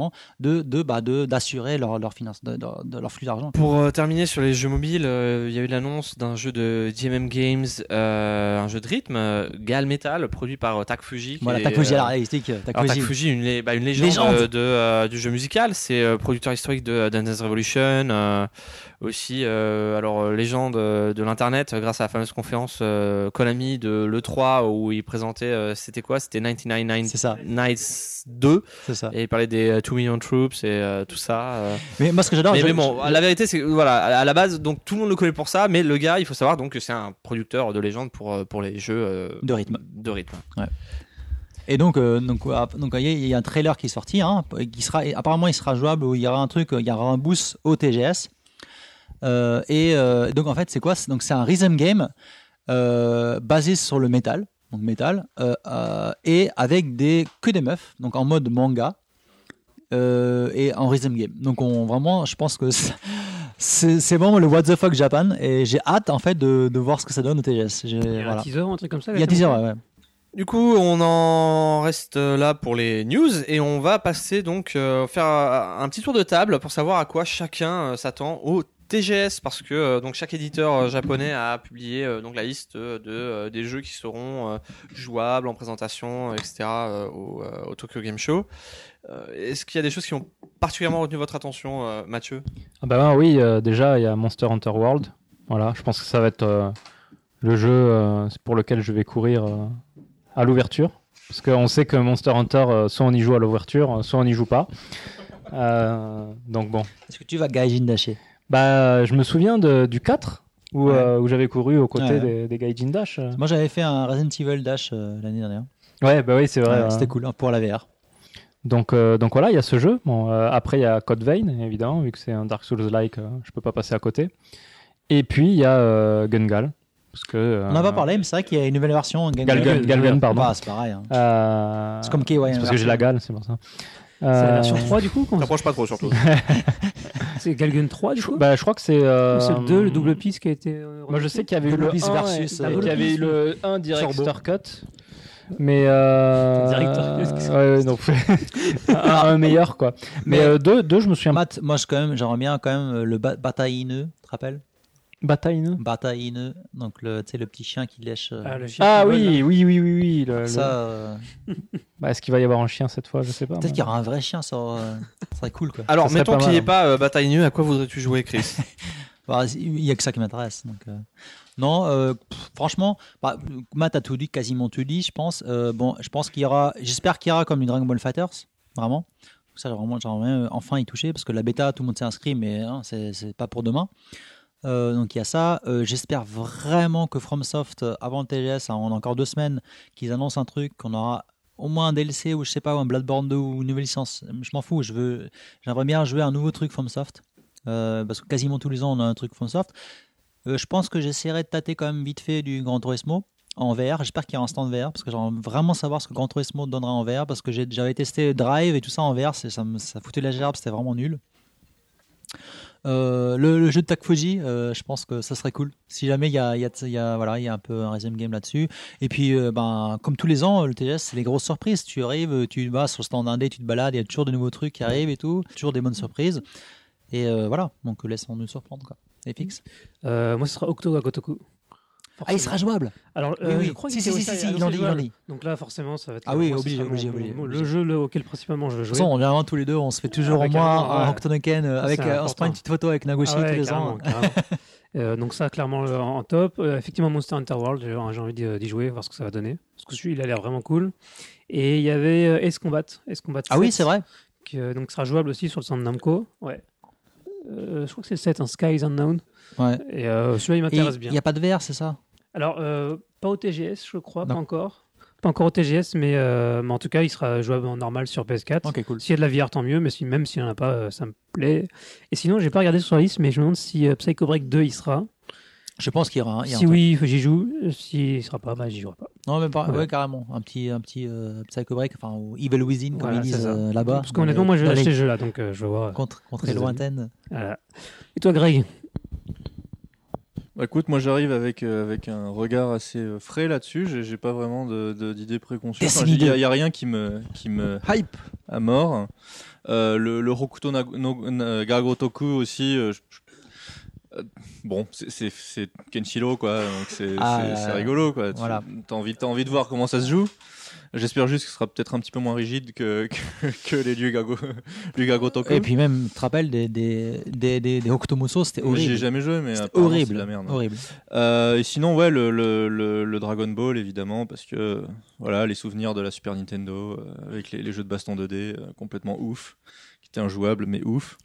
d'assurer leur finance, de leur flux d'argent. Pour terminer sur les jeux mobiles, il y a eu l'annonce d'un jeu de DMM Games, un jeu de rythme, Gal Metal, produit par Tak Fuji. Voilà, Tak Fuji, Tak Fuji, une légende du jeu musical. C'est producteur historique de Dance Revolution, aussi légende de l'internet grâce à la fameuse conférence Konami de l'E3 où il présentait c'était 99 c'est ça. Nights 2, c'est ça. Et il parlait des 2 Million Troops et tout ça. Mais moi ce que j'adore, mais bon, la vérité c'est que voilà, à la base, donc tout le monde le connaît pour ça, mais le gars, il faut savoir donc que c'est un producteur de légende pour les jeux de rythme. Ouais. Et donc il y a un trailer qui est sorti, hein, apparemment il sera jouable, où il y aura un boost au TGS. Donc en fait c'est quoi? Donc c'est un rhythm game basé sur le métal, et avec que des meufs, donc en mode manga, et en rhythm game. Donc vraiment, je pense que c'est vraiment le what the fuck Japan, et j'ai hâte en fait de voir ce que ça donne au TGS. Il y a un teaser, un truc comme ça. Il y a un teaser, ouais. Du coup, on en reste là pour les news et on va passer donc faire un petit tour de table pour savoir à quoi chacun s'attend au TGS, parce que donc chaque éditeur japonais a publié donc la liste des jeux qui seront jouables en présentation, etc. Au Tokyo Game Show. Est-ce qu'il y a des choses qui ont particulièrement retenu votre attention, Mathieu? Oui, déjà il y a Monster Hunter World. Voilà, je pense que ça va être le jeu pour lequel je vais courir à l'ouverture, parce qu'on sait que Monster Hunter, soit on y joue à l'ouverture, soit on n'y joue pas. Donc bon. Est-ce que tu vas Gaijin Dasher? Je me souviens du 4 où j'avais couru aux côtés des Gaijin Dash. Moi j'avais fait un Resident Evil Dash l'année dernière. Ouais, oui, c'est vrai. C'était cool, hein, pour la VR. Donc voilà, il y a ce jeu. Bon, après il y a Code Vein, évidemment, vu que c'est un Dark Souls-like, je peux pas passer à côté. Et puis il y a Gungal. On n'a pas parlé, mais c'est vrai qu'il y a une nouvelle version. Galgun, pardon. C'est pareil. Hein. C'est comme KY. C'est parce que j'ai la gale, c'est pour ça. C'est la version 3 du coup. T'approches pas trop surtout. C'est Galgun 3 du coup. Je crois que c'est. C'est le 2, le double piste qui a été. Moi je sais qu'il y avait eu le 1 versus. Il y avait eu le 1 Director Cut. Mais donc un meilleur quoi. Mais 2 je me souviens. Matt, moi j'aimerais bien quand même le Bataïne, tu te rappelles? Bataïne, donc le petit chien qui lèche. Le chien oui. Ça. Est-ce qu'il va y avoir un chien cette fois? Je sais pas. Peut-être qu'il y aura un vrai chien, ça serait cool quoi. Alors mettons qu'il n'y ait pas Bataille, à quoi voudrais-tu jouer, Chris? Il y a que ça qui m'intéresse. Donc, non, franchement, Matt a tout dit, quasiment tout dit, je pense. Je pense j'espère qu'il y aura comme du Dragon Ball Fighters, vraiment. Ça, j'aimerais enfin y toucher parce que la bêta, tout le monde s'est inscrit, mais c'est pas pour demain. Donc il y a ça. J'espère vraiment que FromSoft, avant le TGS, on a encore 2 semaines, qu'ils annoncent un truc, qu'on aura au moins un DLC ou je sais pas, ou un Bloodborne 2 ou une nouvelle licence. Je m'en fous. J'aimerais bien jouer un nouveau truc FromSoft parce que quasiment tous les ans on a un truc FromSoft. Je pense que j'essaierai de tâter quand même vite fait du Gran Turismo en VR. J'espère qu'il y aura un stand VR parce que j'aimerais vraiment savoir ce que Gran Turismo donnera en VR parce que j'avais testé Drive et tout ça en VR, ça foutait la gerbe, c'était vraiment nul. Le jeu de Takfuji, je pense que ça serait cool. Si jamais il y a un peu un resume game là-dessus. Et puis, comme tous les ans, le TGS, c'est les grosses surprises. Tu arrives, tu vas sur le stand indé, tu te balades, il y a toujours de nouveaux trucs qui arrivent et tout, toujours des bonnes surprises. Et voilà, donc laissons nous surprendre quoi. Et fixe. Moi, ce sera Octo Gotoku. Ah, il sera jouable. Alors, oui. Je crois si, qu'il il en dit. Donc là, forcément, ça va être. Ah oui, moi, obligé. Le jeu auquel principalement je veux jouer. De toute façon, généralement, tous les deux, on se fait toujours au moins un Octonoken on se prend une petite photo avec Nagoshi tous les ans. Donc ça, clairement, en top. Effectivement, Monster Hunter World, j'ai envie d'y jouer, voir ce que ça va donner. Parce que celui-là, il a l'air vraiment cool. Et il y avait Ace Combat 7, ah oui, c'est vrai. Qui donc sera jouable aussi sur le stand Namco. Ouais. Je crois que c'est le 7, Sky is Unknown. Ouais. Et celui-là, il m'intéresse bien. Il n'y a pas de VR, c'est ça? Alors, pas au TGS, je crois, pas encore. Pas encore au TGS, mais en tout cas, il sera jouable en normal sur PS4. Ok, cool. S'il y a de la VR, tant mieux, mais même s'il n'y en a pas, ça me plaît. Et sinon, j'ai pas regardé sur la liste, mais je me demande si Psycho Break 2 il sera. Je pense qu'il y aura un. Si oui, j'y joue. S'il ne sera pas, j'y jouerai pas. Non, même pas. Ouais, carrément. Un petit Psycho Break, enfin, ou Evil Within, comme ils disent là-bas. Parce qu'honnêtement, moi, je vais acheter ce jeu-là, donc je vais voir. Contre les lointaines. Et toi, Greg? Écoute, moi j'arrive avec un regard assez frais là-dessus. J'ai pas vraiment d'idées préconçues. Il y a rien qui me hype à mort. Le Hokuto ga Gotoku aussi. Bon, c'est Kenshiro quoi, donc c'est rigolo quoi. Voilà. T'as envie de voir comment ça se joue. J'espère juste que ce sera peut-être un petit peu moins rigide que les Ryuga Gotoku. Et puis même, tu te rappelles des Hokutomuso, c'était horrible. J'ai jamais joué, mais horrible, c'est de la merde. Horrible. Et sinon, ouais, le Dragon Ball évidemment, parce que voilà, les souvenirs de la Super Nintendo avec les jeux de baston 2D complètement ouf, qui étaient injouables mais ouf.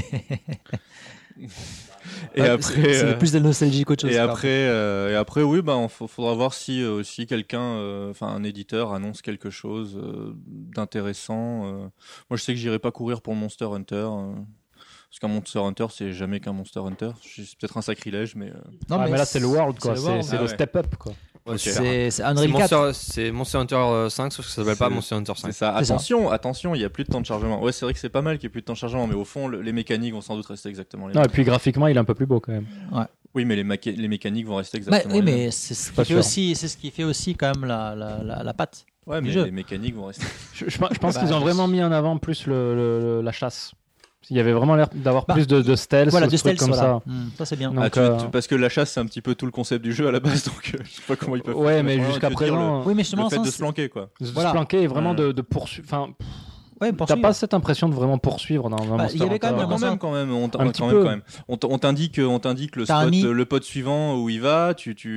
Et après, c'est plus de nostalgie qu'autre chose. Et après, oui, faudra voir si quelqu'un, un éditeur annonce quelque chose d'intéressant. Moi, je sais que j'irai pas courir pour Monster Hunter. Parce qu'un Monster Hunter, c'est jamais qu'un Monster Hunter. C'est peut-être un sacrilège, mais. Non, mais là, c'est le World, quoi. C'est le step up, quoi. Ouais, c'est Unreal 4. C'est Monster Hunter 5, sauf que ça s'appelle pas Monster Hunter 5. C'est ça. Attention, il n'y a plus de temps de chargement. Ouais, c'est vrai que c'est pas mal qu'il n'y ait plus de temps de chargement, mais au fond, les mécaniques vont sans doute rester exactement les mêmes. Non, et puis graphiquement, il est un peu plus beau quand même. Ouais. Oui, mais les mécaniques vont rester exactement les mêmes. Oui, mais c'est ce qui fait aussi quand même la patte. Ouais, mais les mécaniques vont rester. Je pense qu'ils ont vraiment mis en avant plus la chasse. Il y avait vraiment l'air d'avoir plus de stealth, voilà, de stealth comme ça. Ça c'est bien. Donc, parce que la chasse c'est un petit peu tout le concept du jeu à la base, donc je sais pas comment ils peuvent. Ouais, mais jusqu'à présent, oui, mais justement, le fait de se planquer quoi. Se planquer et vraiment de poursuivre. Enfin, t'as pas cette impression de vraiment poursuivre dans un Monster Il y avait quand même on t'indique le spot, le pod suivant où il va,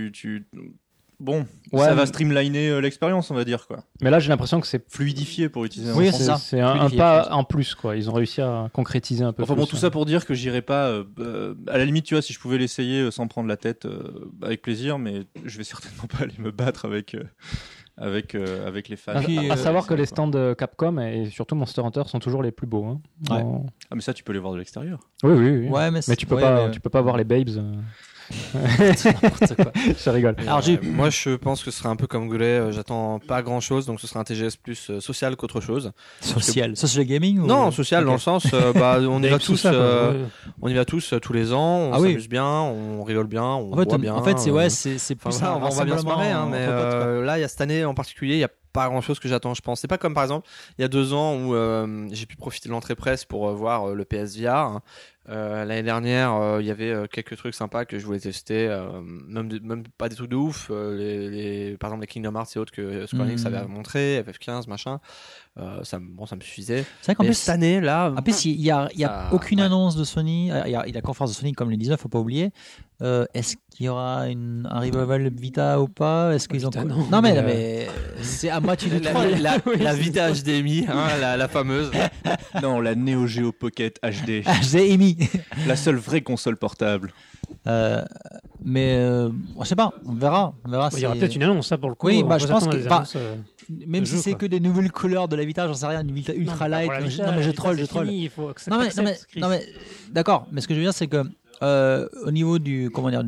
Bon, ça va streamliner l'expérience, on va dire quoi. Mais là, j'ai l'impression que c'est fluidifié pour utiliser un oui, français. c'est ça. C'est un pas en plus quoi. Ils ont réussi à concrétiser un peu. Enfin bon, tout ça pour dire que j'irai pas. À la limite, tu vois, si je pouvais l'essayer sans prendre la tête, avec plaisir, mais je vais certainement pas aller me battre avec les fans. À savoir que les stands de Capcom et surtout Monster Hunter sont toujours les plus beaux. Hein. Ouais. Ah mais ça, tu peux les voir de l'extérieur. Oui. Ouais, mais tu peux pas voir les babes. N'importe quoi. Je rigole. Alors, moi, je pense que ce sera un peu comme Goulet. J'attends pas grand chose, donc ce sera un TGS plus social qu'autre chose. Social gaming ou... Non, social dans le sens, on y va tous, on y va tous les ans, on s'amuse bien, on rigole bien, on boit bien. En fait, c'est plus ça. On va bien se marrer, hein, mais là, cette année en particulier, il y a pas grand chose que j'attends, je pense. C'est pas comme par exemple il y a 2 ans où j'ai pu profiter de l'entrée presse pour voir le PSVR. L'année dernière, il y avait quelques trucs sympas que je voulais tester, même pas des trucs de ouf, par exemple les Kingdom Hearts et autres que Square Enix avait montré, FF15, machin. Ça me suffisait. C'est vrai qu'en Mais plus, cette année, là, en plus, il y a ça- aucune ouais. annonce de Sony. Il y a la conférence de Sony comme les 19, faut pas oublier. Est-ce qu'il y aura un revival Vita ou pas? Est-ce qu'ils ont Vita, non, non. mais c'est à moitié du troll. la Vita HDMI, hein, la fameuse. Non, la Neo Geo Pocket HD. J'ai émis. La seule vraie console portable. Mais je sais pas, on verra. Il y aura c'est- peut-être une annonce, ça pour le coup. Oui, on bah, peut je pense s'attendre à que- des bah, annonces, Même de si jeu, c'est quoi. que des nouvelles couleurs de la Vita, j'en sais rien, une Vita ultra light. pour la Vita, non, mais la je Vita, troll, c'est je troll. fini, il faut que ça Non mais, t'acceptes, Chris. d'accord. Mais ce que je veux dire, c'est que au niveau du comment dire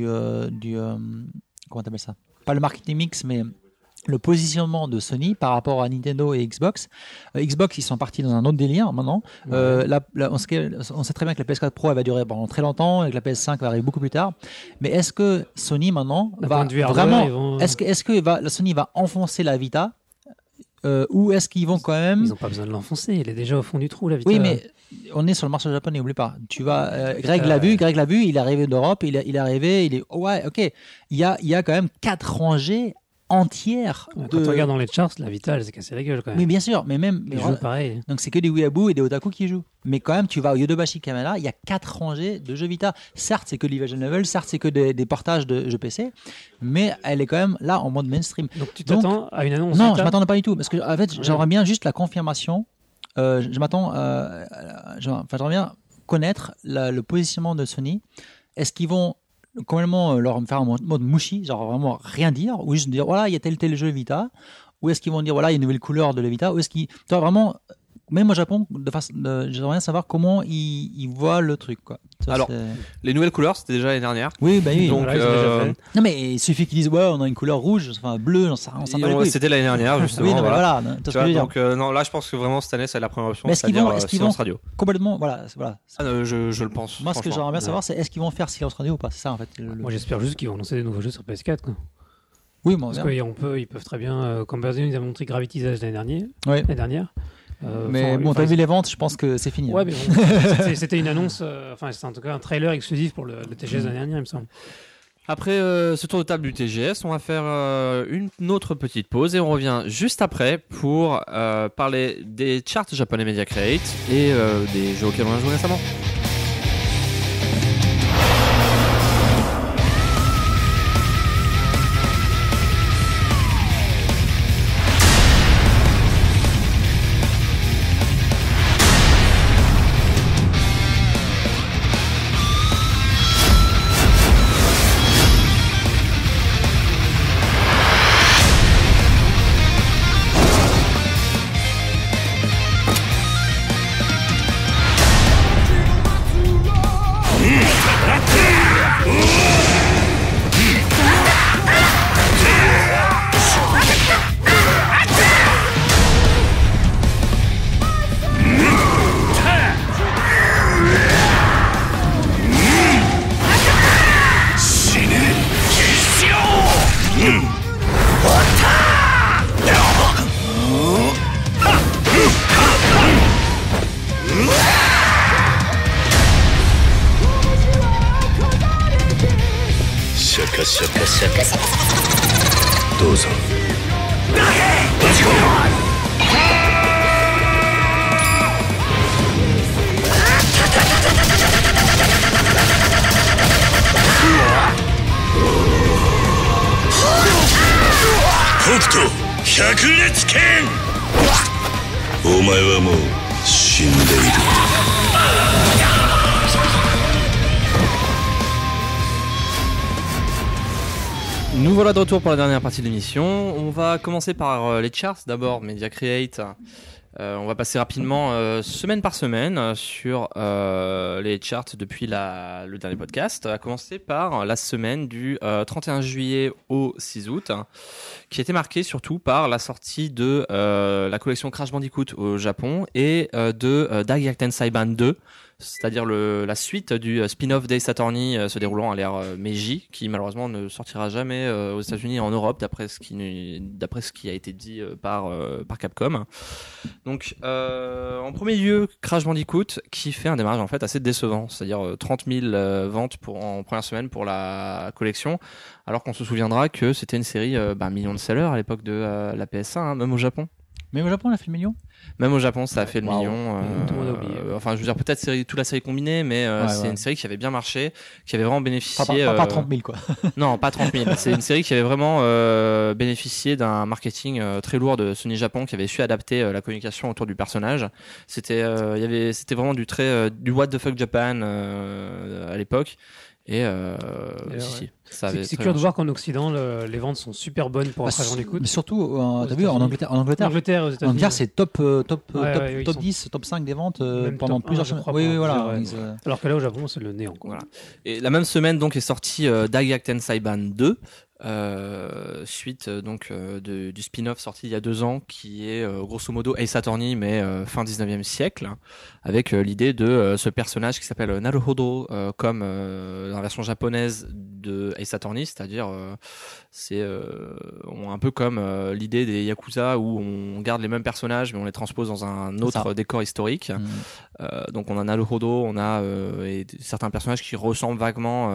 comment t'appelles ça? Pas le marketing mix, mais le positionnement de Sony par rapport à Nintendo et Xbox. Xbox, ils sont partis dans un autre délire maintenant. On sait très bien que la PS4 Pro elle va durer pendant très longtemps et que la PS5 va arriver beaucoup plus tard. Mais est-ce que Sony maintenant D'un va point de vue hardware, vraiment, ils vont- est-ce que la Sony va enfoncer la Vita ou est-ce qu'ils vont quand même Ils n'ont pas besoin de l'enfoncer, il est déjà au fond du trou, la Vita. Oui, mais on est sur le marché japonais, n'oublie pas. Tu vas, Greg l'a vu, il est arrivé d'Europe, il est arrivé, ouais, ok. Il y a quand même 4 rangées entières Quand on regarde dans les charts, la Vita, elle s'est cassée la gueule quand même. Mais bien sûr, mais même. Les jeux, pareil. Donc c'est que des weeaboo et des otaku qui jouent. Mais quand même, tu vas au Yodobashi Kamada, il y a 4 rangées de jeux Vita. Certes, c'est que l'Evasion Level, certes, c'est que des portages de jeux PC, mais elle est quand même là en mode mainstream. Donc tu t'attends à une annonce Non, Vita je m'attendais pas du tout, parce que en fait, Ouais. j'aimerais bien juste la confirmation. Je m'attends, j'aimerais bien connaître le positionnement de Sony. Est-ce qu'ils vont complètement leur faire un mode mushy, genre vraiment rien dire, ou juste dire voilà, il y a tel jeu Vita, ou est-ce qu'ils vont dire voilà, il y a une nouvelle couleur de la Vita, ou est-ce qu'ils, tu vois, vraiment, même au Japon, j'aimerais bien savoir comment ils voient le truc, quoi. Ça, Alors, c'est- Les nouvelles couleurs, c'était déjà l'année dernière. oui, bah oui. Donc, Voilà, ils ont déjà fait. Non, mais il suffit qu'ils disent ouais, on a une couleur rouge, enfin bleue, on s'en bat les couilles. c'était l'année dernière, justement. Oui, non, mais voilà. voilà, tu vois Tu ce que vois, je veux dire. donc non, là je pense que vraiment cette année c'est la première option, Mais est-ce qu'ils c'est-à-dire vont- est-ce qu'ils silence vont- radio. Complètement, voilà. Je le pense. Moi, ce que franchement. j'aimerais bien savoir, c'est est-ce qu'ils vont faire Silence Radio ou pas? C'est ça, en fait. Moi j'espère juste qu'ils vont lancer des nouveaux jeux sur PS4. Quoi. Oui, moi, Parce qu'ils peuvent très bien, comme Bazin ils avaient montré Gravity's Edge l'année ouais. dernière. Mais bon, t'as vu les ventes, je pense que c'est fini. Ouais, hein. mais bon, c'était une annonce, enfin c'était en tout cas un trailer exclusif pour le TGS l'année dernière, il me semble. Après ce tour de table du TGS, on va faire une autre petite pause et on revient juste après pour parler des charts japonais Media Create et des jeux auxquels on a joué récemment. Nous voilà de retour pour la dernière partie de l'émission. On va commencer par les charts d'abord, Media Create. On va passer rapidement semaine par semaine sur les charts depuis le dernier podcast. On va commencer par la semaine du 31 juillet au 6 août, qui a été marquée surtout par la sortie de la collection Crash Bandicoot au Japon et de Daigaku Tensei Ban 2 c'est-à-dire la suite du spin-off d'Ace Attorney se déroulant à l'ère Meiji, qui malheureusement ne sortira jamais aux États-Unis et en Europe, d'après ce qui a été dit par Capcom. Donc, en premier lieu, Crash Bandicoot, qui fait un démarrage en fait assez décevant, c'est-à-dire 30 000 ventes en première semaine pour la collection, alors qu'on se souviendra que c'était une série million de sellers à l'époque de la PS1, hein, même au Japon. Mais au Japon, on a fait le million. Même au Japon, ça a fait le Wow. million. Tout le monde a oublié. Enfin, je veux dire, peut-être toute la série combinée, mais c'est une série qui avait bien marché, qui avait vraiment Enfin, bénéficié. pas 30 000, quoi. Non, pas 30 000. C'est une série qui avait vraiment bénéficié d'un marketing très lourd de Sony Japon, qui avait su adapter la communication autour du personnage. C'était vraiment du What the fuck Japan à l'époque. Et si, ça avait C'est très curieux de bien voir qu'en Occident, les ventes sont super bonnes pour un Crash Bandicoot. Mais surtout, t'as vu, États-Unis. en Angleterre, En Angleterre, aux en États-Unis. Angleterre, c'est top ils sont- 10, top 5 des ventes Même pendant top 1, plusieurs je semaines. crois, Oui, pendant voilà. plusieurs, Alors que là, au Japon, c'est le néant. Quoi. Voilà. Et la même semaine donc est sorti Daigaku Tensaiban 2, suite du spin-off sorti il y a 2 ans, qui est grosso modo Ace Attorney mais fin 19e siècle, avec l'idée de ce personnage qui s'appelle Naruhodo, comme dans la version japonaise de Ace Attorney, c'est-à-dire c'est un peu comme l'idée des Yakuza où on garde les mêmes personnages mais on les transpose dans un autre décor historique. Donc on a Naruhodo, on a certains personnages qui ressemblent vaguement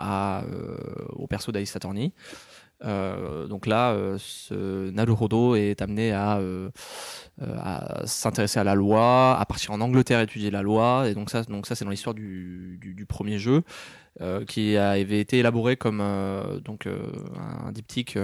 au perso d'Ace Attorney. Donc là, ce Naruhodo est amené à s'intéresser à la loi, à partir en Angleterre étudier la loi, et donc ça c'est dans l'histoire du premier jeu, qui avait été élaboré comme un diptyque,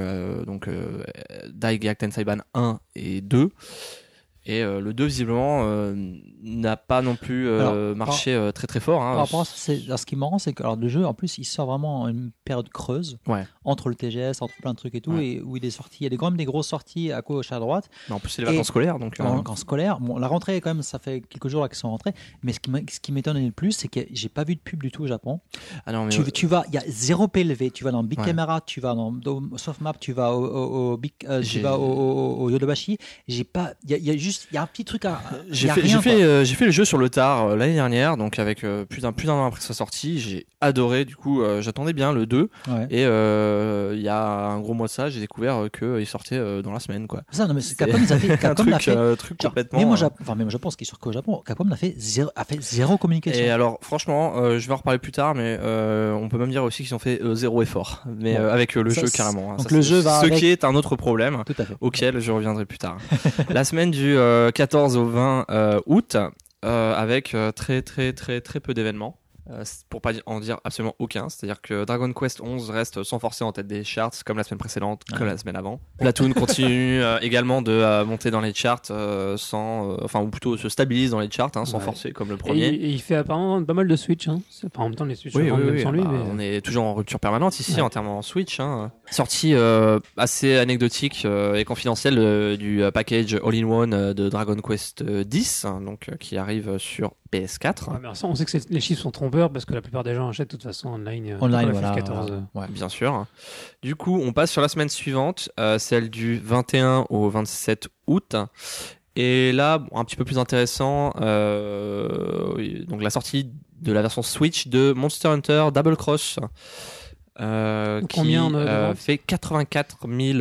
Daigaku Tensaiban 1 et 2. Et le 2 visiblement n'a pas non plus marché très très fort. Hein. Par rapport à ça, ce qui est marrant, c'est que le jeu, en plus, il sort vraiment en une période creuse, Ouais. entre le TGS, entre plein de trucs et tout, Ouais. et où il est sorti. Il y a quand même des grosses sorties à gauche, à droite. Mais en plus c'est les vacances scolaires, donc En scolaire, bon, la rentrée quand même, ça fait quelques jours là qu'ils sont rentrés. Mais ce qui m'étonne le plus, c'est que j'ai pas vu de pub du tout au Japon. ah non mais Tu vas, il y a 0 PLV. Tu vas dans Big Ouais. Camera, tu vas dans Softmap, tu vas au Big, tu J'ai- vas au Yodobashi. J'ai pas, il y a juste, il y a un petit truc à. J'ai y a fait, rien, j'ai fait le jeu sur le tard l'année dernière, donc avec plus d'un an après sa sortie. J'ai adoré, du coup j'attendais bien le 2, quoi. Ouais. et il y a un gros mois de ça, j'ai découvert qu'il sortait dans la semaine, quoi. Ça, non, mais Capcom, ils a fait, un Capcom l'a fait. truc Genre, complètement. même au Japon, ce qui est sûr qu'au Japon, Capcom a fait zéro communication. Et alors, franchement, je vais en reparler plus tard, mais on peut même dire aussi qu'ils ont fait zéro effort, mais Bon. avec le Ça, jeu c'est- carrément. hein. donc Ça, le c'est- jeu va ce avec- qui est un autre problème Tout à fait. auquel je reviendrai plus tard. La semaine du 14 au 20 août, avec très très très très peu d'événements. Pour pas en dire absolument aucun, c'est-à-dire que Dragon Quest 11 reste sans forcer en tête des charts comme la semaine précédente, comme la semaine avant. Platoon continue également de monter dans les charts ou plutôt se stabilise dans les charts sans Ouais. forcer comme le Et premier. il fait apparemment pas mal de Switch. Hein. En même temps, les Switch Oui, se vendent même sans lui. bah, Mais... on est toujours en rupture permanente ici Ouais. en termes en Switch. Hein. Sortie assez anecdotique et confidentielle du package All-in-One de Dragon Quest X, qui arrive sur PS4. Ouais, mais ça, on sait que les chiffres sont trompeurs parce que la plupart des gens achètent de toute façon online. Online, pour voilà. FF14. voilà. Ouais. Bien sûr. Du coup, on passe sur la semaine suivante, celle du 21 au 27 août. Et là, un petit peu plus intéressant, donc la sortie de la version Switch de Monster Hunter Double Cross. Combien on a de ventes fait 84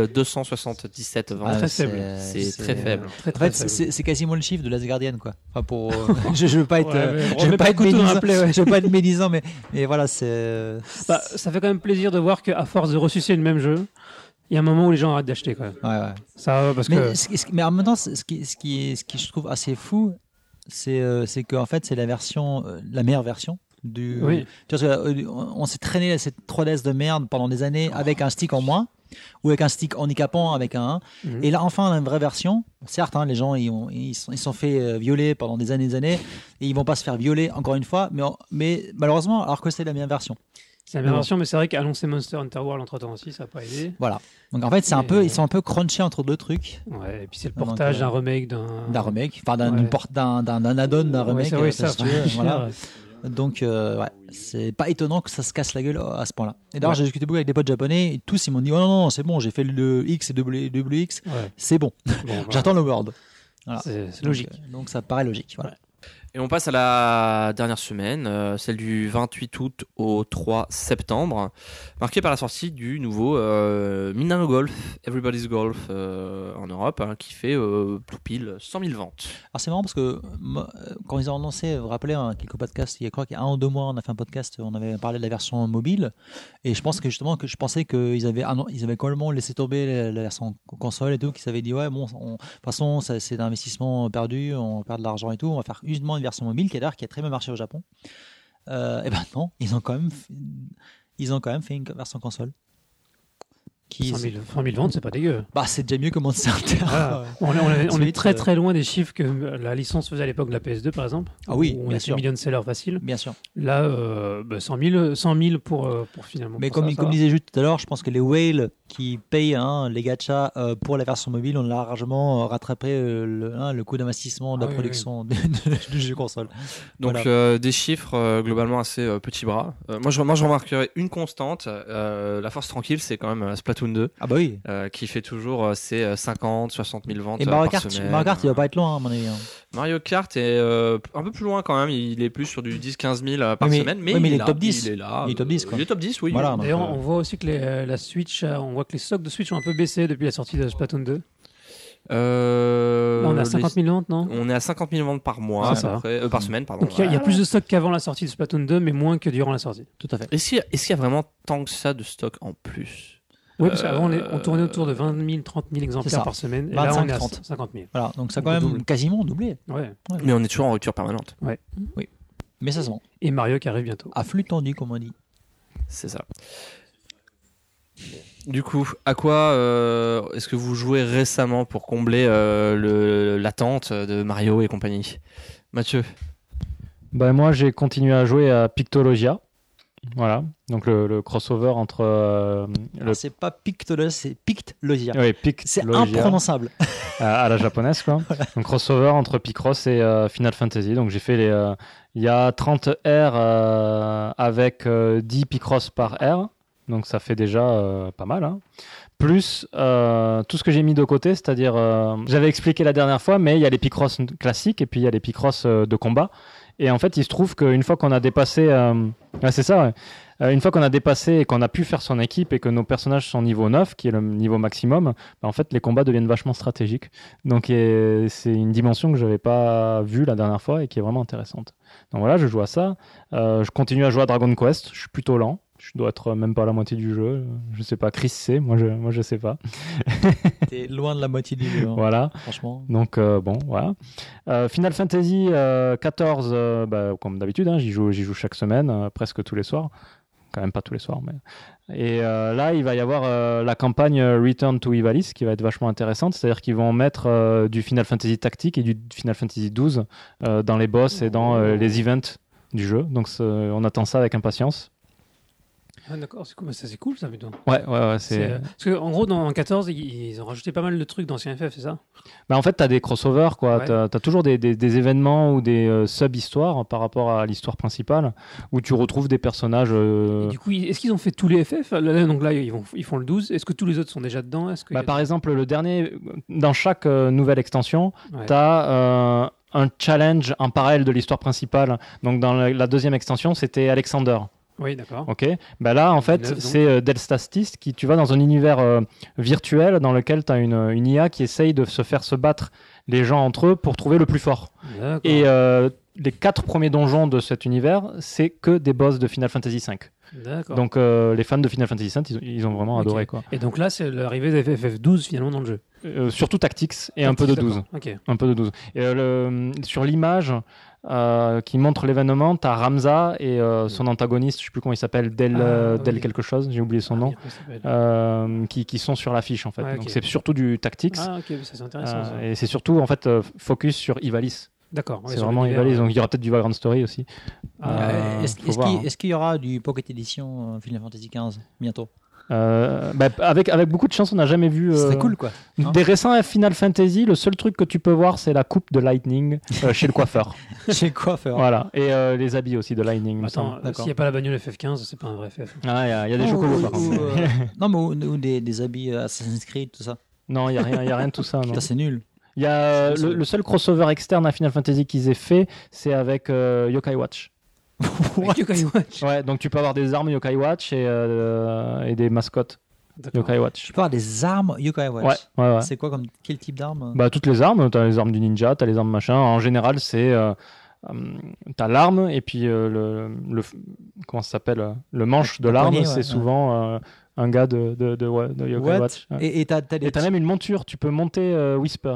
277 ventes. très faible. C'est très faible. Très, En très fait, faible. c'est quasiment le chiffre de Last Guardian, quoi. Enfin, pour, je veux pas être, Ouais, mais je veux remets pas pas être le couteau dans la médisant, plaie, ouais. je veux pas être médisant, mais voilà, c'est. Bah, ça fait quand même plaisir de voir qu'à force de ressusciter le même jeu, il y a un moment où les gens arrêtent d'acheter quand même. Ouais, ouais. Ça, parce Mais, que mais en même temps, ce qui je trouve assez fou, c'est qu'en fait, c'est la meilleure version du. oui. Tu vois, parce que, on s'est traîné cette 3DS de merde pendant des années avec un stick en moins ou avec un stick handicapant avec un 1. Mhm. Et là, enfin, on a une vraie version. Certes, les gens ils sont fait violer pendant des années et ils vont pas se faire violer encore une fois, mais malheureusement, alors que c'est la meilleure version. C'est la même version, mais c'est vrai qu'annoncer Monster Hunter World entre temps aussi, ça n'a pas aidé. Voilà. Donc en fait, ils sont un peu crunchés entre deux trucs. Ouais, et puis c'est le Donc, portage d'un remake d'un remake, enfin d'un Ouais. addon d'un Ouais, remake. ça, oui, ça, ça, si tu veux, voilà. cher. Donc, ouais, c'est pas étonnant que ça se casse la gueule à ce point-là. Et d'ailleurs, j'ai discuté beaucoup avec des potes japonais, et tous ils m'ont dit: oh non, c'est bon, j'ai fait le X et WX, Ouais. c'est bon, Bon, voilà. j'attends le World. Voilà. C'est logique. Donc, ça paraît logique. Voilà. Et on passe à la dernière semaine, celle du 28 août au 3 septembre, marquée par la sortie du nouveau Minano Golf, Everybody's Golf en Europe, qui fait tout pile 100 000 ventes. Alors c'est marrant parce que quand ils ont annoncé, vous vous rappelez, quelques podcasts, je crois qu'il y a 1 ou 2 mois, on a fait un podcast, on avait parlé de la version mobile, et je pense que justement, je pensais qu'ils avaient complètement laissé tomber la version console et tout, qu'ils avaient dit ouais bon, de toute façon c'est un investissement perdu, on perd de l'argent et tout, on va faire uniquement une version mobile qui a très bien marché au Japon. Et ben non, ils ont quand même fait une version console. 100 000 ventes, c'est pas dégueu. Bah, c'est déjà mieux que Monster Hunter. Voilà. On est très très loin des chiffres que la licence faisait à l'époque de la PS2 par exemple. Ah oui, où on bien était sûr. million de sellers facile. Bien sûr. Là, 100 000 pour finalement. Mais pour comme ça va. disait juste tout à l'heure, je pense que les whales qui payent les gachas pour la version mobile, on a largement rattrapé le coût d'investissement de la production du jeu console. Donc Voilà. des chiffres globalement assez petits bras. Moi je remarquerais une constante, la force tranquille, c'est quand même Splatoon 2. Ah bah oui. Qui fait toujours ses 50, 60 000 ventes Et Mario par Kart, semaine. il va pas être loin à mon avis. Mario Kart est un peu plus loin quand même, il est plus sur du 10-15 000 par Oui, semaine, mais, il est là, top 10. il est là. Il est top 10, quoi. Il est top 10, oui. Voilà. D'ailleurs, Donc, on voit aussi que la Switch, on voit que les stocks de Switch ont un peu baissé depuis la sortie de Splatoon 2. Là, on est à 50 000 ventes, non? On est à 50 000 ventes par mois, C'est à peu près, par semaine, pardon. Donc il y a plus de stock qu'avant la sortie de Splatoon 2, mais moins que durant la sortie. tout à fait. Est-ce qu'il y a vraiment tant que ça de stock en plus? Oui, parce qu'avant, on tournait autour de 20 000, 30 000 C'est exemplaires ça. par semaine. Et 25, là, on est à 30. 50 000. Voilà, donc ça a Donc, quand même double. quasiment doublé. Ouais. Mais on est toujours en rupture permanente. Mais ça se vend. Et Mario qui arrive bientôt. À flux tendu, comme on dit. C'est ça. Du coup, à quoi est-ce que vous jouez récemment pour combler l'attente de Mario et compagnie? Mathieu? Bah, moi, j'ai continué à jouer à Pictologia. Voilà, donc le crossover entre Alors, c'est pas Pictologia, c'est Pictologia. ouais, C'est Pictologia imprononçable. à la japonaise, quoi. Donc crossover entre Picross et Final Fantasy. Donc j'ai fait il y a 30 R avec 10 Picross par R. Donc ça fait déjà pas mal, hein. Plus tout ce que j'ai mis de côté, c'est-à-dire, j'avais expliqué la dernière fois, mais il y a les Picross classiques et puis il y a les Picross de combat. Et en fait, il se trouve qu'une fois qu'on a dépassé, c'est ça, ouais. Une fois qu'on a dépassé et qu'on a pu faire son équipe et que nos personnages sont niveau 9, qui est le niveau maximum, bah, en fait, les combats deviennent vachement stratégiques. Donc c'est une dimension que je n'avais pas vue la dernière fois et qui est vraiment intéressante. Donc voilà, je joue à ça. Je continue à jouer à Dragon Quest. Je suis plutôt lent. Je dois être même pas à la moitié du jeu. Je sais pas. Chris sait. Moi, je sais pas. T'es loin de la moitié du jeu. Hein, Voilà. franchement. Donc bon, voilà. Final Fantasy 14, bah, comme d'habitude, hein, j'y joue chaque semaine, presque tous les soirs. Quand même pas tous les soirs, mais. Et là, il va y avoir la campagne Return to Ivalice qui va être vachement intéressante. C'est-à-dire qu'ils vont mettre du Final Fantasy tactique et du Final Fantasy 12 dans les boss et dans les events du jeu. Donc on attend ça avec impatience. Ah, d'accord, c'est cool. Ça, c'est cool, ça, plutôt. Ouais, c'est... Parce qu'en gros, dans 14, ils ont rajouté pas mal de trucs d'anciens FF, c'est ça? Bah, en fait, tu as des crossovers, quoi. Ouais. Tu as toujours des événements ou des sub-histoires par rapport à l'histoire principale où tu retrouves des personnages. Et du coup, est-ce qu'ils ont fait tous les FF? Donc là, ils font le 12. Est-ce que tous les autres sont déjà dedans? Est-ce que Bah, par exemple, le dernier, dans chaque nouvelle extension, Ouais. tu as un challenge en parallèle de l'histoire principale. Donc, dans la deuxième extension, c'était Alexander. Oui, d'accord. Ok. Bah là, en fait, 19, donc. c'est Delstastis qui, tu vas dans un univers virtuel dans lequel tu as une IA qui essaye de se faire se battre les gens entre eux pour trouver le plus fort. D'accord. Et les 4 premiers donjons de cet univers, c'est que des boss de Final Fantasy V. D'accord. Donc les fans de Final Fantasy V, ils ont vraiment Ok. adoré, quoi. Et donc là, c'est l'arrivée des FF12 finalement dans le jeu. Surtout Tactics et un peu de 12. Ok. Un peu de 12. Et sur l'image qui montre l'événement, tu as Ramza et son antagoniste, je sais plus comment il s'appelle, Del oui. quelque chose, j'ai oublié son nom, Ah, bien, comment il s'appelle. qui sont sur l'affiche, en fait. Ouais, Donc ok. c'est surtout du Tactics. Ah, ok, ça c'est intéressant. ça. Et c'est surtout en fait focus sur Ivalice. D'accord. ouais, C'est sur vraiment l'univers, Ivalice. ouais. Donc il y aura peut-être du Vagrant Story aussi. Est-ce faut voir, hein. est-ce qu'il y aura du Pocket Edition Final Fantasy XV bientôt? Avec beaucoup de chance, on n'a jamais vu. Ce serait cool, quoi. Hein Des récents Final Fantasy, le seul truc que tu peux voir, c'est la coupe de Lightning chez le coiffeur. J'ai quoi faire. Voilà. Et les habits aussi de Lightning, me Attends, semble. D'accord. s'il n'y a pas la bagnole FF15, c'est pas un vrai FF. Ah, il y a des chocobos par contre. Non, mais ou des habits Assassin's Creed, tout ça. Non, il n'y a rien de tout ça. Non. Ça, c'est nul. Il y a le seul crossover externe à Final Fantasy qu'ils aient fait, c'est avec Yokai Watch. Yokai Watch. Ouais, donc tu peux avoir des armes Yokai Watch et des mascottes D'accord. Yokai Watch. Tu peux avoir des armes Yokai Watch. Ouais. C'est quoi comme quel type d'arme? Bah, toutes les armes, t'as les armes du ninja, t'as les armes machin. En général, c'est t'as l'arme et puis comment ça s'appelle, le manche de Le l'arme, poignet, c'est ouais. souvent un gars de Yokai What? Watch. Ouais. Et t'as des Et t'as même une monture, tu peux monter Whisper.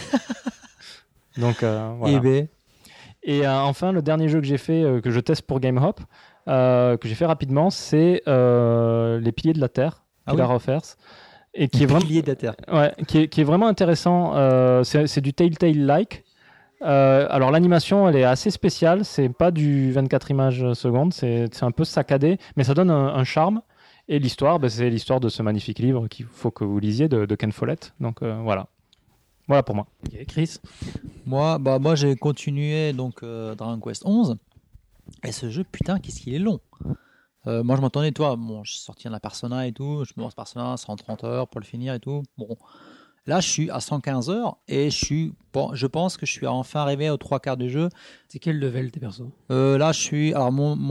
Donc voilà. Eh ben, Et enfin, le dernier jeu que j'ai fait, que je teste pour GameHop, que j'ai fait rapidement, c'est Les Piliers de la Terre, Ah Pillar of Earth, et qui est vraiment, pilier de la terre. ouais, qui est vraiment intéressant. C'est du Telltale-like. Alors l'animation, elle est assez spéciale. C'est pas du 24 images secondes, c'est un peu saccadé, mais ça donne un charme. Et l'histoire, c'est l'histoire de ce magnifique livre qu'il faut que vous lisiez de Ken Follett. Donc voilà. Voilà pour moi. Ok, Chris. Moi, j'ai continué donc Dragon Quest 11. Et ce jeu, putain, qu'est-ce qu'il est long. Moi, je m'entendais, toi, bon, je suis sorti de la Persona et tout. Je me lance Persona, 130 heures pour le finir et tout. Bon, là, je suis à 115 heures et je pense que je suis enfin arrivé aux 3/4 du jeu. C'est quel level tes persos? Là, je suis. Alors,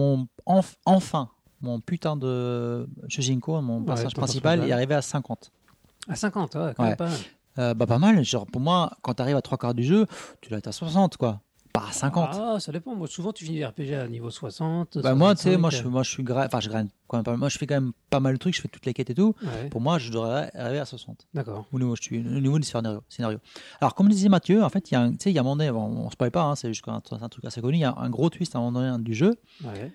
enfin, mon putain de Shujinko, mon personnage ton principal, personnage. est arrivé à 50. À 50, ouais, quand même Ouais. pas mal. Pas mal. Genre, pour moi, quand tu arrives à 3/4 du jeu, tu dois être à 60, quoi. Pas à 50. Ah, ça dépend. Moi, souvent, tu finis les RPG à niveau 60. Bah moi, tu sais, 65, moi, je suis enfin, je graine quand même pas mal. Moi, je fais quand même pas mal de trucs. Je fais toutes les quêtes et tout. Ouais, Pour moi, je devrais arriver à 60 d'accord. au niveau du scénario. Alors, comme le disait Mathieu, en fait, il y a un moment donné, on se spoil pas, hein, c'est juste c'est un truc assez connu. Il y a un gros twist à un moment donné du jeu. Ouais.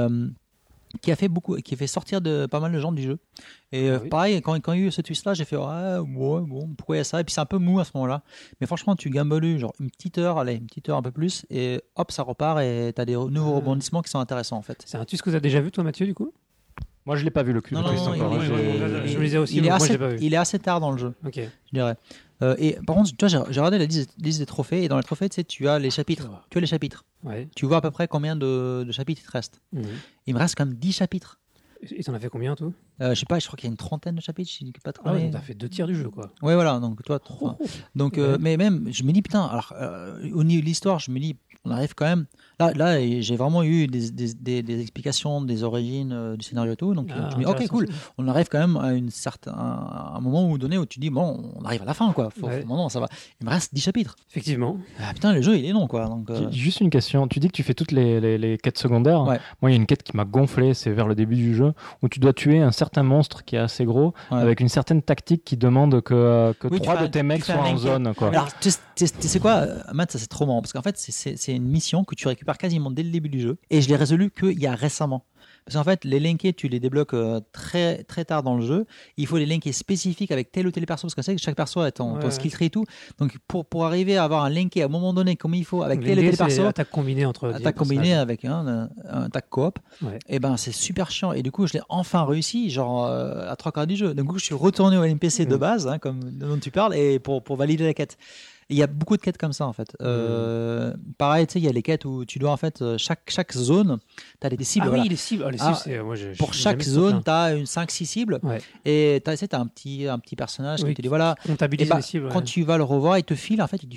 Qui a fait sortir pas mal de gens du jeu. Et Ah oui. pareil, quand il y a eu ce twist-là, j'ai fait ouais, bon, pourquoi il y a ça? Et puis c'est un peu mou à ce moment-là. Mais franchement, tu gambles genre une petite heure un peu plus, et hop, ça repart et t'as des nouveaux rebondissements qui sont intéressants en fait. C'est un twist que tu as déjà vu, toi, Mathieu, du coup? Moi, je l'ai pas vu le cul. Non, le twist non, encore. il est- J'ai- je me disais aussi, il mais est moi, je assez, l'ai pas vu. il est assez tard dans le jeu, Ok. je dirais. Et par contre, tu vois, j'ai regardé la liste des trophées, et dans les trophées, tu sais, tu as les chapitres. Tu as les chapitres. Ouais. Tu vois à peu près combien de chapitres il te reste. Mhm. Il me reste quand même 10 chapitres. Et t'en as fait combien, toi? Je sais pas, je crois qu'il y a une trentaine de chapitres, je dis pas trop. Ah ouais, t'as fait 2 tiers du jeu, quoi. Ouais, voilà, donc toi, enfin, donc, Ouais. mais même, je me dis, putain, alors, au niveau de l'histoire, je me dis, on arrive quand même. Là j'ai vraiment eu des explications des origines du scénario et tout, donc je me dis, ok, intéressant, cool, ça. on arrive quand même à un moment donné où tu dis, bon, on arrive à la fin, quoi. Ouais. Non, ça va. Il me reste 10 chapitres. Effectivement. Ah, putain, le jeu, il est long, quoi. Donc, Juste une question. Tu dis que tu fais toutes les quêtes secondaires. Ouais. Moi, il y a une quête qui m'a gonflé. C'est vers le début du jeu où tu dois tuer un certain monstre qui est assez gros Ouais. avec une certaine tactique qui demande que Oui, tu 3 fais de tes tu mecs fais soient un en link. zone. Quoi. Alors, tu sais quoi, Matt, ça c'est trop marrant parce qu'en fait, c'est une mission que tu récupères quasiment dès le début du jeu et je l'ai résolu qu'il y a récemment. Parce qu'en fait, les linkés, tu les débloques très, très tard dans le jeu. Il faut les linker spécifiques avec tel ou tel perso parce que c'est que chaque perso a ton Ouais. skill tree et tout. Donc, pour arriver à avoir un linké à un moment donné comme il faut avec Donc, tel et l'idée, tel c'est perso, attaque combinée entre attaque combinée avec un attaque coop, Ouais. et ben c'est super chiant. Et du coup, je l'ai enfin réussi, genre à 3/4 du jeu. Donc, du coup, je suis retourné au NPC de base, hein, comme dont tu parles, et pour valider la quête. Et il y a beaucoup de quêtes comme ça en fait. Pareil, tu sais, il y a les quêtes où tu dois en fait chaque zone, tu as des cibles. Ah voilà. oui, les cibles. Ah, les Ah, cibles, c'est. Moi, Pour chaque zone, tu as 5-6 cibles. Ouais. Et tu as un petit personnage Oui, qui te dit voilà, Comptabilise et bah, les cibles. quand tu vas le revoir, il te file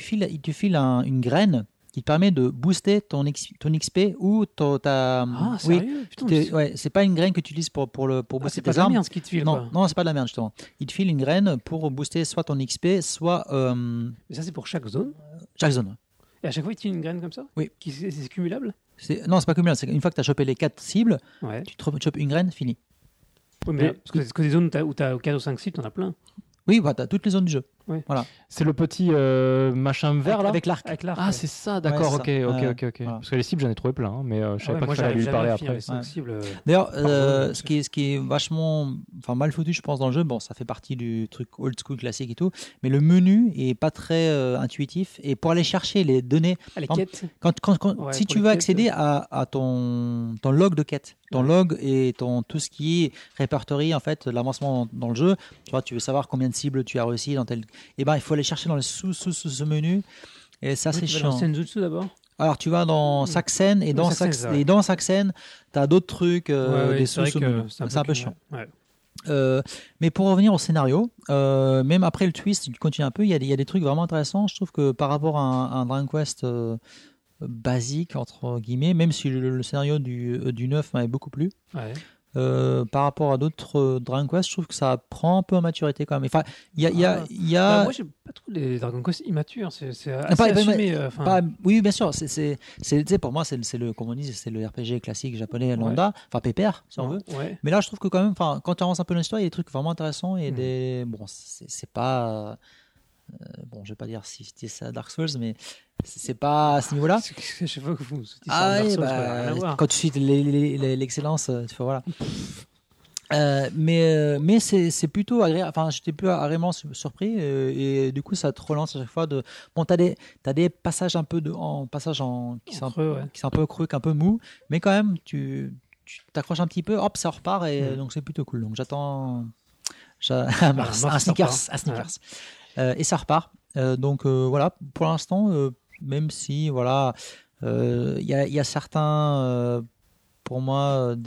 une graine qui te permet de booster ton XP ou ta. Ah, oui, sérieux? Putain, ouais, c'est pas une graine que tu utilises pour ah, booster c'est pas tes de la armes. merde ce qui te file, Non, quoi. non, c'est pas de la merde justement. Il te file une graine pour booster soit ton XP, soit Mais ça, c'est pour chaque zone. chaque zone. Et à chaque fois, il te file une graine comme ça? Oui. C'est cumulable? Non, c'est pas cumulable. C'est une fois que tu as chopé les 4 cibles, Ouais. tu te chopes une graine, fini. Oui, mais parce que des zones où tu as 4 ou 5 cibles, t'en as plein. Oui, bah, tu as toutes les zones du jeu. C'est le petit machin vert là. Avec l'arc. Avec l'arc. Ah, ouais. c'est ça, d'accord, Ouais, ok, ça. ok. Voilà. Parce que les cibles, j'en ai trouvé plein, hein, mais je Ah savais ouais, pas moi, qu'il fallait j'arrive lui jamais parler à finir après. les 5 Ouais. cibles. D'ailleurs, zone. ce qui est vachement mal foutu, je pense, dans le jeu, bon, ça fait partie du truc old school classique et tout, mais le menu est pas très intuitif. Et pour aller chercher les données, Ah, les en- quêtes. si Ouais, tu pour les veux quêtes, accéder à ton log de quête, ton log et tout ce qui est répertorie, en fait, l'avancement dans le jeu, tu vois, tu veux savoir combien de cibles tu as réussi dans tel. Et ben, il faut aller chercher dans les sous-menu. Et ça, c'est Tu vas dans chiant. Senjutsu d'abord. Alors, tu vas dans Saxen et dans Saxen, c'est ça, ouais. Saxen, tu as d'autres trucs, Ouais, des c'est vrai sous-menus. que C'est un peu chiant. Ouais. Mais pour revenir au scénario, même après le twist, il continue un peu. Il y a des trucs vraiment intéressants. Je trouve que par rapport à un Dragon Quest basique entre guillemets, même si le scénario du 9 m'avait beaucoup plu. Ouais. Par rapport à d'autres Dragon Quest, je trouve que ça prend un peu en maturité quand même. Enfin, il y a Bah, moi, j'ai pas trouvé les Dragon Quest immatures. C'est assez assumé. oui, bien sûr. Tu sais, pour moi, c'est le, comme on dit, c'est le RPG classique japonais lambda, enfin pépère, si on veut. Ouais. Mais là, je trouve que quand même, enfin, quand tu avances un peu dans l'histoire, il y a des trucs vraiment intéressants et bon, c'est pas. Bon, je vais pas dire si c'était ça Dark Souls, mais c'est pas à ce niveau-là. Je sais pas que vous. Quand tu cites l'excellence, tu fais voilà. Mais c'est plutôt agréable. Enfin, j'étais plus agréablement surpris et du coup, ça te relance à chaque fois. Bon, t'as des passages un peu qui sont un peu creux, un peu mou, mais quand même, tu t'accroches un petit peu, hop, ça repart et donc c'est plutôt cool. Donc j'attends un sneakers. Et ça repart. Donc voilà, pour l'instant, même si voilà, il y a certains, pour moi,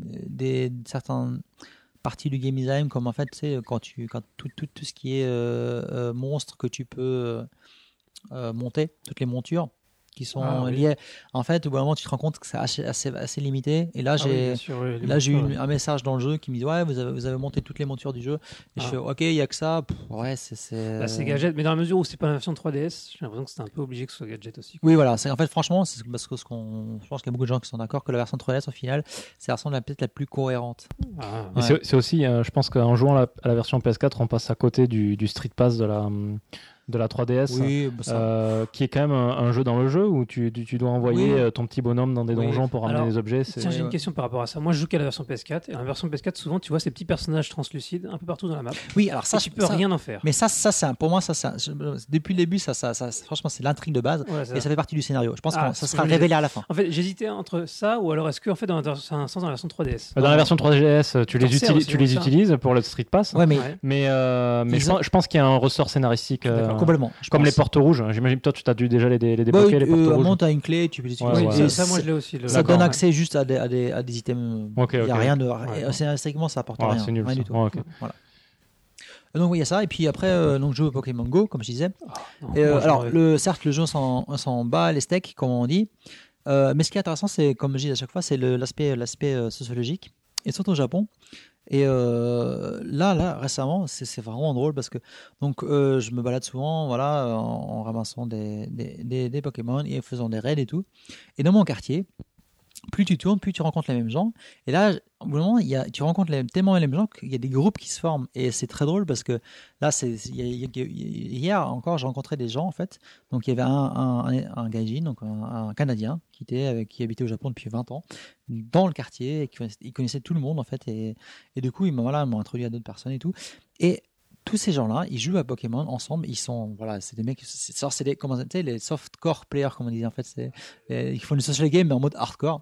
certaines parties du game design, comme en fait, tu sais, quand tout ce qui est monstre que tu peux monter, toutes les montures qui sont liées. En fait, au bout d'un moment, tu te rends compte que c'est assez limité. Et là, j'ai eu un message dans le jeu qui me dit ouais, vous avez monté toutes les montures du jeu. Et je fais ok, il y a que ça. Ouais, c'est. Là, c'est gadget, mais dans la mesure où c'est pas la version 3DS, j'ai l'impression que c'était un peu obligé que ce soit gadget aussi. Oui, voilà. En fait, franchement, c'est parce que je pense qu'il y a beaucoup de gens qui sont d'accord que la version 3DS, au final, c'est la version peut-être la plus cohérente. Et c'est aussi, je pense qu'en jouant à la version PS4, on passe à côté du Street Pass de la 3DS, qui est quand même un jeu dans le jeu où tu dois envoyer ton petit bonhomme dans des donjons pour ramener des objets. Tiens, j'ai une question par rapport à ça. Moi, je joue qu'à la version PS4 et dans la version PS4, souvent, tu vois ces petits personnages translucides un peu partout dans la map. Oui, alors ça, tu peux rien en faire. Mais ça, pour moi, depuis le début, ça, franchement, c'est l'intrigue de base et ça fait partie du scénario. Je pense que ça sera révélé à la fin. En fait, j'hésitais entre ça ou alors est-ce que en fait, dans un sens, dans la version 3DS. Dans la version 3DS, tu les utilises pour le Street Pass. Ouais, mais je pense qu'il y a un ressort scénaristique. Complètement. Comme les portes rouges. J'imagine que toi, tu as dû déjà les débloquer, les portes rouges. Tu as une clé, tu peux les utiliser. Ça, moi, je l'ai aussi. Ça donne accès juste à des items. Il n'y a rien de. Scénaristiquement, ça apporte rien. C'est nul. Rien du tout. Voilà. Donc, il y a ça. Et puis après, donc, je joue au Pokémon Go, comme je disais. Alors, certes, le jeu s'en bat les steaks, comme on dit. Mais ce qui est intéressant, c'est, comme je dis à chaque fois, c'est l'aspect sociologique. Et surtout au Japon. Et là, récemment, c'est vraiment drôle parce que donc je me balade souvent, voilà, en ramassant des Pokémon et faisant des raids et tout. Et dans mon quartier, plus tu tournes, plus tu rencontres les mêmes gens. Et là, au bout d'un moment, tu rencontres tellement les mêmes gens qu'il y a des groupes qui se forment. Et c'est très drôle parce que là, hier encore, j'ai rencontré des gens en fait. Donc il y avait un gaijin, donc un Canadien qui habitait au Japon depuis 20 ans dans le quartier et il connaissait tout le monde en fait. Et du coup, ils m'ont introduit à d'autres personnes et tout. Et tous ces gens-là, ils jouent à Pokémon ensemble. Ils sont, voilà, c'est des mecs, c'est les softcore players, comme on disait en fait. Ils font du social game mais en mode hardcore.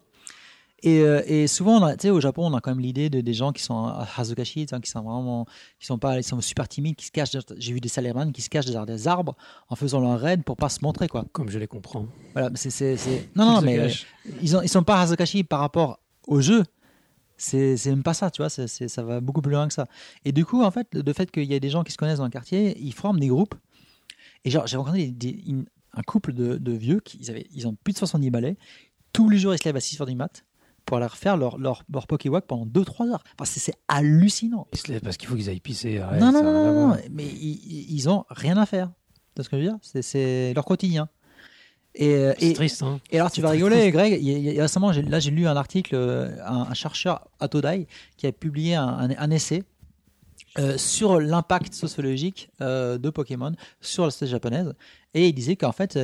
Et souvent, au Japon, on a quand même l'idée des gens qui sont hazukashi, qui sont super timides, qui se cachent. J'ai vu des salaryman qui se cachent derrière des arbres en faisant leur raid pour pas se montrer, quoi. Comme je les comprends. Voilà, non, mais ils sont pas hazukashi par rapport au jeu. C'est même pas ça, tu vois. Ça va beaucoup plus loin que ça. Et du coup, en fait, le fait qu'il y ait des gens qui se connaissent dans le quartier, ils forment des groupes. Et genre, j'ai rencontré un couple de vieux ils ont plus de 70 balais. Tous les jours, ils se lèvent à 6h du mat pour aller refaire leur Pokéwalk pendant 2-3 heures. Enfin, c'est hallucinant. Ils se lèvent parce qu'il faut qu'ils aillent pisser. Non, mais ils ont rien à faire. Tu vois ce que je veux dire ? C'est leur quotidien. C'est triste. Hein. Et alors, tu vas rigoler, Greg. Récemment, j'ai lu un article, un chercheur à Todai qui a publié un essai sur l'impact sociologique de Pokémon sur la société japonaise. Et il disait qu'en fait,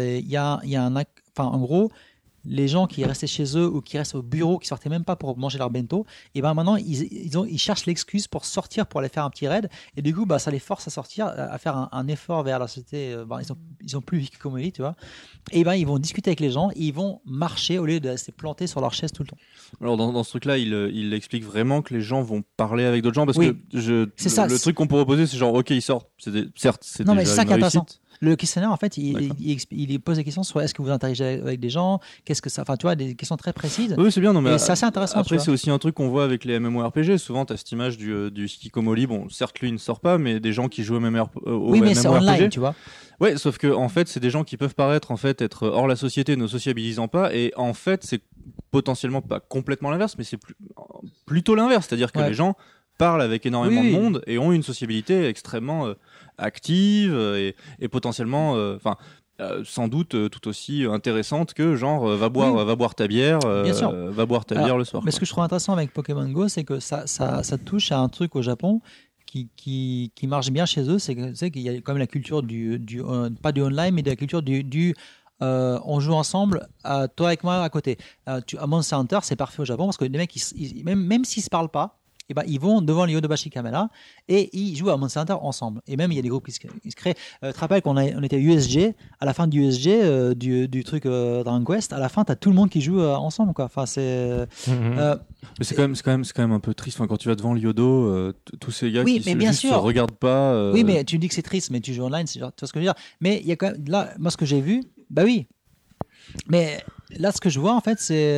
en gros, les gens qui restaient chez eux ou qui restent au bureau, qui sortaient même pas pour manger leur bento, et ben maintenant ils cherchent l'excuse pour sortir, pour aller faire un petit raid, et du coup ça les force à sortir, à faire un effort vers la société. Ils ont plus hikikomori, tu vois, et ben ils vont discuter avec les gens, et ils vont marcher au lieu de rester plantés sur leur chaise tout le temps. Alors dans ce truc-là, il explique vraiment que les gens vont parler avec d'autres gens parce que le truc qu'on pourrait poser, c'est genre ok, ils sortent, certes, c'est non, déjà mais c'est ça une qui est intéressant. réussite. Le questionnaire, en fait, D'accord. il pose des questions sur est-ce que vous interagissez avec des gens, qu'est-ce que ça, enfin, tu vois, des questions très précises. Oui, c'est bien. Non, mais Et c'est assez intéressant. après, tu c'est vois. aussi un truc qu'on voit avec les MMORPG. Souvent, tu as cette image du Hikikomori. Bon, certes, lui, il ne sort pas, mais des gens qui jouent au Oui, mais c'est MMORPG. online, tu vois. Ouais, sauf que en fait, c'est des gens qui peuvent paraître en fait être hors la société, ne sociabilisant pas, et en fait, c'est potentiellement pas complètement l'inverse, mais c'est plutôt l'inverse, c'est-à-dire que Ouais. les gens parlent avec énormément Oui, de oui. monde et ont une sociabilité extrêmement active et potentiellement, sans doute tout aussi intéressante que genre va boire ta bière, Bien sûr. va boire ta Alors, bière le soir. Mais quoi. ce que je trouve intéressant avec Pokémon Go, c'est que ça touche à un truc au Japon qui marche bien chez eux. C'est qu'il y a quand même la culture pas du online, mais de la culture on joue ensemble, toi avec moi à côté. À Monster Hunter, c'est parfait au Japon parce que les mecs, même s'ils se parlent pas, eh ben, ils vont devant les Yodobashi Kamera et ils jouent à Monster Hunter ensemble. Et même, il y a des groupes qui se créent. Tu te rappelles qu'on était à USG, à la fin du USG, du truc Dragon Quest, à la fin, tu as tout le monde qui joue ensemble. Quoi. Enfin, c'est. Mhm. Mais c'est quand même un peu triste. Enfin, quand tu vas devant le Yodo, tous ces gars Oui, qui mais bien juste se sûr. regardent pas. Oui, mais tu dis que c'est triste, mais tu joues online, tu vois ce que je veux dire. Mais il y a quand même, là, moi, ce que j'ai vu, bah oui. Mais là, ce que je vois, en fait,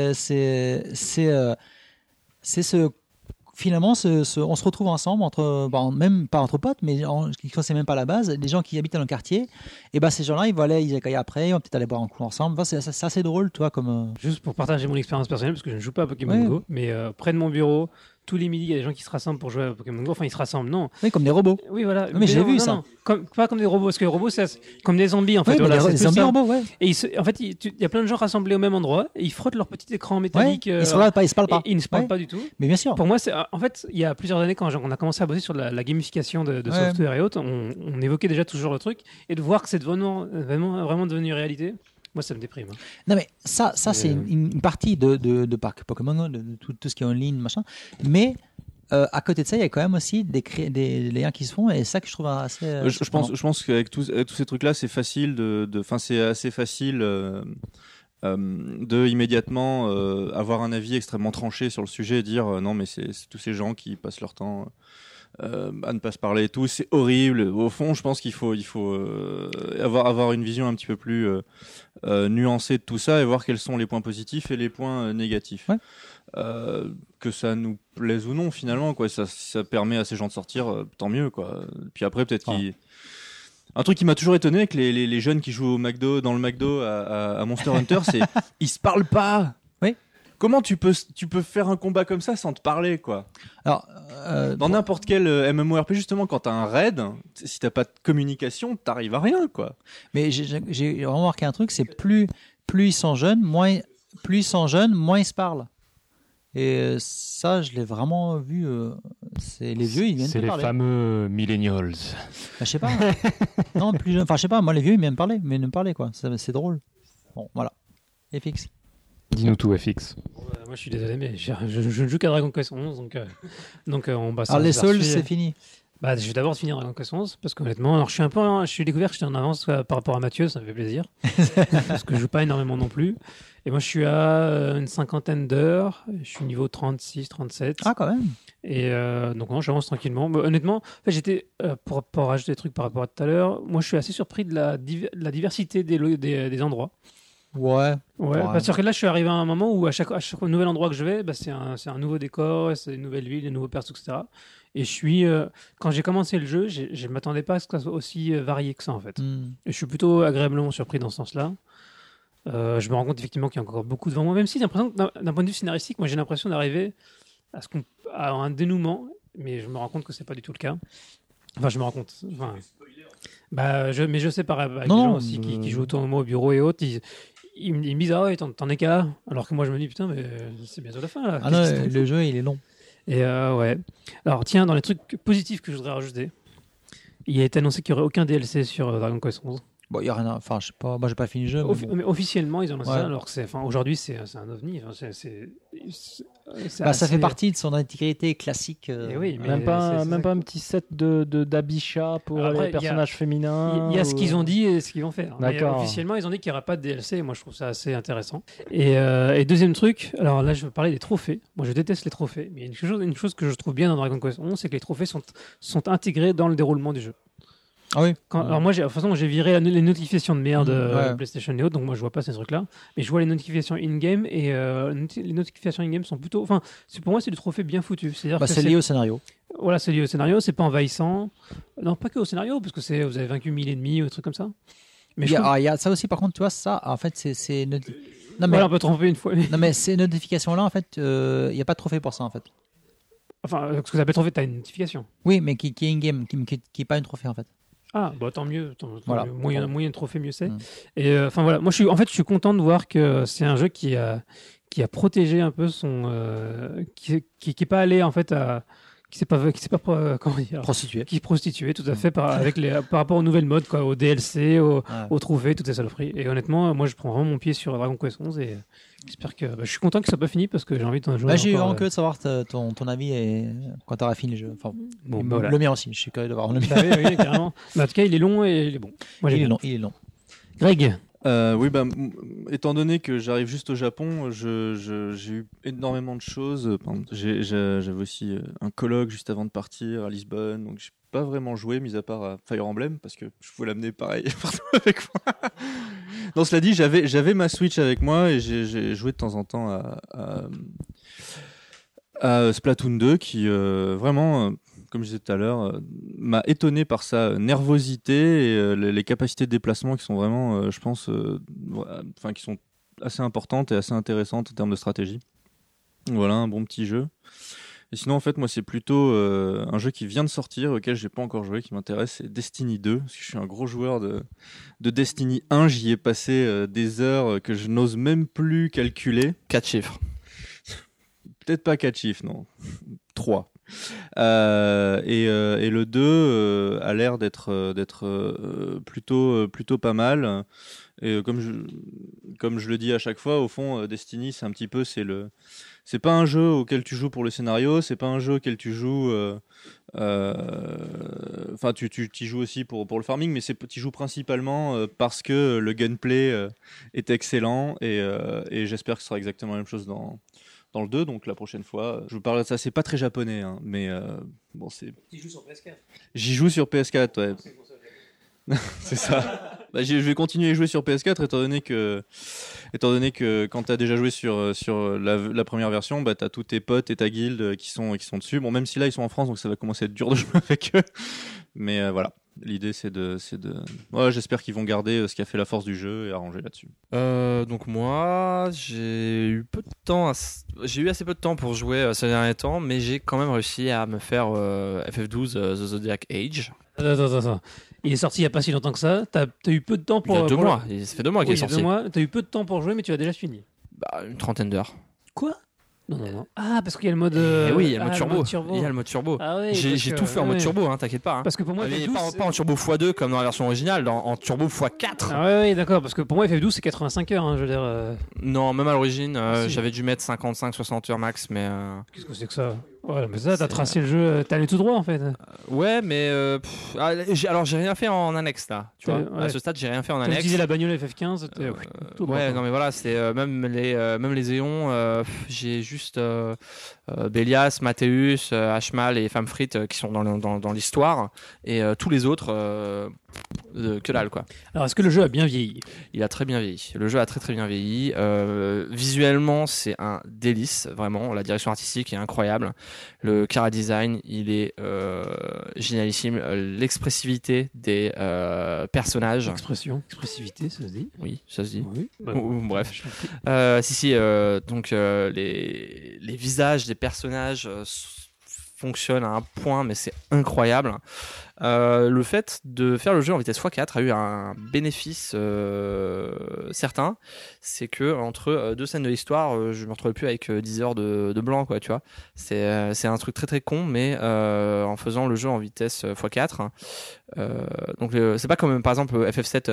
finalement, on se retrouve ensemble même pas entre potes, mais qui ne même pas la base, des gens qui habitent dans le quartier. Et ben ces gens-là, ils vont aller izakaya après, ils vont peut-être aller boire un coup ensemble. Enfin, c'est assez drôle, toi, comme. Juste pour partager mon expérience personnelle, parce que je ne joue pas à Pokémon Ouais. Go, mais près de mon bureau, tous les midis, il y a des gens qui se rassemblent pour jouer à Pokémon Go. Enfin, ils se rassemblent, non. Oui, comme des robots. Oui, voilà. Mais j'ai non, vu non, ça. non. Pas comme des robots, parce que les robots, c'est comme des zombies, en fait. Oui, mais Voilà, c'est des plus zombies ça. robots, ouais. Et en fait, il y a plein de gens rassemblés au même endroit, et ils frottent leur petit écran métallique. Ils se parlent pas. et ils ne se parlent Ouais. pas du tout. Mais bien sûr. Pour moi, en fait, il y a plusieurs années, quand on a commencé à bosser sur la gamification de Ouais. software et autres, on évoquait déjà toujours le truc, et de voir que c'est vraiment devenu réalité, moi, ça me déprime. Hein. Non, mais ça c'est une partie de parc Pokémon Go, de tout ce qui est en ligne, machin. Mais à côté de ça, il y a quand même aussi des liens qui se font, et c'est ça que je trouve assez. Je pense qu'avec tous ces trucs-là, c'est facile c'est assez facile de immédiatement avoir un avis extrêmement tranché sur le sujet et dire non, mais c'est tous ces gens qui passent leur temps à ne pas se parler et tout, c'est horrible. Au fond, je pense qu'il faut avoir une vision un petit peu plus nuancée de tout ça et voir quels sont les points positifs et les points négatifs. Ouais. Que ça nous plaise ou non, finalement, quoi. Ça permet à ces gens de sortir, tant mieux, quoi. Puis après, peut-être un truc qui m'a toujours étonné avec les jeunes qui jouent dans le McDo à Monster Hunter, c'est ils se parlent pas. Oui. Comment tu peux faire un combat comme ça sans te parler, quoi? Alors, Dans n'importe quel MMORPG, justement, quand t'as un raid, si t'as pas de communication, t'arrives à rien, quoi. mais j'ai remarqué un truc, c'est plus ils sont jeunes, moins ils se parlent. Et ça, je l'ai vraiment vu. C'est les vieux, ils viennent C'est te les parler. fameux millennials. Bah, je sais pas. Non, plus jeune. Enfin, je sais pas. Moi, les vieux, ils viennent me parler, quoi. C'est drôle. Bon, voilà. FX. Dis-nous tout, FX. Moi, je suis désolé, mais je ne joue qu'à Dragon Quest 11, donc on passe. Alors, les Souls, c'est fini. Bah, je vais d'abord finir Dragon Quest 11 parce qu'honnêtement, alors je suis découvert que j'étais en avance par rapport à Mathieu, ça me fait plaisir parce que je joue pas énormément non plus. Et moi, je suis à une 50aine d'heures, je suis niveau 36, 37. Ah, quand même. Et donc, non, j'avance tranquillement. Mais honnêtement, en fait, j'étais, pour rajouter des trucs par rapport à tout à l'heure, moi, je suis assez surpris de la diversité des endroits. Ouais. Ouais, parce que là, je suis arrivé à un moment où à chaque nouvel endroit que je vais, bah, c'est un nouveau décor, c'est une nouvelle ville, des nouveaux persos, etc. Et quand j'ai commencé le jeu, je ne m'attendais pas à ce que ça soit aussi varié que ça, en fait. Et je suis plutôt agréablement surpris dans ce sens-là. Je me rends compte effectivement qu'il y a encore beaucoup devant moi, même si j'ai l'impression que d'un point de vue scénaristique, moi j'ai l'impression d'arriver à un dénouement, mais je me rends compte que c'est pas du tout le cas. Enfin, je me rends compte. Enfin, mais je sais par avec des gens aussi qui jouent autour de moi au bureau et autres, ils me disent ah ouais, t'en es qu'à là, alors que moi je me dis putain, mais c'est bientôt la fin là. Ah non, le jeu il est long. Et ouais. Alors tiens, dans les trucs positifs que je voudrais rajouter, il a été annoncé qu'il n'y aurait aucun DLC sur Dragon Quest 11. Bon, il y a rien. Enfin, je sais pas. Moi, j'ai pas fini le jeu. Mais officiellement, ils ont lancé Ouais. ça, alors que aujourd'hui, c'est un ovni. Enfin, ça fait partie de son intégrité classique. Et oui, mais Même pas ça. un petit set d'Abisha pour Après, les personnages féminins. Il y a ce qu'ils ont dit et ce qu'ils vont faire. Mais D'accord. officiellement, ils ont dit qu'il n'y aura pas de DLC. Moi, je trouve ça assez intéressant. Et deuxième truc, alors là, je veux parler des trophées. Moi, je déteste les trophées. Mais il y a une chose que je trouve bien dans Dragon Quest 11, c'est que les trophées sont intégrés dans le déroulement du jeu. Ah oui. Alors moi, de toute façon, j'ai viré les notifications de merde Ouais. PlayStation et autres, donc moi je vois pas ces trucs-là. Mais je vois les notifications in-game et les notifications in-game sont plutôt. Enfin, pour moi, c'est du trophée bien foutu. C'est-à-dire que C'est lié au scénario. Voilà, c'est lié au scénario, c'est pas envahissant. Non, pas que au scénario, parce que vous avez vaincu 1000 ennemis ou des trucs comme ça. Mais Il y a ça aussi, par contre, tu vois, ça, en fait, c'est non, mais, voilà, on peut tromper une fois. non, mais ces notifications-là, en fait, il n'y a pas de trophée pour ça, en fait. Enfin, ce que ça appelle trophée, t'as une notification. Oui, mais qui est in-game, qui est pas une trophée, en fait. Ah, bah tant mieux. Voilà. Mieux. Moyen de trophée, mieux c'est. Mm. Et enfin voilà, moi je suis content de voir que c'est un jeu qui a protégé un peu son. Qui est pas allé en fait à. Qui s'est pas comment dire. Prostituée. Qui est prostitué, tout à fait, par rapport aux nouvelles modes, quoi, aux DLC, aux trophées, toutes ces saloperies. Et honnêtement, moi je prends vraiment mon pied sur Dragon Quest 11 et j'espère que. Je suis content que ça soit pas fini parce que j'ai envie de jouer. J'ai eu encore, vraiment curieux de savoir ton avis et quand tu auras fini le jeu. Enfin, Bon, bah, voilà. le mien aussi, je suis curieux de voir le mien. Bah oui, carrément. Mais en tout cas, il est long et il est bon. Moi, j'aime bien. Il est long. Greg, Oui, étant donné que j'arrive juste au Japon, j'ai eu énormément de choses. J'avais aussi un colloque juste avant de partir à Lisbonne, donc j'ai pas vraiment joué, mis à part à Fire Emblem, parce que je voulais l'amener pareil partout avec moi. Non, cela dit, j'avais ma Switch avec moi et j'ai joué de temps en temps à Splatoon 2, qui vraiment... comme je disais tout à l'heure, m'a étonné par sa nervosité et les capacités de déplacement qui sont vraiment, je pense, qui sont assez importantes et assez intéressantes en termes de stratégie. Voilà, un bon petit jeu. Et sinon, en fait, moi, c'est plutôt un jeu qui vient de sortir, auquel j'ai pas encore joué, qui m'intéresse, c'est Destiny 2, parce que je suis un gros joueur de Destiny 1. J'y ai passé des heures que je n'ose même plus calculer. 4 chiffres. Peut-être pas 4 chiffres, non. 3. Et le 2 a l'air d'être plutôt pas mal. Et comme je le dis à chaque fois, au fond, Destiny, c'est un petit peu, c'est pas un jeu auquel tu joues pour le scénario, c'est pas un jeu auquel tu joues, tu joues aussi pour le farming, mais tu joues principalement parce que le gameplay est excellent et j'espère que ce sera exactement la même chose dans le 2, donc la prochaine fois, je vous parlerai de ça. C'est pas très japonais, hein, mais bon, c'est. tu joues sur PS4. J'y joue sur PS4, ouais. C'est ça. Je vais continuer à jouer sur PS4 étant donné que quand t'as déjà joué sur la première version, t'as tous tes potes et ta guilde qui sont dessus. Bon, même si là ils sont en France, donc ça va commencer à être dur de jouer avec eux. Mais voilà. L'idée c'est de... Ouais, j'espère qu'ils vont garder ce qui a fait la force du jeu et arranger là-dessus. Donc moi, j'ai eu assez peu de temps pour jouer ces derniers temps, mais j'ai quand même réussi à me faire FF12 The Zodiac Age. Attends. Il est sorti il y a pas si longtemps que ça. T'as eu peu de temps pour. Il y a 2 mois. Ça fait 2 mois qu'il est sorti. Il y a 2 mois. T'as eu peu de temps pour jouer, mais tu as déjà fini. Une trentaine d'heures. Quoi ? Non. Ah, parce qu'il y a le mode. Oui, il y a le mode turbo. Il y a le mode turbo. Ah oui, j'ai tout fait en mode turbo, hein, t'inquiète pas. Hein. Parce que pour moi, mais FF12, pas en turbo x2 comme dans la version originale, en turbo x4. Ah oui, d'accord. Parce que pour moi, FF12 c'est 85 heures. Hein, je veux dire. Non, même à l'origine, Si. j'avais dû mettre 55-60 heures max, mais. Qu'est-ce que c'est que ça ? Ouais, mais ça, t'as tracé le jeu. T'es allé tout droit en fait. Ouais, mais alors j'ai rien fait en annexe là. Tu vois, Ouais. à ce stade, j'ai rien fait en T'as annexe. utilisé la bagnole FF15. Tout droit, Ouais, quoi. non mais voilà, c'est même les éons, j'ai juste Bélias, Mathéus, Ashmal et Femme Frite qui sont dans l'histoire et tous les autres que dalle quoi. Alors, est-ce que le jeu a bien vieilli ? Il a très bien vieilli. Le jeu a très très bien vieilli. Visuellement, c'est un délice, vraiment. La direction artistique est incroyable. Le chara design, il est génialissime. L'expressivité des personnages. Expressivité, ça se dit ? Oui, ça se dit. Oui. Bref. Donc les visages des personnages fonctionnent à un point, mais c'est incroyable. Le fait de faire le jeu en vitesse x4 a eu un bénéfice certain, c'est que entre 2 scènes de l'histoire, je me retrouvais plus avec 10 heures de blanc, quoi, tu vois. C'est un truc très très con, mais en faisant le jeu en vitesse x4, donc c'est pas comme par exemple FF7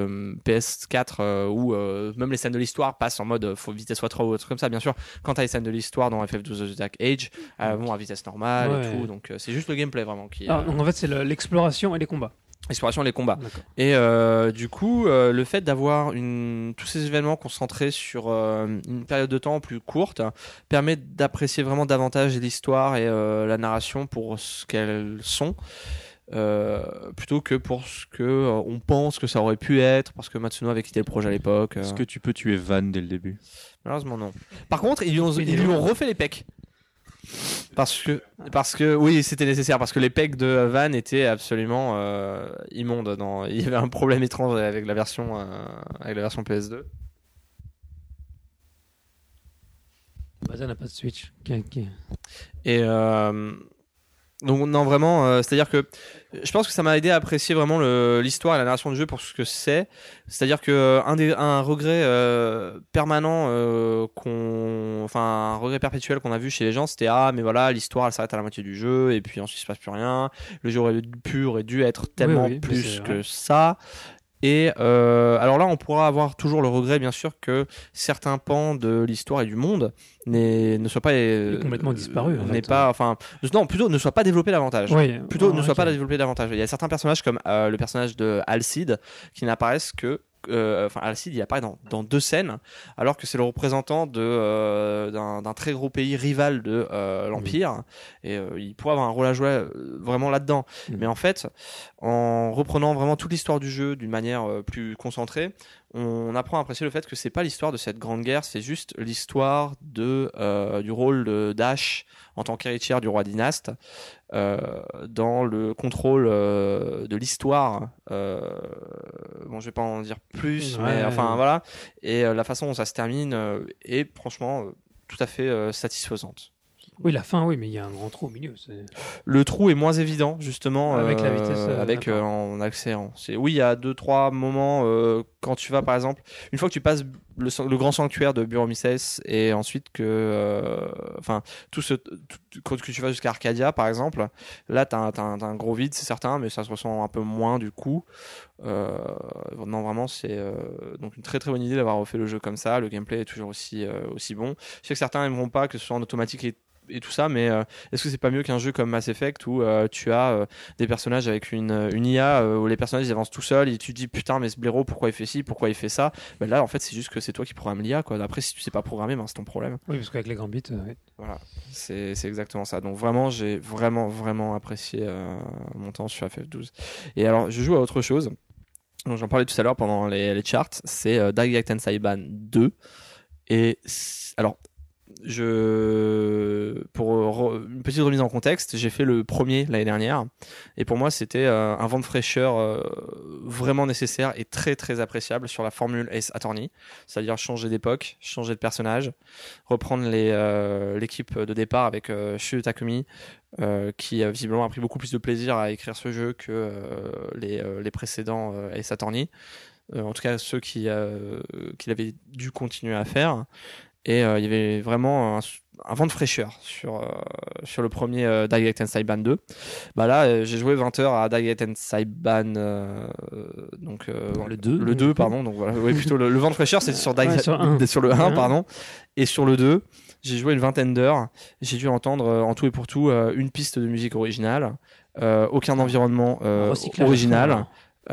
PS4 où même les scènes de l'histoire passent en mode vitesse x3 ou autre comme ça. Bien sûr, quand t'as les scènes de l'histoire dans FF12 The Zodiac Age, vont à vitesse normale et tout, donc c'est juste le gameplay vraiment qui. Donc en fait, c'est l'exploration et les combats. Exploration et les combats. D'accord. Et du coup, le fait d'avoir tous ces événements concentrés sur une période de temps plus courte permet d'apprécier vraiment davantage l'histoire et la narration pour ce qu'elles sont. plutôt que pour ce que on pense que ça aurait pu être, parce que Matsuno avait quitté le projet à l'époque. Est-ce que tu peux tuer Van dès le début? Malheureusement non. Par contre, ils lui ont refait les pecs. Parce que oui, c'était nécessaire, parce que les pecs de Van étaient absolument immondes. Il y avait un problème étrange avec la version PS2. Bah, ça n'a pas de Switch. Et donc non, vraiment, c'est-à-dire que je pense que ça m'a aidé à apprécier vraiment l'histoire et la narration du jeu pour ce que c'est. C'est-à-dire que un regret permanent un regret perpétuel qu'on a vu chez les gens, c'était mais voilà, l'histoire elle s'arrête à la moitié du jeu et puis ensuite il se passe plus rien. Le jeu aurait dû être tellement plus que ça. Et alors là, on pourra avoir toujours le regret, bien sûr, que certains pans de l'histoire et du monde ne soient pas complètement disparus. Plutôt ne soient pas développés davantage. Oui, plutôt ne soient pas développés davantage. Il y a certains personnages comme le personnage de Alcide qui n'apparaissent que Alcide il apparaît dans 2 scènes, alors que c'est le représentant d'un très gros pays rival de l'Empire, et il pourrait avoir un rôle à jouer vraiment là-dedans. Mais en fait, en reprenant vraiment toute l'histoire du jeu d'une manière plus concentrée, on apprend à apprécier le fait que c'est pas l'histoire de cette grande guerre, c'est juste l'histoire du rôle d'Ash en tant qu'héritière du roi Dynaste dans le contrôle de l'histoire. Je vais pas en dire plus, mais voilà. Et la façon dont ça se termine est franchement tout à fait satisfaisante. Oui, la fin, oui, mais il y a un grand trou au milieu. Le trou est moins évident, justement, avec la vitesse. En accélérant. Oui, il y a 2-3 moments quand tu vas, par exemple, une fois que tu passes le grand sanctuaire de Bureau-Misses et ensuite que quand tu vas jusqu'à Arcadia, par exemple, là, t'as un gros vide, c'est certain, mais ça se ressent un peu moins du coup. Non, vraiment, c'est donc une très très bonne idée d'avoir refait le jeu comme ça. Le gameplay est toujours aussi bon. Je sais que certains n'aimeront pas que ce soit en automatique et tout ça, mais est-ce que c'est pas mieux qu'un jeu comme Mass Effect où tu as des personnages avec une IA où les personnages ils avancent tout seuls et tu te dis putain mais ce blaireau pourquoi il fait ci, pourquoi il fait ça. Ben là en fait c'est juste que c'est toi qui programmes l'IA quoi. Après si tu sais pas programmer c'est ton problème. Oui, parce qu'avec les gambits oui. Voilà, c'est exactement ça. Donc vraiment j'ai vraiment apprécié mon temps sur FF12. Et alors je joue à autre chose. Donc, j'en parlais tout à l'heure pendant les charts, c'est Daigai Tensaiban 2 et alors pour une petite remise en contexte, j'ai fait le premier l'année dernière et pour moi c'était un vent de fraîcheur vraiment nécessaire et très très appréciable sur la formule Ace Attorney, c'est-à-dire changer d'époque, changer de personnage, reprendre l'équipe de départ avec Shu Takumi qui visiblement a pris beaucoup plus de plaisir à écrire ce jeu que les précédents Ace Attorney, en tout cas ceux qu'il avait dû continuer à faire. Et il y avait vraiment un vent de fraîcheur sur le premier Daigai Tensaiban 2. Bah là, j'ai joué 20 heures à Daigai Tensaiban le 2. Le 2, pardon. Donc voilà, oui, plutôt le vent de fraîcheur, c'était sur le 1, pardon. Et sur le 2, j'ai joué une vingtaine d'heures. J'ai dû entendre en tout et pour tout une piste de musique originale, aucun environnement original.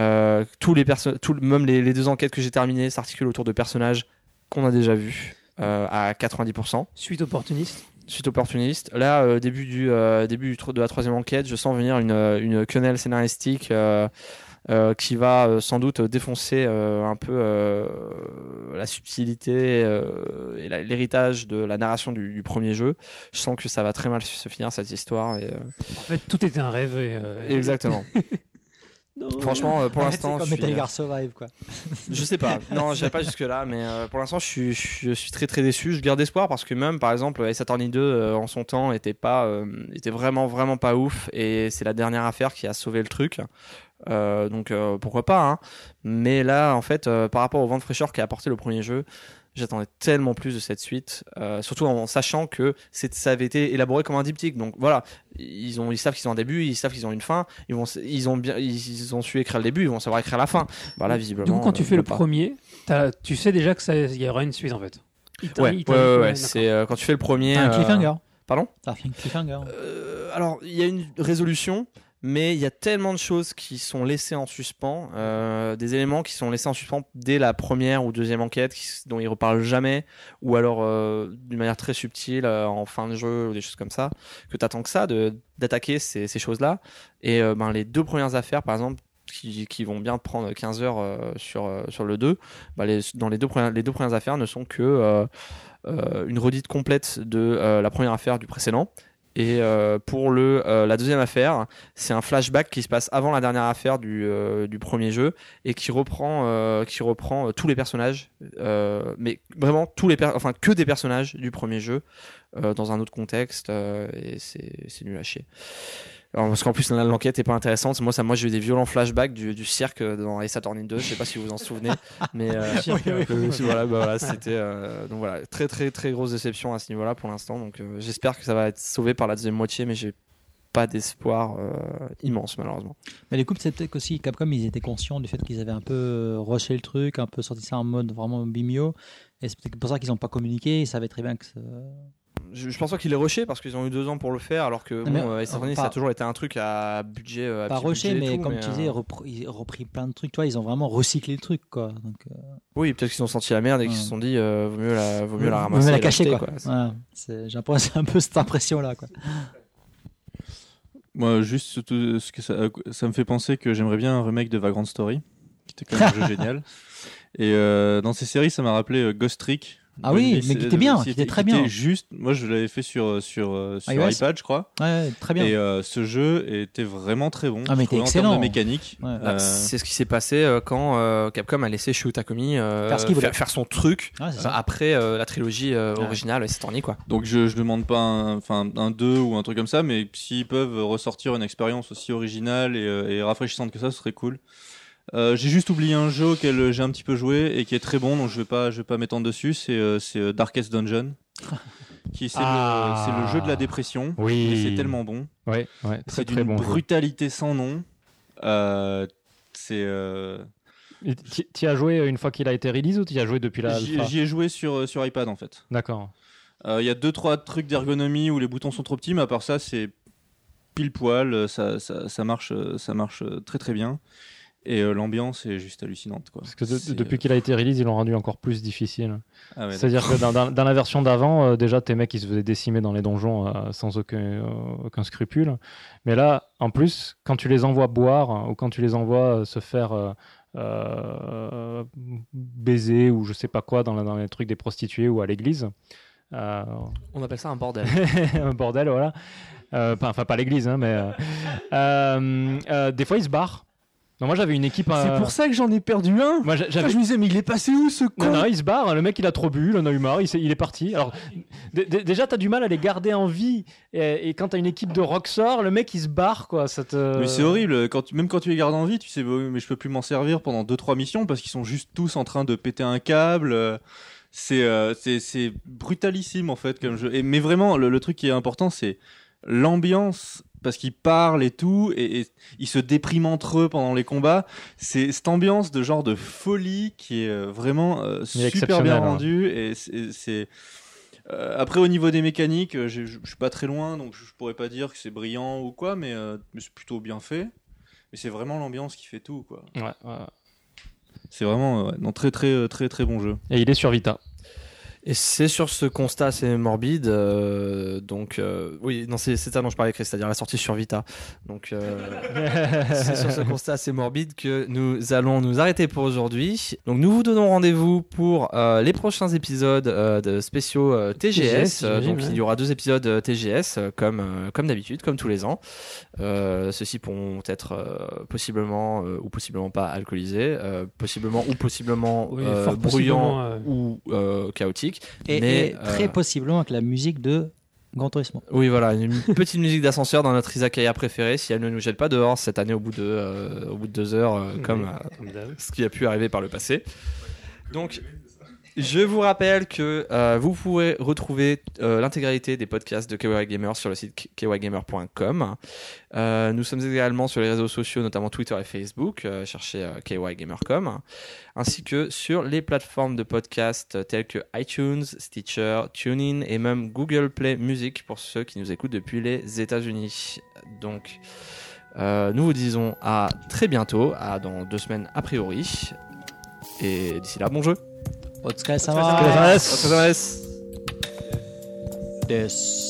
Même les 2 enquêtes que j'ai terminées s'articulent autour de personnages qu'on a déjà vus. À 90%. Suite opportuniste. Là, début de la 3e enquête, je sens venir une quenelle scénaristique qui va sans doute défoncer un peu la subtilité et l'héritage de la narration du premier jeu. Je sens que ça va très mal se finir cette histoire. En fait, tout était un rêve. Exactement. Non, franchement, pour l'instant, c'est comme Metal Gear Survive, quoi. Je sais pas. Non, j'irai pas jusque là, mais pour l'instant, je suis très très déçu. Je garde espoir parce que même, par exemple, Ace Attorney 2 en son temps était vraiment pas ouf, et c'est la dernière affaire qui a sauvé le truc. Donc pourquoi pas, hein. Mais là, en fait, par rapport au vent de fraîcheur qu'a apporté le premier jeu, j'attendais tellement plus de cette suite, surtout en sachant que ça avait été élaboré comme un diptyque. Donc voilà, ils savent qu'ils ont un début, ils savent qu'ils ont une fin, ils ont su écrire le début, ils vont savoir écrire la fin. Voilà, visiblement. Du coup, quand tu fais le premier, tu sais déjà qu'il y aura une suite en fait. Ouais, c'est quand tu fais le premier. T'as un cliffhanger. Pardon ? T'as fait un cliffhanger. Alors, il y a une résolution. mais il y a tellement de choses qui sont laissées en suspens, des éléments qui sont laissés en suspens dès la première ou deuxième enquête, dont ils reparlent jamais, ou alors d'une manière très subtile en fin de jeu ou des choses comme ça, que t'attends que ça d'attaquer ces choses-là. Et les 2 premières affaires, par exemple, qui vont bien prendre 15 heures sur le 2, dans les deux premières affaires ne sont que une redite complète de la première affaire du précédent. Et pour la deuxième affaire, c'est un flashback qui se passe avant la dernière affaire du premier jeu et qui reprend tous les personnages, mais vraiment que des personnages du premier jeu dans un autre contexte, et c'est nul à chier. Alors, parce qu'en plus l'enquête est pas intéressante. Moi j'ai eu des violents flashbacks du cirque dans Ace Attorney 2. Je sais pas si vous vous en souvenez, mais voilà, c'était donc voilà, très très très grosse déception à ce niveau-là pour l'instant. Donc j'espère que ça va être sauvé par la deuxième moitié, mais j'ai pas d'espoir immense malheureusement. Mais du coup, c'est peut-être qu'aussi Capcom, ils étaient conscients du fait qu'ils avaient un peu rushé le truc, un peu sorti ça en mode vraiment bimio, et c'est peut-être pour ça qu'ils n'ont pas communiqué. Ils savaient très bien que je pense pas qu'il est rushé parce qu'ils ont eu 2 ans pour le faire, alors que Ace Attorney, ça a toujours été un truc à budget. Pas rushé, mais comme tu disais, ils ont repris plein de trucs. Toi, ils ont vraiment recyclé le truc, quoi. Donc, oui, peut-être qu'ils ont senti la merde et qu'ils se sont dit vaut mieux la ramasser, vaut mieux la cacher, quoi. Voilà. J'ai un peu cette impression-là, quoi. Moi, juste ce que ça me fait penser que j'aimerais bien un remake de Vagrant Story, qui était quand même un jeu génial. Et dans ces séries, ça m'a rappelé Ghost Trick. Ah oui, mais qui était bien, qui était très bien. Juste, moi je l'avais fait sur iPad, je crois. Ouais, très bien. Et ce jeu était vraiment très bon. Ah, mais c'était excellent. En termes de mécanique. Ouais. C'est ce qui s'est passé quand Capcom a laissé Shu Takumi faire son truc après la trilogie originale Ace Attorney, quoi. Donc je demande pas un 2 ou un truc comme ça, mais s'ils peuvent ressortir une expérience aussi originale et rafraîchissante que ça, ce serait cool. J'ai juste oublié un jeu auquel j'ai un petit peu joué et qui est très bon, donc je vais pas m'étendre dessus. C'est Darkest Dungeon, c'est le jeu de la dépression. Oui. Et c'est tellement bon. Ouais, très c'est très bon. D'une brutalité sans nom. Tu as joué une fois qu'il a été release ou tu y as joué depuis la alpha ? J'y ai joué sur iPad en fait. D'accord. Il y a 2-3 trucs d'ergonomie où les boutons sont trop petits, mais à part ça, c'est pile poil. Ça marche très très bien. Et l'ambiance est juste hallucinante, quoi. Parce que depuis qu'il a été release, ils l'ont rendu encore plus difficile. Ah ouais, c'est-à-dire que dans la version d'avant, déjà tes mecs ils se faisaient décimer dans les donjons sans aucun scrupule. Mais là, en plus, quand tu les envoies boire ou quand tu les envoies se faire baiser ou je sais pas quoi dans les trucs des prostituées ou à l'église. On appelle ça un bordel. Un bordel, voilà. Enfin, pas l'église, hein, mais des fois ils se barrent. Non, moi j'avais une équipe. C'est pour ça que j'en ai perdu un. Moi, je me disais, mais il est passé où ce con ? Non, il se barre. Le mec il a trop bu, il en a eu marre, il est parti. Alors, déjà t'as du mal à les garder en vie. Et quand t'as une équipe de rockstar, le mec il se barre, quoi. Mais c'est horrible. Même quand tu les gardes en vie, tu sais, mais je peux plus m'en servir pendant 2-3 missions parce qu'ils sont juste tous en train de péter un câble. C'est brutalissime en fait comme jeu. Mais vraiment, le truc qui est important, c'est l'ambiance. Parce qu'ils parlent et tout, et ils se dépriment entre eux pendant les combats. C'est cette ambiance de genre de folie qui est vraiment super bien rendue. Et c'est après au niveau des mécaniques, je suis pas très loin, donc je pourrais pas dire que c'est brillant ou quoi, mais c'est plutôt bien fait. Mais c'est vraiment l'ambiance qui fait tout, quoi. Ouais. C'est vraiment très très très très bon jeu. Et il est sur Vita. Et c'est sur ce constat assez morbide, oui, non, c'est ça dont je parlais, Chris, c'est-à-dire la sortie sur Vita. Donc, c'est sur ce constat assez morbide que nous allons nous arrêter pour aujourd'hui. Donc, nous vous donnons rendez-vous pour les prochains épisodes de spéciaux TGS. Il y aura 2 épisodes TGS, comme d'habitude, comme tous les ans. Ceux-ci pourront être possiblement ou possiblement pas alcoolisés, possiblement bruyants ou chaotiques. Et très possiblement avec la musique de Gran Turismo. Oui, voilà, une petite musique d'ascenseur dans notre izakaya préférée, si elle ne nous jette pas dehors cette année au bout de 2 heures, comme ce qui a pu arriver par le passé. Donc, je vous rappelle que vous pouvez retrouver l'intégralité des podcasts de KY Gamer sur le site kygamer.com. Nous sommes également sur les réseaux sociaux, notamment Twitter et Facebook. Cherchez KYGamer.com. Ainsi que sur les plateformes de podcasts telles que iTunes, Stitcher, TuneIn et même Google Play Music pour ceux qui nous écoutent depuis les États-Unis. Donc, Nous vous disons à très bientôt, dans 2 semaines a priori. Et d'ici là, bon jeu. Otsukaresama. Otsukaresama desu. Desu.